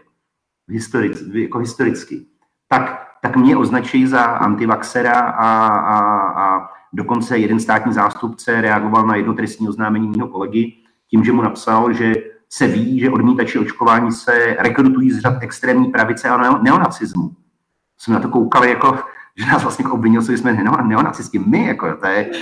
historicky. Tak mě označí za antivaxera a dokonce jeden státní zástupce reagoval na jedno trestní oznámení mého kolegy tím, že mu napsal, že se ví, že odmítači očkování se rekrutují z řad extrémní pravice a neonacismu. Jsme na to koukali, jako, že nás vlastně obvinil, že jsme neonacisti. My, jako, to je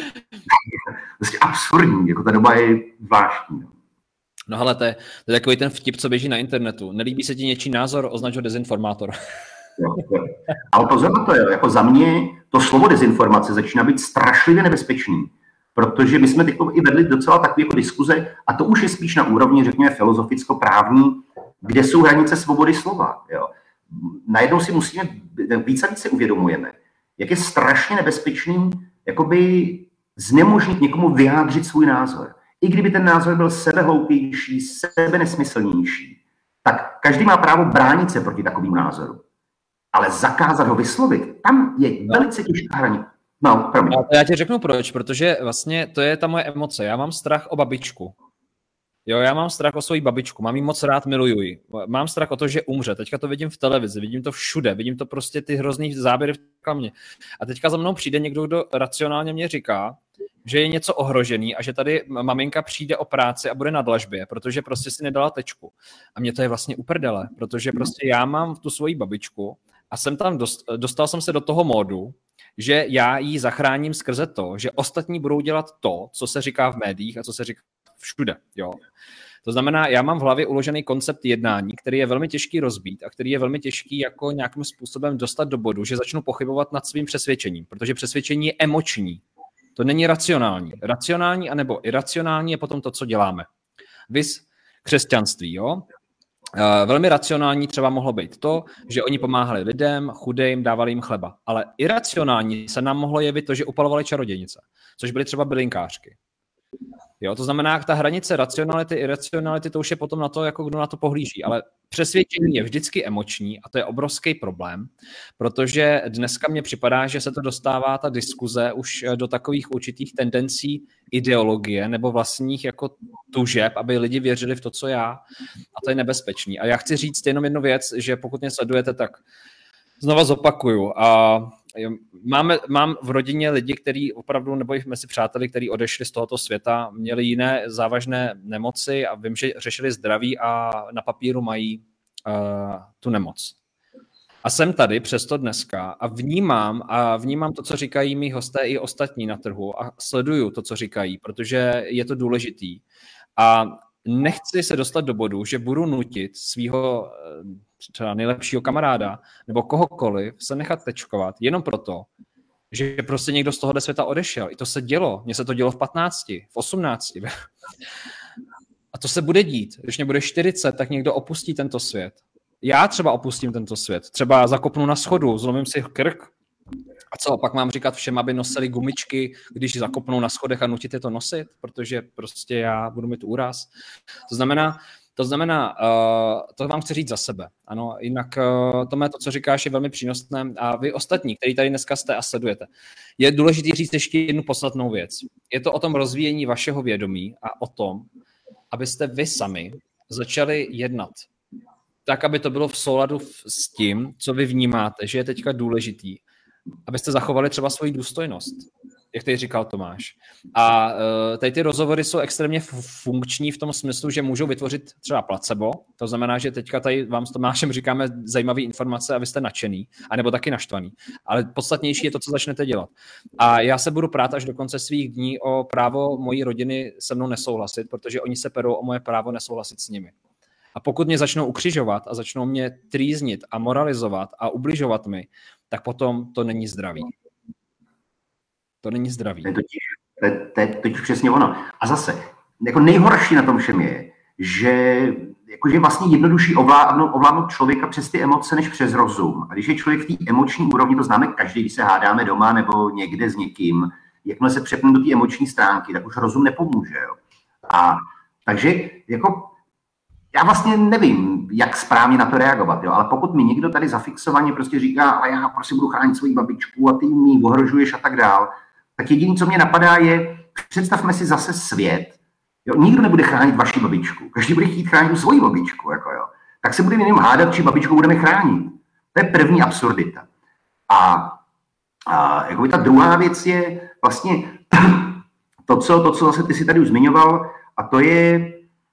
vlastně absurdní, jako ta doba je zvláštní. No hele, to je takový ten vtip, co běží na internetu. Nelíbí se ti něčí názor, označ ho dezinformátor. Jo. Ale pozor na to, jako za mě to slovo dezinformace začíná být strašlivě nebezpečný, protože my jsme teď i vedli docela takové jako diskuze a to už je spíš na úrovni, řekněme, filozoficko-právní, kde jsou hranice svobody slova. Jo. Najednou si musíme, více a více uvědomujeme, jak je strašně nebezpečný jakoby znemožnit někomu vyjádřit svůj názor. I kdyby ten názor byl sebehloupější, sebenesmyslnější, tak každý má právo bránit se proti takovým názoru. Ale zakázat ho vyslovit, tam je velice těžká hranice. No, promiň. Já ti řeknu proč, protože vlastně to je ta moje emoce. Já mám strach o babičku. Jo, já mám strach o svoji babičku, mám jí moc rád, miluju ji. Mám strach o to, že umře. Teďka to vidím v televizi, vidím to všude, vidím to prostě ty hrozný záběry v reklamě. A teďka za mnou přijde někdo, kdo racionálně mě říká, že je něco ohrožený a že tady maminka přijde o práci a bude na dlažbě, protože prostě si nedala tečku. A mě to je vlastně uprdele, protože prostě já mám tu svoji babičku a jsem tam dostal jsem se do toho módu, že já ji zachráním skrze to, že ostatní budou dělat to, co se říká v médiích a co se říká všude. Jo. To znamená, já mám v hlavě uložený koncept jednání, který je velmi těžký rozbít a který je velmi těžký jako nějakým způsobem dostat do bodu, že začnu pochybovat nad svým přesvědčením, protože přesvědčení je emoční. To není racionální. Racionální anebo iracionální je potom to, co děláme. Viz křesťanství, jo? Velmi racionální třeba mohlo být to, že oni pomáhali lidem, chudým, dávali jim chleba. Ale iracionální se nám mohlo jevit to, že upalovali čarodějnice, což byly třeba bylinkářky. Jo, to znamená, ta hranice racionality, iracionality, to už je potom na to, jako kdo na to pohlíží. Ale přesvědčení je vždycky emoční a to je obrovský problém, protože dneska mně připadá, že se to dostává ta diskuze už do takových určitých tendencí ideologie nebo vlastních jako tužeb, aby lidi věřili v to, co já. A to je nebezpečný. A já chci říct jenom jednu věc, že pokud mě sledujete, tak znova zopakuju. A mám v rodině lidi, kteří opravdu, nebo mezi přáteli, kteří odešli z tohoto světa, měli jiné závažné nemoci a vím, že řešili zdraví a na papíru mají tu nemoc. A jsem tady přesto dneska a vnímám to, co říkají mý hosté i ostatní na trhu a sleduju to, co říkají, protože je to důležitý. A nechci se dostat do bodu, že budu nutit svého třeba nejlepšího kamaráda nebo kohokoliv se nechat tečkovat jenom proto, že prostě někdo z tohohle světa odešel. I to se dělo. Mně se to dělo v 15, v 18. A to se bude dít. Když mě bude 40, tak někdo opustí tento svět. Já třeba opustím tento svět. Třeba zakopnu na schodu, zlomím si krk. A co, pak mám říkat všem, aby nosili gumičky, když zakopnou na schodech a nutit je to nosit, protože prostě já budu mít úraz. To znamená, to vám chci říct za sebe. Ano, jinak to, co říkáš, je velmi přínosné. A vy ostatní, kteří tady dneska jste a sledujete, je důležité říct ještě jednu podstatnou věc. Je to o tom rozvíjení vašeho vědomí a o tom, abyste vy sami začali jednat tak, aby to bylo v souladu s tím, co vy vnímáte, že je teďka důležitý, abyste zachovali třeba svoji důstojnost, jak tady říkal Tomáš. A tady ty rozhovory jsou extrémně funkční v tom smyslu, že můžou vytvořit třeba placebo, to znamená, že teďka tady vám s Tomášem říkáme zajímavé informace a vy jste nadšený, anebo taky naštvaný. Ale podstatnější je to, co začnete dělat. A já se budu prát až do konce svých dní o právo mojí rodiny se mnou nesouhlasit, protože oni se perou o moje právo nesouhlasit s nimi. A pokud mě začnou ukřižovat a začnou mě trýznit a moralizovat a ubližovat mi, tak potom to není zdravý. To není zdravý. To je totiž přesně ono. A zase, jako nejhorší na tom všem je, že je vlastně jednodušší ovládnout člověka přes ty emoce než přes rozum. A když je člověk v té emoční úrovni, to známe každý, když se hádáme doma nebo někde s někým, jakmile se přepne do té emoční stránky, tak už rozum nepomůže. Jo. A takže jako já vlastně nevím, jak správně na to reagovat, jo? Ale pokud mi někdo tady zafixovaně prostě říká, ale já prostě budu chránit svoji babičku a ty mi ohrožuješ a tak dál, tak jediné, co mě napadá, je, představme si zase svět. Jo? Nikdo nebude chránit vaši babičku, každý bude chtít chránit svoji babičku, jako jo. Tak se budeme jenom hádat, či babičku budeme chránit. To je první absurdita. A jako ta druhá věc je vlastně to, co zase ty si tady už zmiňoval, a to je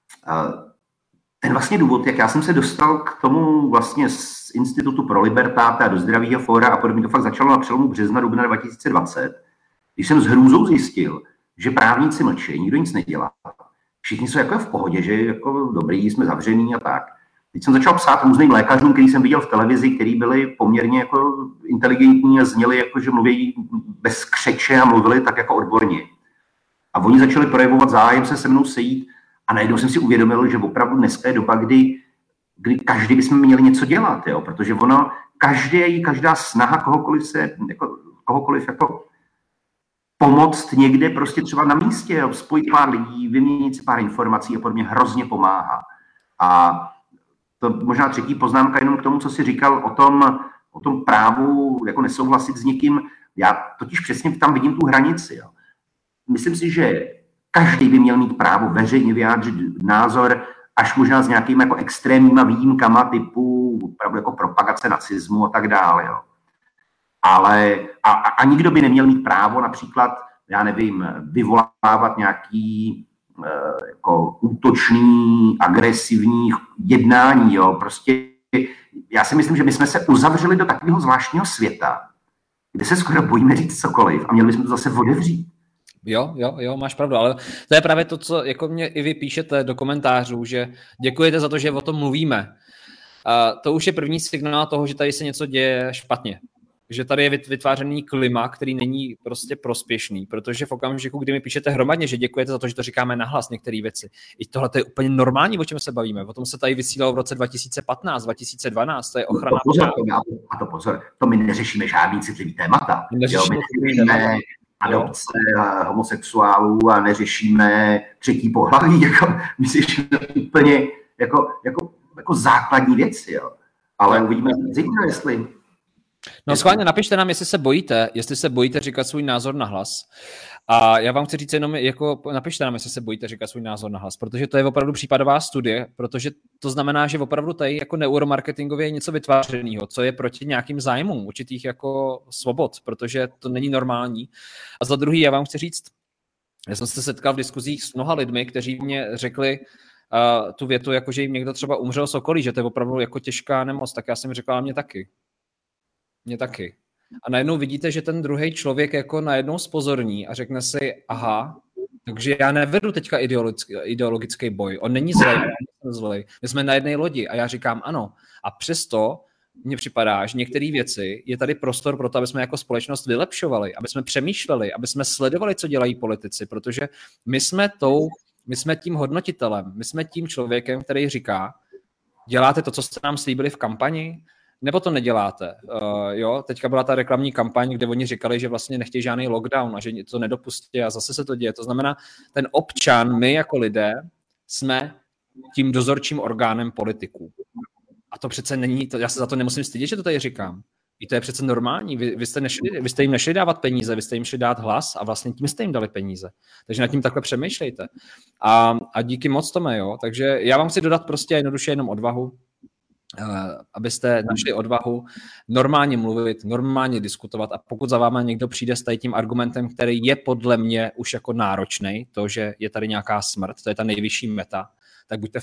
ten vlastně důvod, jak já jsem se dostal k tomu vlastně z Institutu pro Libertáte a do Zdravého fóra a podobně, to fakt začalo na přelomu března, dubna 2020, když jsem s hrůzou zjistil, že právníci mlčí, nikdo nic nedělá. Všichni jsou jako v pohodě, že jako dobrý, jsme zavřený a tak. Teď jsem začal psát různým lékařům, který jsem viděl v televizi, který byli poměrně jako inteligentní a zněli jako, že mluví bez křeče a mluvili tak jako odborně. A oni začali projevovat zájem se mnou sejít. A najednou jsem si uvědomil, že opravdu dneska je doba, kdy každý bychom měli něco dělat, jo? Protože ono, každá snaha kohokoliv jako pomoct někde prostě třeba na místě, jo? Spojit pár lidí, vyměnit si pár informací a podobně hrozně pomáhá. A to možná třetí poznámka jenom k tomu, co jsi říkal o tom právu jako nesouhlasit s někým. Já totiž přesně tam vidím tu hranici. Jo? Myslím si, že každý by měl mít právo veřejně vyjádřit názor, až možná s nějakými jako extrémníma výjimkama typu opravdu jako propagace nacismu a tak dále. Jo. Ale a nikdo by neměl mít právo například, já nevím, vyvolávat nějaký jako útočný, agresivní jednání. Jo. Prostě já si myslím, že my jsme se uzavřeli do takového zvláštního světa, kde se skoro bojíme říct cokoliv a měli bychom to zase otevřít. Jo, máš pravdu, ale to je právě to, co jako mě i vy píšete do komentářů, že děkujete za to, že o tom mluvíme. A to už je první signál toho, že tady se něco děje špatně. Že tady je vytvářený klima, který není prostě prospěšný, protože v okamžiku, kdy mi píšete hromadně, že děkujete za to, že to říkáme nahlas některé věci. I tohle je úplně normální, o čem se bavíme. O tom se tady vysílalo v roce 2015, 2012, to je ochrana. Pozor, to my neřešíme žádný citlivý témata. My neřešíme adopce homosexuálů a neřešíme třetí pohlaví, jako myslím, úplně jako základní věci, jo. Ale uvidíme zítra, jestli No schválně napište nám, jestli se bojíte říkat svůj názor na hlas. A já vám chci říct jenom, jako napište nám, jestli se bojíte říkat svůj názor na hlas, protože to je opravdu případová studie, protože to znamená, že opravdu tady jako neuromarketingově je něco vytvářeného, co je proti nějakým zájmům určitých jako svobod, protože to není normální. A za druhý, já vám chci říct, já jsem se setkal v diskuzích s mnoha lidmi, kteří mě řekli tu větu, jako že jim někdo třeba umřel z okolí, že to je opravdu jako těžká nemoc, tak já jsem říkal, mě taky. A najednou vidíte, že ten druhý člověk jako najednou zpozorní a řekne si, aha, takže já nevedu teďka ideologický boj. On není zlej, já jsem zlej. My jsme na jedné lodi a já říkám ano. A přesto mně připadá, že některé věci je tady prostor pro to, aby jsme jako společnost vylepšovali, aby jsme přemýšleli, aby jsme sledovali, co dělají politici, protože my jsme tím hodnotitelem, my jsme tím člověkem, který říká, děláte to, co jste nám slíbili v kampani, nebo to neděláte. Teďka byla ta reklamní kampaň, kde oni říkali, že vlastně nechtějí žádný lockdown a že to nedopustí a zase se to děje. To znamená, ten občan, my jako lidé, jsme tím dozorčím orgánem politiků. A to přece není, já se za to nemusím stydět, že to tady říkám. I to je přece normální. Vy jste jim nešli dávat peníze, vy jste jim šli dát hlas a vlastně tím jste jim dali peníze. Takže nad tím takhle přemýšlejte. A díky moc, Tome, jo. Takže já vám chci dodat prostě jednoduše jenom odvahu, abyste našli odvahu normálně mluvit, normálně diskutovat a pokud za váma někdo přijde s tím argumentem, který je podle mě už jako náročný, to, že je tady nějaká smrt, to je ta nejvyšší meta, tak buďte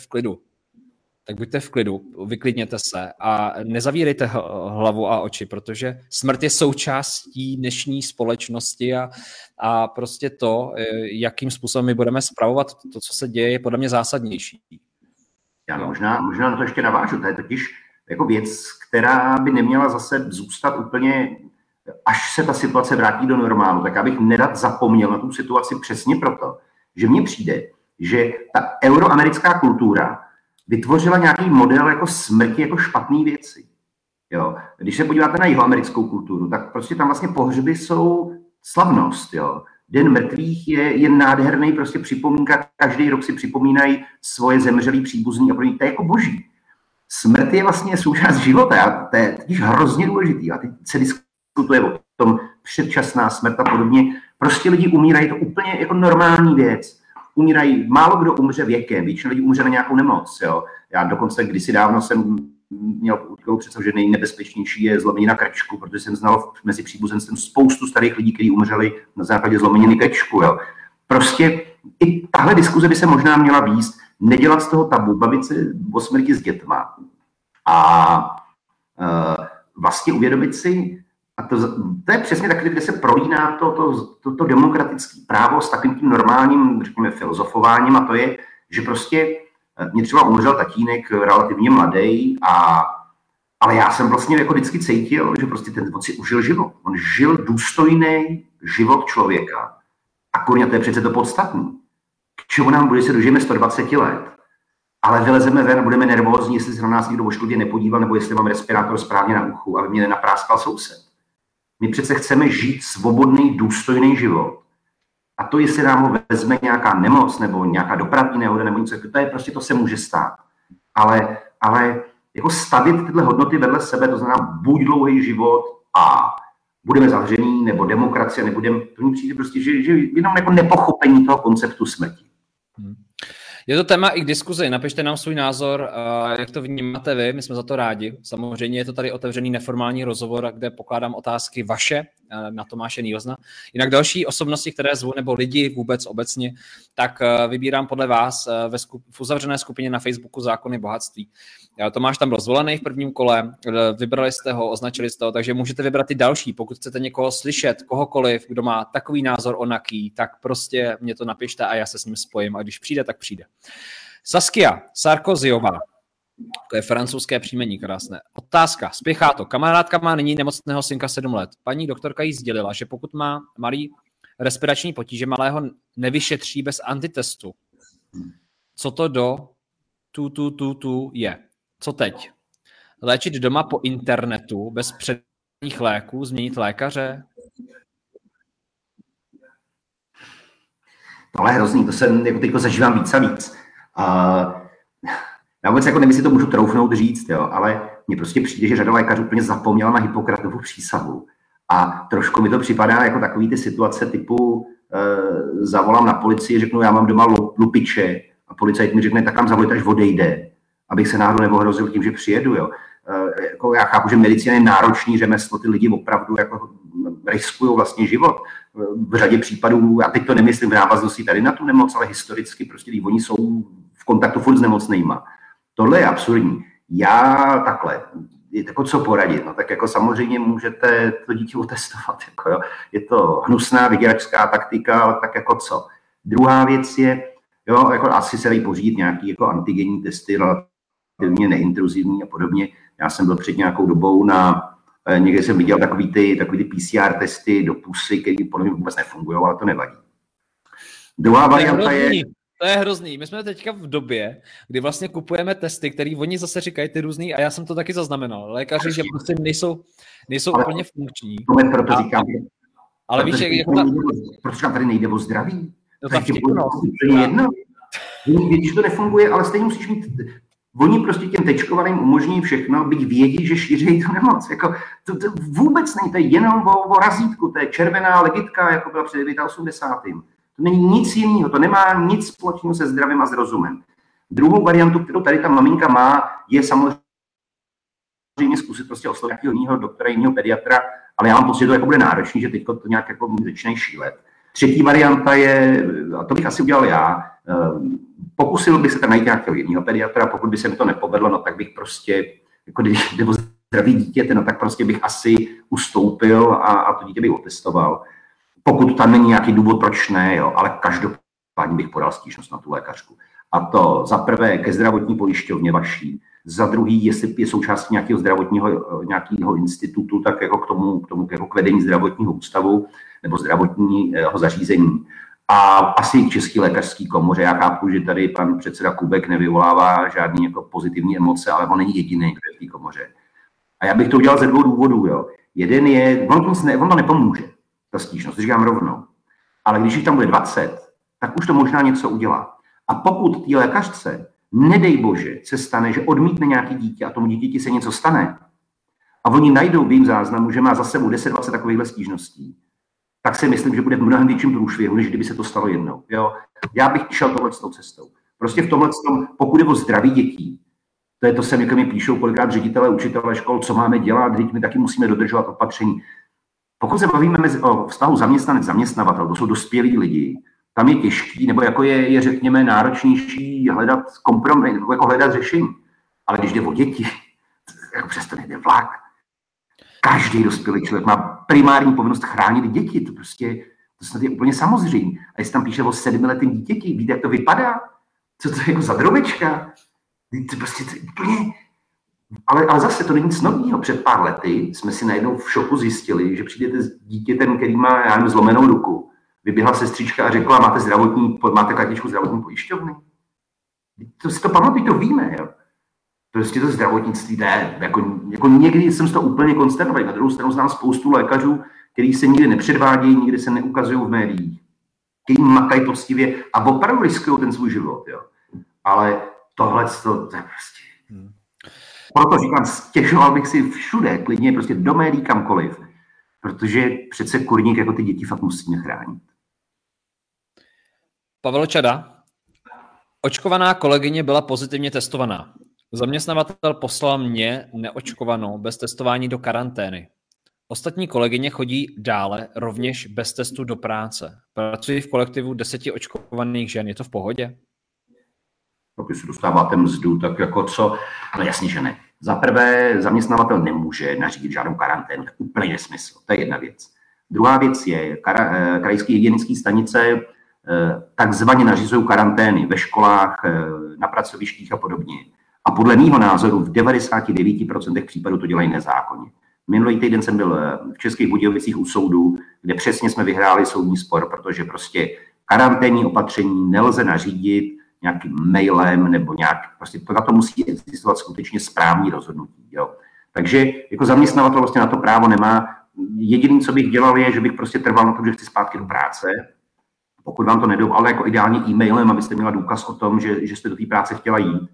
v klidu, vyklidněte se a nezavírejte hlavu a oči, protože smrt je součástí dnešní společnosti a prostě to, jakým způsobem my budeme spravovat to, co se děje, je podle mě zásadnější. Já možná na to ještě navážu. To je totiž jako věc, která by neměla zase zůstat úplně, až se ta situace vrátí do normálu, tak abych nerad zapomněl na tu situaci přesně proto, že mně přijde, že ta euroamerická kultura vytvořila nějaký model jako smrti, jako špatné věci. Jo. Když se podíváte na jihoamerickou kulturu, tak prostě tam vlastně pohřby jsou slavnost. Jo. Den mrtvých je nádherný, prostě připomínka, každý rok si připomínají svoje zemřelý příbuzný a pro ně to je jako boží. Smrt je vlastně součást života a to je totiž hrozně důležitý a teď se diskutuje o tom předčasná smrt a podobně. Prostě lidi umírají, to úplně jako normální věc. Umírají, málo kdo umře věkem, většina lidí umře na nějakou nemoc. Jo. Já dokonce kdysi dávno jsem měl představu, že nejnebezpečnější je zlomenina krčku, protože jsem znal mezi příbuzenstvem spoustu starých lidí, kteří umřeli na základě zlomeniny krčku. Jo. Prostě i tahle diskuze by se možná měla vést, nedělat z toho tabu, bavit se o smrti s dětma a vlastně uvědomit si, a to je přesně taky, kde se prolíná to demokratické právo s takovým tím normálním, řekněme, filozofováním a to je, že prostě mě třeba umřel tatínek relativně mladý, ale já jsem vlastně jako vždycky cítil, že prostě ten si užil život. On žil důstojný život člověka. A kurňa, to je přece to podstatné. K čemu nám bude, se dožijeme 120 let, ale vylezeme ven a budeme nervózní, jestli se na nás někdo ošklivě nepodíval, nebo jestli mám respirátor správně na uchu, aby mě nenapráskal soused. My přece chceme žít svobodný, důstojný život. A to, jestli nám ho vezme nějaká nemoc nebo nějaká dopravní nehoda nebo něco, to je prostě, to se může stát. Ale jako stavit tyhle hodnoty vedle sebe, to znamená buď dlouhý život a budeme zavření, nebo demokracie, nebudeme, to mi přijde prostě, že jenom jako nepochopení toho konceptu smrti. Je to téma i k diskuzi. Napište nám svůj názor, jak to vnímáte vy, my jsme za to rádi. Samozřejmě je to tady otevřený neformální rozhovor, kde pokládám otázky vaše na Tomáše Nýlzna. Jinak další osobnosti, které zvu, nebo lidi vůbec obecně, tak vybírám podle vás v uzavřené skupině na Facebooku Zákony bohatství. Tomáš tam byl zvolený v prvním kole, vybrali jste ho, označili jste ho, takže můžete vybrat i další. Pokud chcete někoho slyšet, kohokoliv, kdo má takový názor onaký, tak prostě mě to napište a já se s ním spojím a když přijde, tak přijde. Saskia Sarkozyová, to je francouzské příjmení, krásné. Otázka, spěchá to. Kamarádka má nyní nemocného synka 7 let. Paní doktorka jí sdělila, že pokud má malý respirační potíže, malého nevyšetří bez antitestu. Co to do je? Co teď? Léčit doma po internetu bez předních léků, změnit lékaře? Tohle je hrozný, to jsem jako teďko zažívám víc a víc. Já vůbec jako nevím, jestli to můžu troufnout říct, jo, ale mně prostě přijde, že řada lékařů úplně zapomněla na Hippokratovu přísahu. A trošku mi to připadá jako takový ty situace typu zavolám na policii, řeknu, já mám doma lupiče a policajt mi řekne, tak tam zavolejte, až odejde, abych se náhodou neohrozil tím, že přijedu. Jo. Jako já chápu, že medicína je náročný řemeslo, ty lidi opravdu jako riskují vlastně život. V řadě případů, a teď to nemyslím v návaznosti tady na tu nemoc, ale historicky prostě, když oni jsou v kontaktu furt s nemocnejma. Tohle je absurdní. Já takhle, jako co poradit? No tak jako samozřejmě můžete to dítě otestovat. Jako jo. Je to hnusná vyděračská taktika, ale tak jako co? Druhá věc je, jo, jako asi se dají pořídit nějaký jako antigenní testy, relativně neintruzivní a podobně. Já jsem byl před nějakou dobou někde jsem viděl takový ty PCR testy do pusy, které podle mě vůbec nefungují, ale to nevadí. Druhá varianta je... To je hrozný. My jsme teďka v době, kdy vlastně kupujeme testy, které oni zase říkají ty různý, a já jsem to taky zaznamenal. Lékaři, že prostě nejsou úplně funkční. Proto říkám, ale víš, jak proč tady nejde o zdraví? No ta vtipnost. Jedno. Víš, že to nefunguje, ale stejně musíš mít... Oni prostě těm tečkovaným umožní všechno, byť vědí, že šíří tu nemoc. Jako, to vůbec není, to je jenom o razítku, to je červená legitka, jako byla před 89. To není nic jiného, to nemá nic společného se zdravím a s rozumem. Druhou variantu, kterou tady ta maminka má, je samozřejmě zkusit prostě oslovit nějakého jiného doktora, jiného pediatra, ale já mám pocit, že to jako bude náročný, že teď to nějak jako začne šílet. Třetí varianta je, a to bych asi udělal já, pokusil bych se tam najít nějakého jiného pediatra, pokud by se mi to nepovedlo, no tak bych prostě, jako když jde o zdraví dítěte, no tak prostě bych asi ustoupil a to dítě bych otestoval. Pokud tam není nějaký důvod, proč ne, jo, ale každopádně bych podal stížnost na tu lékařku. A to za prvé ke zdravotní pojišťovně vaší, za druhý, jestli je součástí nějakého institutu, tak jako k tomu jako k vedení zdravotního ústavu nebo zdravotního zařízení. A asi k České lékařské komoře. Já chápu, že tady pan předseda Kubek nevyvolává žádný jako pozitivní emoce, ale on není jediný, kdo je v té komoře. A já bych to udělal ze dvou důvodů. Jo. Jeden je, on to nepomůže, ta stížnost, říkám rovnou. Ale když jich tam bude 20, tak už to možná něco udělá. A pokud té lékařce, nedej bože, se stane, že odmítne nějaký dítě a tomu dítěti se něco stane, a oni najdou v jejím záznamu, že má za sebou 10-20 takovýchhle stížností, tak si myslím, že bude v mnohem větším průšvihu, než kdyby se to stalo jednou. Jo? Já bych šel tohletou cestou. Prostě v tomhle, pokud je o zdraví dětí, to sem, jak mi píšou kolikrát ředitelé, učitelé škol, co máme dělat, teď my taky musíme dodržovat opatření. Pokud se bavíme o vztahu zaměstnanec-zaměstnavatel, to jsou dospělí lidi, tam je těžký, nebo jako je řekněme, náročnější hledat kompromis, nebo jako hledat řešení. Ale když jde o děti, jako přesto nejde vlak. Každý dospělý člověk má primární povinnost chránit děti. To snad je úplně samozřejmé. A jestli tam píše o 7letém dítěti, víte, jak to vypadá? Co to je jako za drobečka? To prostě to úplně... Ale zase to není nic nového. Před pár lety jsme si najednou v šoku zjistili, že přijdete s dítětem, který má, já nevím, zlomenou ruku. Vyběhla sestřička a řekla, máte kartičku zdravotní pojišťovny? To si to pamatují, to víme, jo. Prostě to zdravotnictví jde, jako někdy jsem to úplně konstatoval. Na druhou stranu znám spoustu lékařů, kteří se nikdy nepředvádějí, nikdy se neukazují v médiích, kteří makají poctivě a opravdu riskují ten svůj život. Jo. Ale tohle to je prostě... Proto říkám, stěžoval bych si všude, klidně prostě do médií, kamkoliv, protože přece kurník jako ty děti fakt musíme chránit. Pavel Čada. Očkovaná kolegyně byla pozitivně testovaná. Zaměstnavatel poslal mě neočkovanou bez testování do karantény. Ostatní kolegyně chodí dále rovněž bez testu do práce. Pracuji v kolektivu 10 očkovaných žen. Je to v pohodě? Pokud si dostáváte mzdu, tak jako co? No jasně, že ne. Za prvé, zaměstnavatel nemůže nařídit žádnou karanténu. To je úplně nesmysl. To je jedna věc. Druhá věc je, krajské hygienické stanice takzvaně nařizují karantény ve školách, na pracovištích a podobně. A podle mýho názoru v 99% případů to dělají nezákonně. Minulý týden jsem byl v Českých Budějovicích u soudu, kde přesně jsme vyhráli soudní spor, protože prostě karanténní opatření nelze nařídit nějakým mailem nebo nějak, prostě to na to musí existovat skutečně správní rozhodnutí. Jo. Takže jako zaměstnavatel vlastně na to právo nemá. Jediné, co bych dělal, je, že bych prostě trval na tom, že chci zpátky do práce. Pokud vám to nedou, ale jako ideálně e-mailem, abyste měla důkaz o tom, že jste do té práce chtěla jít.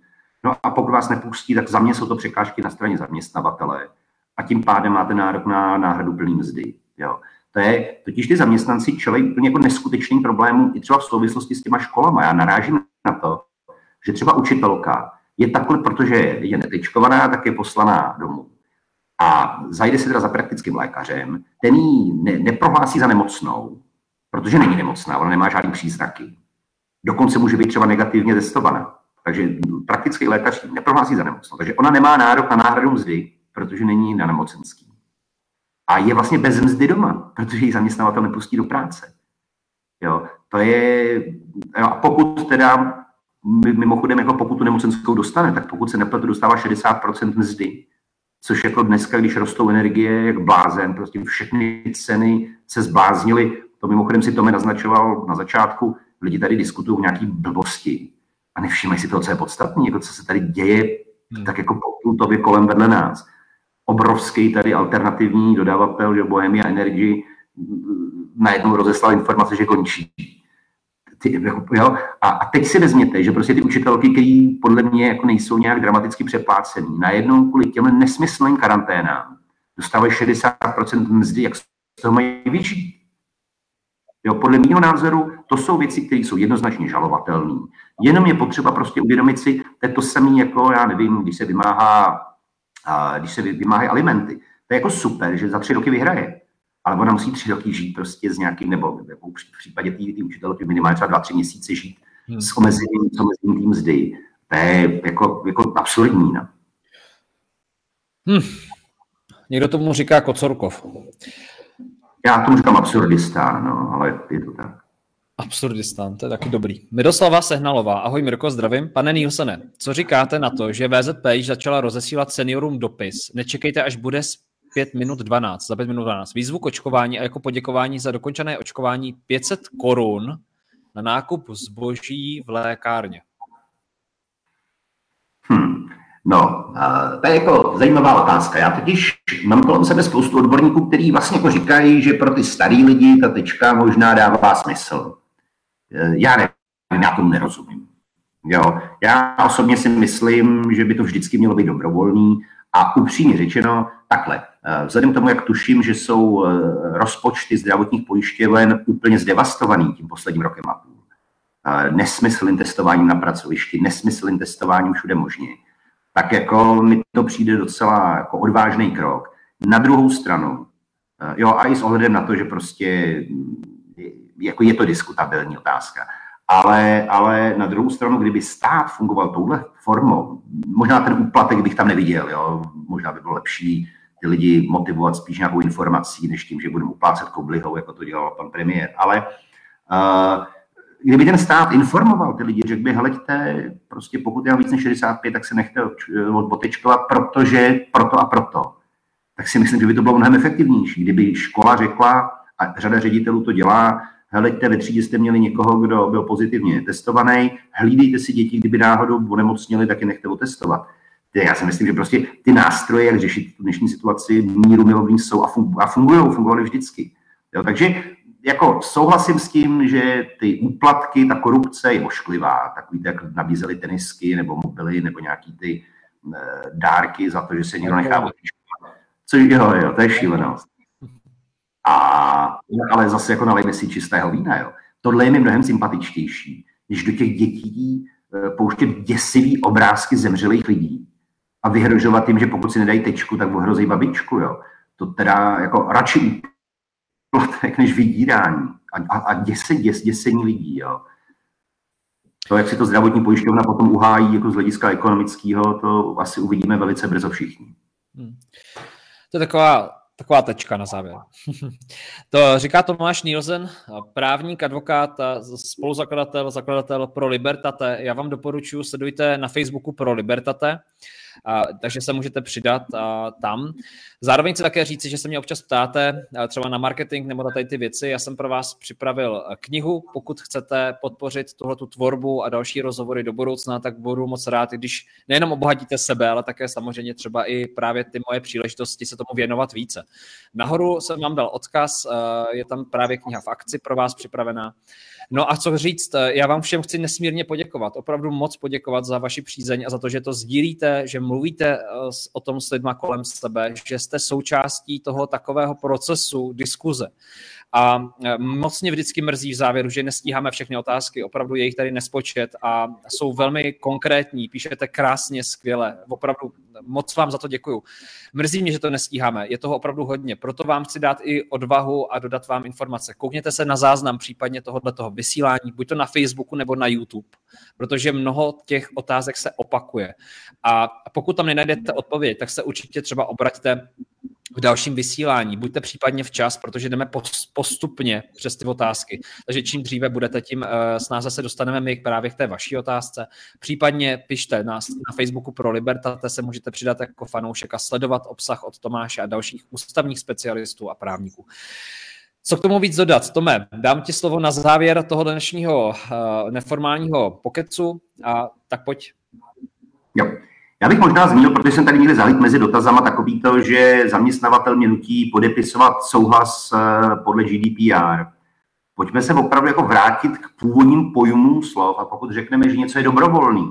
No a pokud vás nepustí, tak za mě jsou to překážky na straně zaměstnavatele a tím pádem máte nárok na náhradu plný mzdy. Jo. To je, totiž ty zaměstnanci čelí úplně jako neskutečným problémům i třeba v souvislosti s těma školama. Já narážím na to, že třeba učitelka je takhle, protože je netečkovaná, tak je poslaná domů. A zajde se teda za praktickým lékařem, ten ji neprohlásí za nemocnou, protože není nemocná, ona nemá žádný příznaky. Dokonce může být třeba negativně testovaná. Takže praktický lékař ji neprohlásí za nemocnou. Takže ona nemá nárok na náhradu mzdy, protože není na nemocenský. A je vlastně bez mzdy doma, protože ji zaměstnavatel nepustí do práce. Jo, to je, jo, a pokud teda, mimochodem, jako pokud tu nemocenskou dostane, tak pokud se nepletu, dostává 60% mzdy, což jako dneska, když rostou energie, jak blázen, prostě všechny ceny se zbláznily. To mimochodem si Tome naznačoval na začátku, lidi tady diskutují nějaký blbosti a nevšímají si toho, co je podstatné, jako co se tady děje, tak jako popultově kolem vedle nás. Obrovský tady alternativní dodavatel, že Bohemia Energy najednou rozeslal informace, že končí. Jo? A teď si vezměte, že prostě ty učitelky, které podle mě jako nejsou nějak dramaticky přeplácený, najednou kvůli těm nesmyslným karanténám dostávají 60% mzdy, jak z toho mají vyžít. Jo, podle mého názoru to jsou věci, které jsou jednoznačně žalovatelné. Jenom je potřeba prostě uvědomit si, to je to samé, jako já nevím, když se vymáhají alimenty. To je jako super, že za 3 roky vyhraje. Ale ona musí 3 roky žít prostě s nějakým, nebo jako v případě ty učitelky minimálně třeba 2-3 měsíce žít s omezením tým mzdy. To je jako absurdní. No. Někdo tomu říká Kocorkov. Já tomu říkám absurdistán, no, ale je to tak. Absurdistán, to je taky dobrý. Miroslava Sehnalová, ahoj Mirko, zdravím. Pane Nilsene, co říkáte na to, že VZP již začala rozesílat seniorům dopis? Nečekejte, až bude 5 minut 12, za 5 minut 12. Výzvu k očkování a jako poděkování za dokončené očkování 500 korun na nákup zboží v lékárně. No, to je jako zajímavá otázka. Já totiž mám kolem sebe spoustu odborníků, kteří vlastně jako říkají, že pro ty starý lidi ta tečka možná dává smysl. Já nevím, já tomu nerozumím. Jo, já osobně si myslím, že by to vždycky mělo být dobrovolný a upřímně řečeno takhle. Vzhledem k tomu, jak tuším, že jsou rozpočty zdravotních pojišťoven úplně zdevastovaný tím posledním rokem a půl. Nesmyslným testováním na pracovišti, nesmyslným testováním všude možně. Tak jako mi to přijde docela jako odvážný krok. Na druhou stranu, jo, a i s ohledem na to, že prostě jako je to diskutabilní otázka, ale na druhou stranu, kdyby stát fungoval touhle formou, možná ten úplatek bych tam neviděl, jo, možná by bylo lepší ty lidi motivovat spíš nějakou informací, než tím, že budeme uplácet koblihou, jako to dělal pan premiér, ale kdyby ten stát informoval ty lidi, řekl by, hleďte, prostě pokud je vám víc než 65, tak se nechte odtečkovat, protože proto a proto. Tak si myslím, že by to bylo mnohem efektivnější. Kdyby škola řekla, a řada ředitelů to dělá, hleďte, ve třídě jste měli někoho, kdo byl pozitivně testovaný, hlídejte si děti, kdyby náhodou onemocněli, tak je nechte otestovat. Já si myslím, že prostě ty nástroje, jak řešit tu dnešní situaci, míru milovní jsou a fungovaly vždycky. Jo, takže jako souhlasím s tím, že ty úplatky, ta korupce je ošklivá. Takový, jak nabízeli tenisky nebo mobily nebo nějaký ty dárky za to, že se někdo nechá otiškovat. Co jo, to je šílenost. Ale zase jako nalejme si čistého vína. Jo. Tohle je mi mnohem sympatičtější, než do těch dětí pouštět děsivý obrázky zemřelých lidí a vyhrožovat jim, že pokud si nedají tečku, tak ohrozí babičku. Jo. To teda jako radši úplatek než vydírání a děsení lidí. Jo. To, jak si to zdravotní pojišťovna potom uhájí jako z hlediska ekonomického, to asi uvidíme velice brzo všichni. To je taková tečka na závěr. To říká Tomáš Nielsen, právník, advokát a zakladatel Pro Libertate. Já vám doporučuji, sledujte na Facebooku Pro Libertate, takže se můžete přidat tam. Zároveň chci také říci, že se mě občas ptáte třeba na marketing nebo na tady ty věci. Já jsem pro vás připravil knihu. Pokud chcete podpořit tuhletu tvorbu a další rozhovory do budoucna, tak budu moc rád, když nejenom obohatíte sebe, ale také samozřejmě třeba i právě ty moje příležitosti se tomu věnovat více. Nahoru jsem vám dal odkaz, je tam právě kniha v akci pro vás připravená. No a co říct, já vám všem chci nesmírně poděkovat, opravdu moc poděkovat za vaši přízeň a za to, že to sdílíte, že mluvíte o tom s lidma kolem sebe, že jste součástí toho takového procesu diskuze. A moc mě vždycky mrzí v závěru, že nestíháme všechny otázky, opravdu je jich tady nespočet a jsou velmi konkrétní, píšete krásně, skvěle, opravdu moc vám za to děkuju. Mrzí mě, že to nestíháme, je toho opravdu hodně, proto vám chci dát i odvahu a dodat vám informace. Koukněte se na záznam případně tohoto vysílání, buď to na Facebooku nebo na YouTube, protože mnoho těch otázek se opakuje. A pokud tam nenajdete odpověď, tak se určitě třeba obraťte v dalším vysílání. Buďte případně včas, protože jdeme postupně přes ty otázky. Takže čím dříve budete, tím snáze se dostaneme my právě k té vaší otázce. Případně pište na Facebooku pro Libertate, se můžete přidat jako fanoušek a sledovat obsah od Tomáše a dalších ústavních specialistů a právníků. Co k tomu víc dodat? Tome, dám ti slovo na závěr toho dnešního neformálního pokecu a tak pojď. Jo. Já bych možná zmínil, protože jsem tady někde zahlídl mezi dotazama takový to, že zaměstnavatel mě nutí podepisovat souhlas podle GDPR. Pojďme se opravdu jako vrátit k původním pojmům slov a pokud řekneme, že něco je dobrovolný,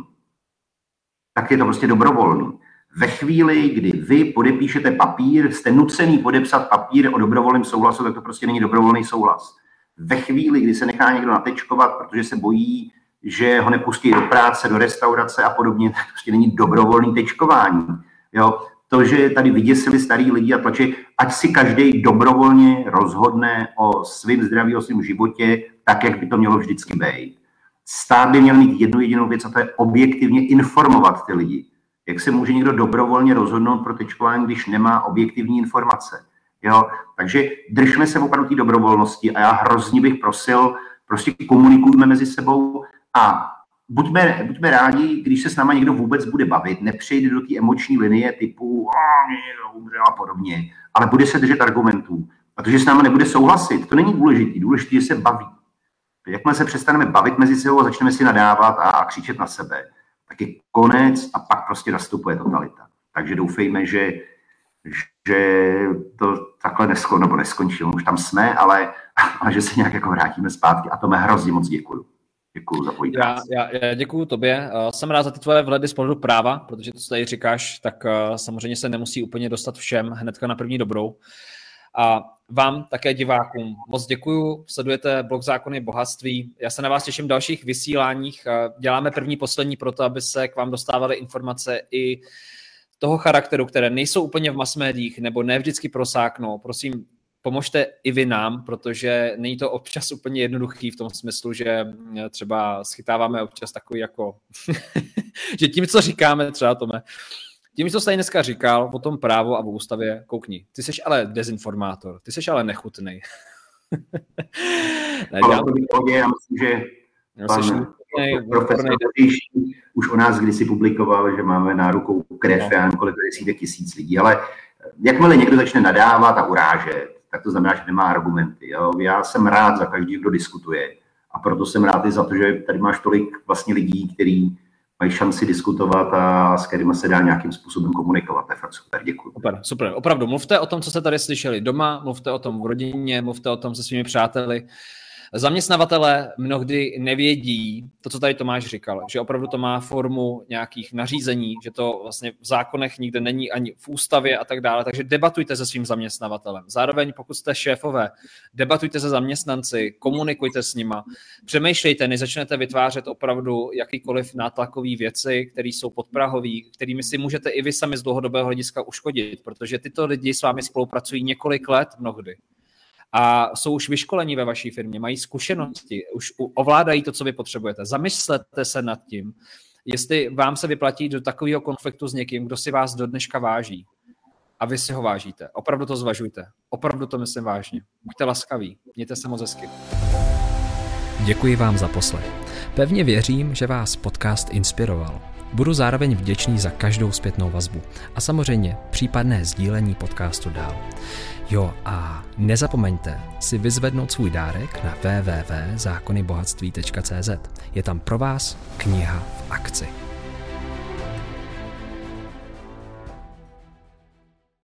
tak je to prostě dobrovolný. Ve chvíli, kdy vy podepíšete papír, jste nucený podepsat papír o dobrovolném souhlasu, tak to prostě není dobrovolný souhlas. Ve chvíli, kdy se nechá někdo natečkovat, protože se bojí, že ho nepustí do práce, do restaurace a podobně, tak prostě není dobrovolný tečkování. Jo? To, že tady vyděsili starý lidi a tlačí, ať si každý dobrovolně rozhodne o svém zdraví, o svém životě, tak, jak by to mělo vždycky být. Stát by měl mít jednu jedinou věc a to je objektivně informovat ty lidi. Jak se může někdo dobrovolně rozhodnout pro tečkování, když nemá objektivní informace. Jo? Takže držme se opravdu té dobrovolnosti a já hrozně bych prosil, prostě komunikujme mezi sebou a buďme rádi, když se s náma někdo vůbec bude bavit, nepřejde do té emoční linie typu mě umřel a podobně, ale bude se držet argumentů, protože s náma nebude souhlasit. To není důležité, důležité, že se baví. Jakmile se přestaneme bavit mezi sebou a začneme si nadávat a křičet na sebe, tak je konec a pak prostě nastupuje totalita. Takže doufejme, že to takhle neskončilo. Už tam jsme, ale že se nějak jako vrátíme zpátky a to mě hrozně moc děkuju. Děkuju za pojídání. Já děkuju tobě. Jsem rád za ty tvoje vhledy z pohledu práva, protože to, co tady říkáš, tak samozřejmě se nemusí úplně dostat všem hnedka na první dobrou. A vám také divákům moc děkuju. Sledujete blog Zákony bohatství. Já se na vás těším v dalších vysíláních. Děláme první, poslední proto, aby se k vám dostávaly informace i toho charakteru, které nejsou úplně v mass médiích nebo ne vždycky prosáknou. Prosím, pomožte i vy nám, protože není to občas úplně jednoduchý v tom smyslu, že třeba schytáváme občas takový jako, že tím, co říkáme, třeba Tome, tím, co jsi tady dneska říkal o tom právu a o ústavě, koukni, ty jsi ale dezinformátor, ty jsi ale nechutnej. Já myslím, že profesor už o nás kdysi publikoval, že máme na rukou krev a několik desítek tisíc lidí, ale jakmile někdo začne nadávat a urážet, tak to znamená, že nemá argumenty. Jo? Já jsem rád za každý, kdo diskutuje a proto jsem rád i za to, že tady máš tolik vlastně lidí, kteří mají šanci diskutovat a s kterými se dá nějakým způsobem komunikovat. To je fakt super, děkuji. Super, opravdu. Mluvte o tom, co jste tady slyšeli doma, mluvte o tom v rodině, mluvte o tom se svými přáteli. Zaměstnavatelé mnohdy nevědí to, co tady Tomáš říkal, že opravdu to má formu nějakých nařízení, že to vlastně v zákonech nikde není ani v ústavě a tak dále, takže debatujte se svým zaměstnavatelem. Zároveň, pokud jste šéfové, debatujte se zaměstnanci, komunikujte s nima, přemýšlejte, než začnete vytvářet opravdu jakýkoliv nátlakový věci, které jsou podprahový, kterými si můžete i vy sami z dlouhodobého hlediska uškodit, protože tyto lidi s vámi spolupracují několik let mnohdy. A jsou už vyškolení ve vaší firmě, mají zkušenosti, už ovládají to, co vy potřebujete. Zamyslete se nad tím, jestli vám se vyplatí do takového konfliktu s někým, kdo si vás do dneška váží. A vy si ho vážíte. Opravdu to zvažujte. Opravdu to myslím vážně. Buďte laskaví. Mějte se moc hezky. Děkuji vám za poslech. Pevně věřím, že vás podcast inspiroval. Budu zároveň vděčný za každou zpětnou vazbu a samozřejmě případné sdílení podcastu dál. Jo, a nezapomeňte si vyzvednout svůj dárek na www.zákonybohatství.cz. Je tam pro vás kniha v akci.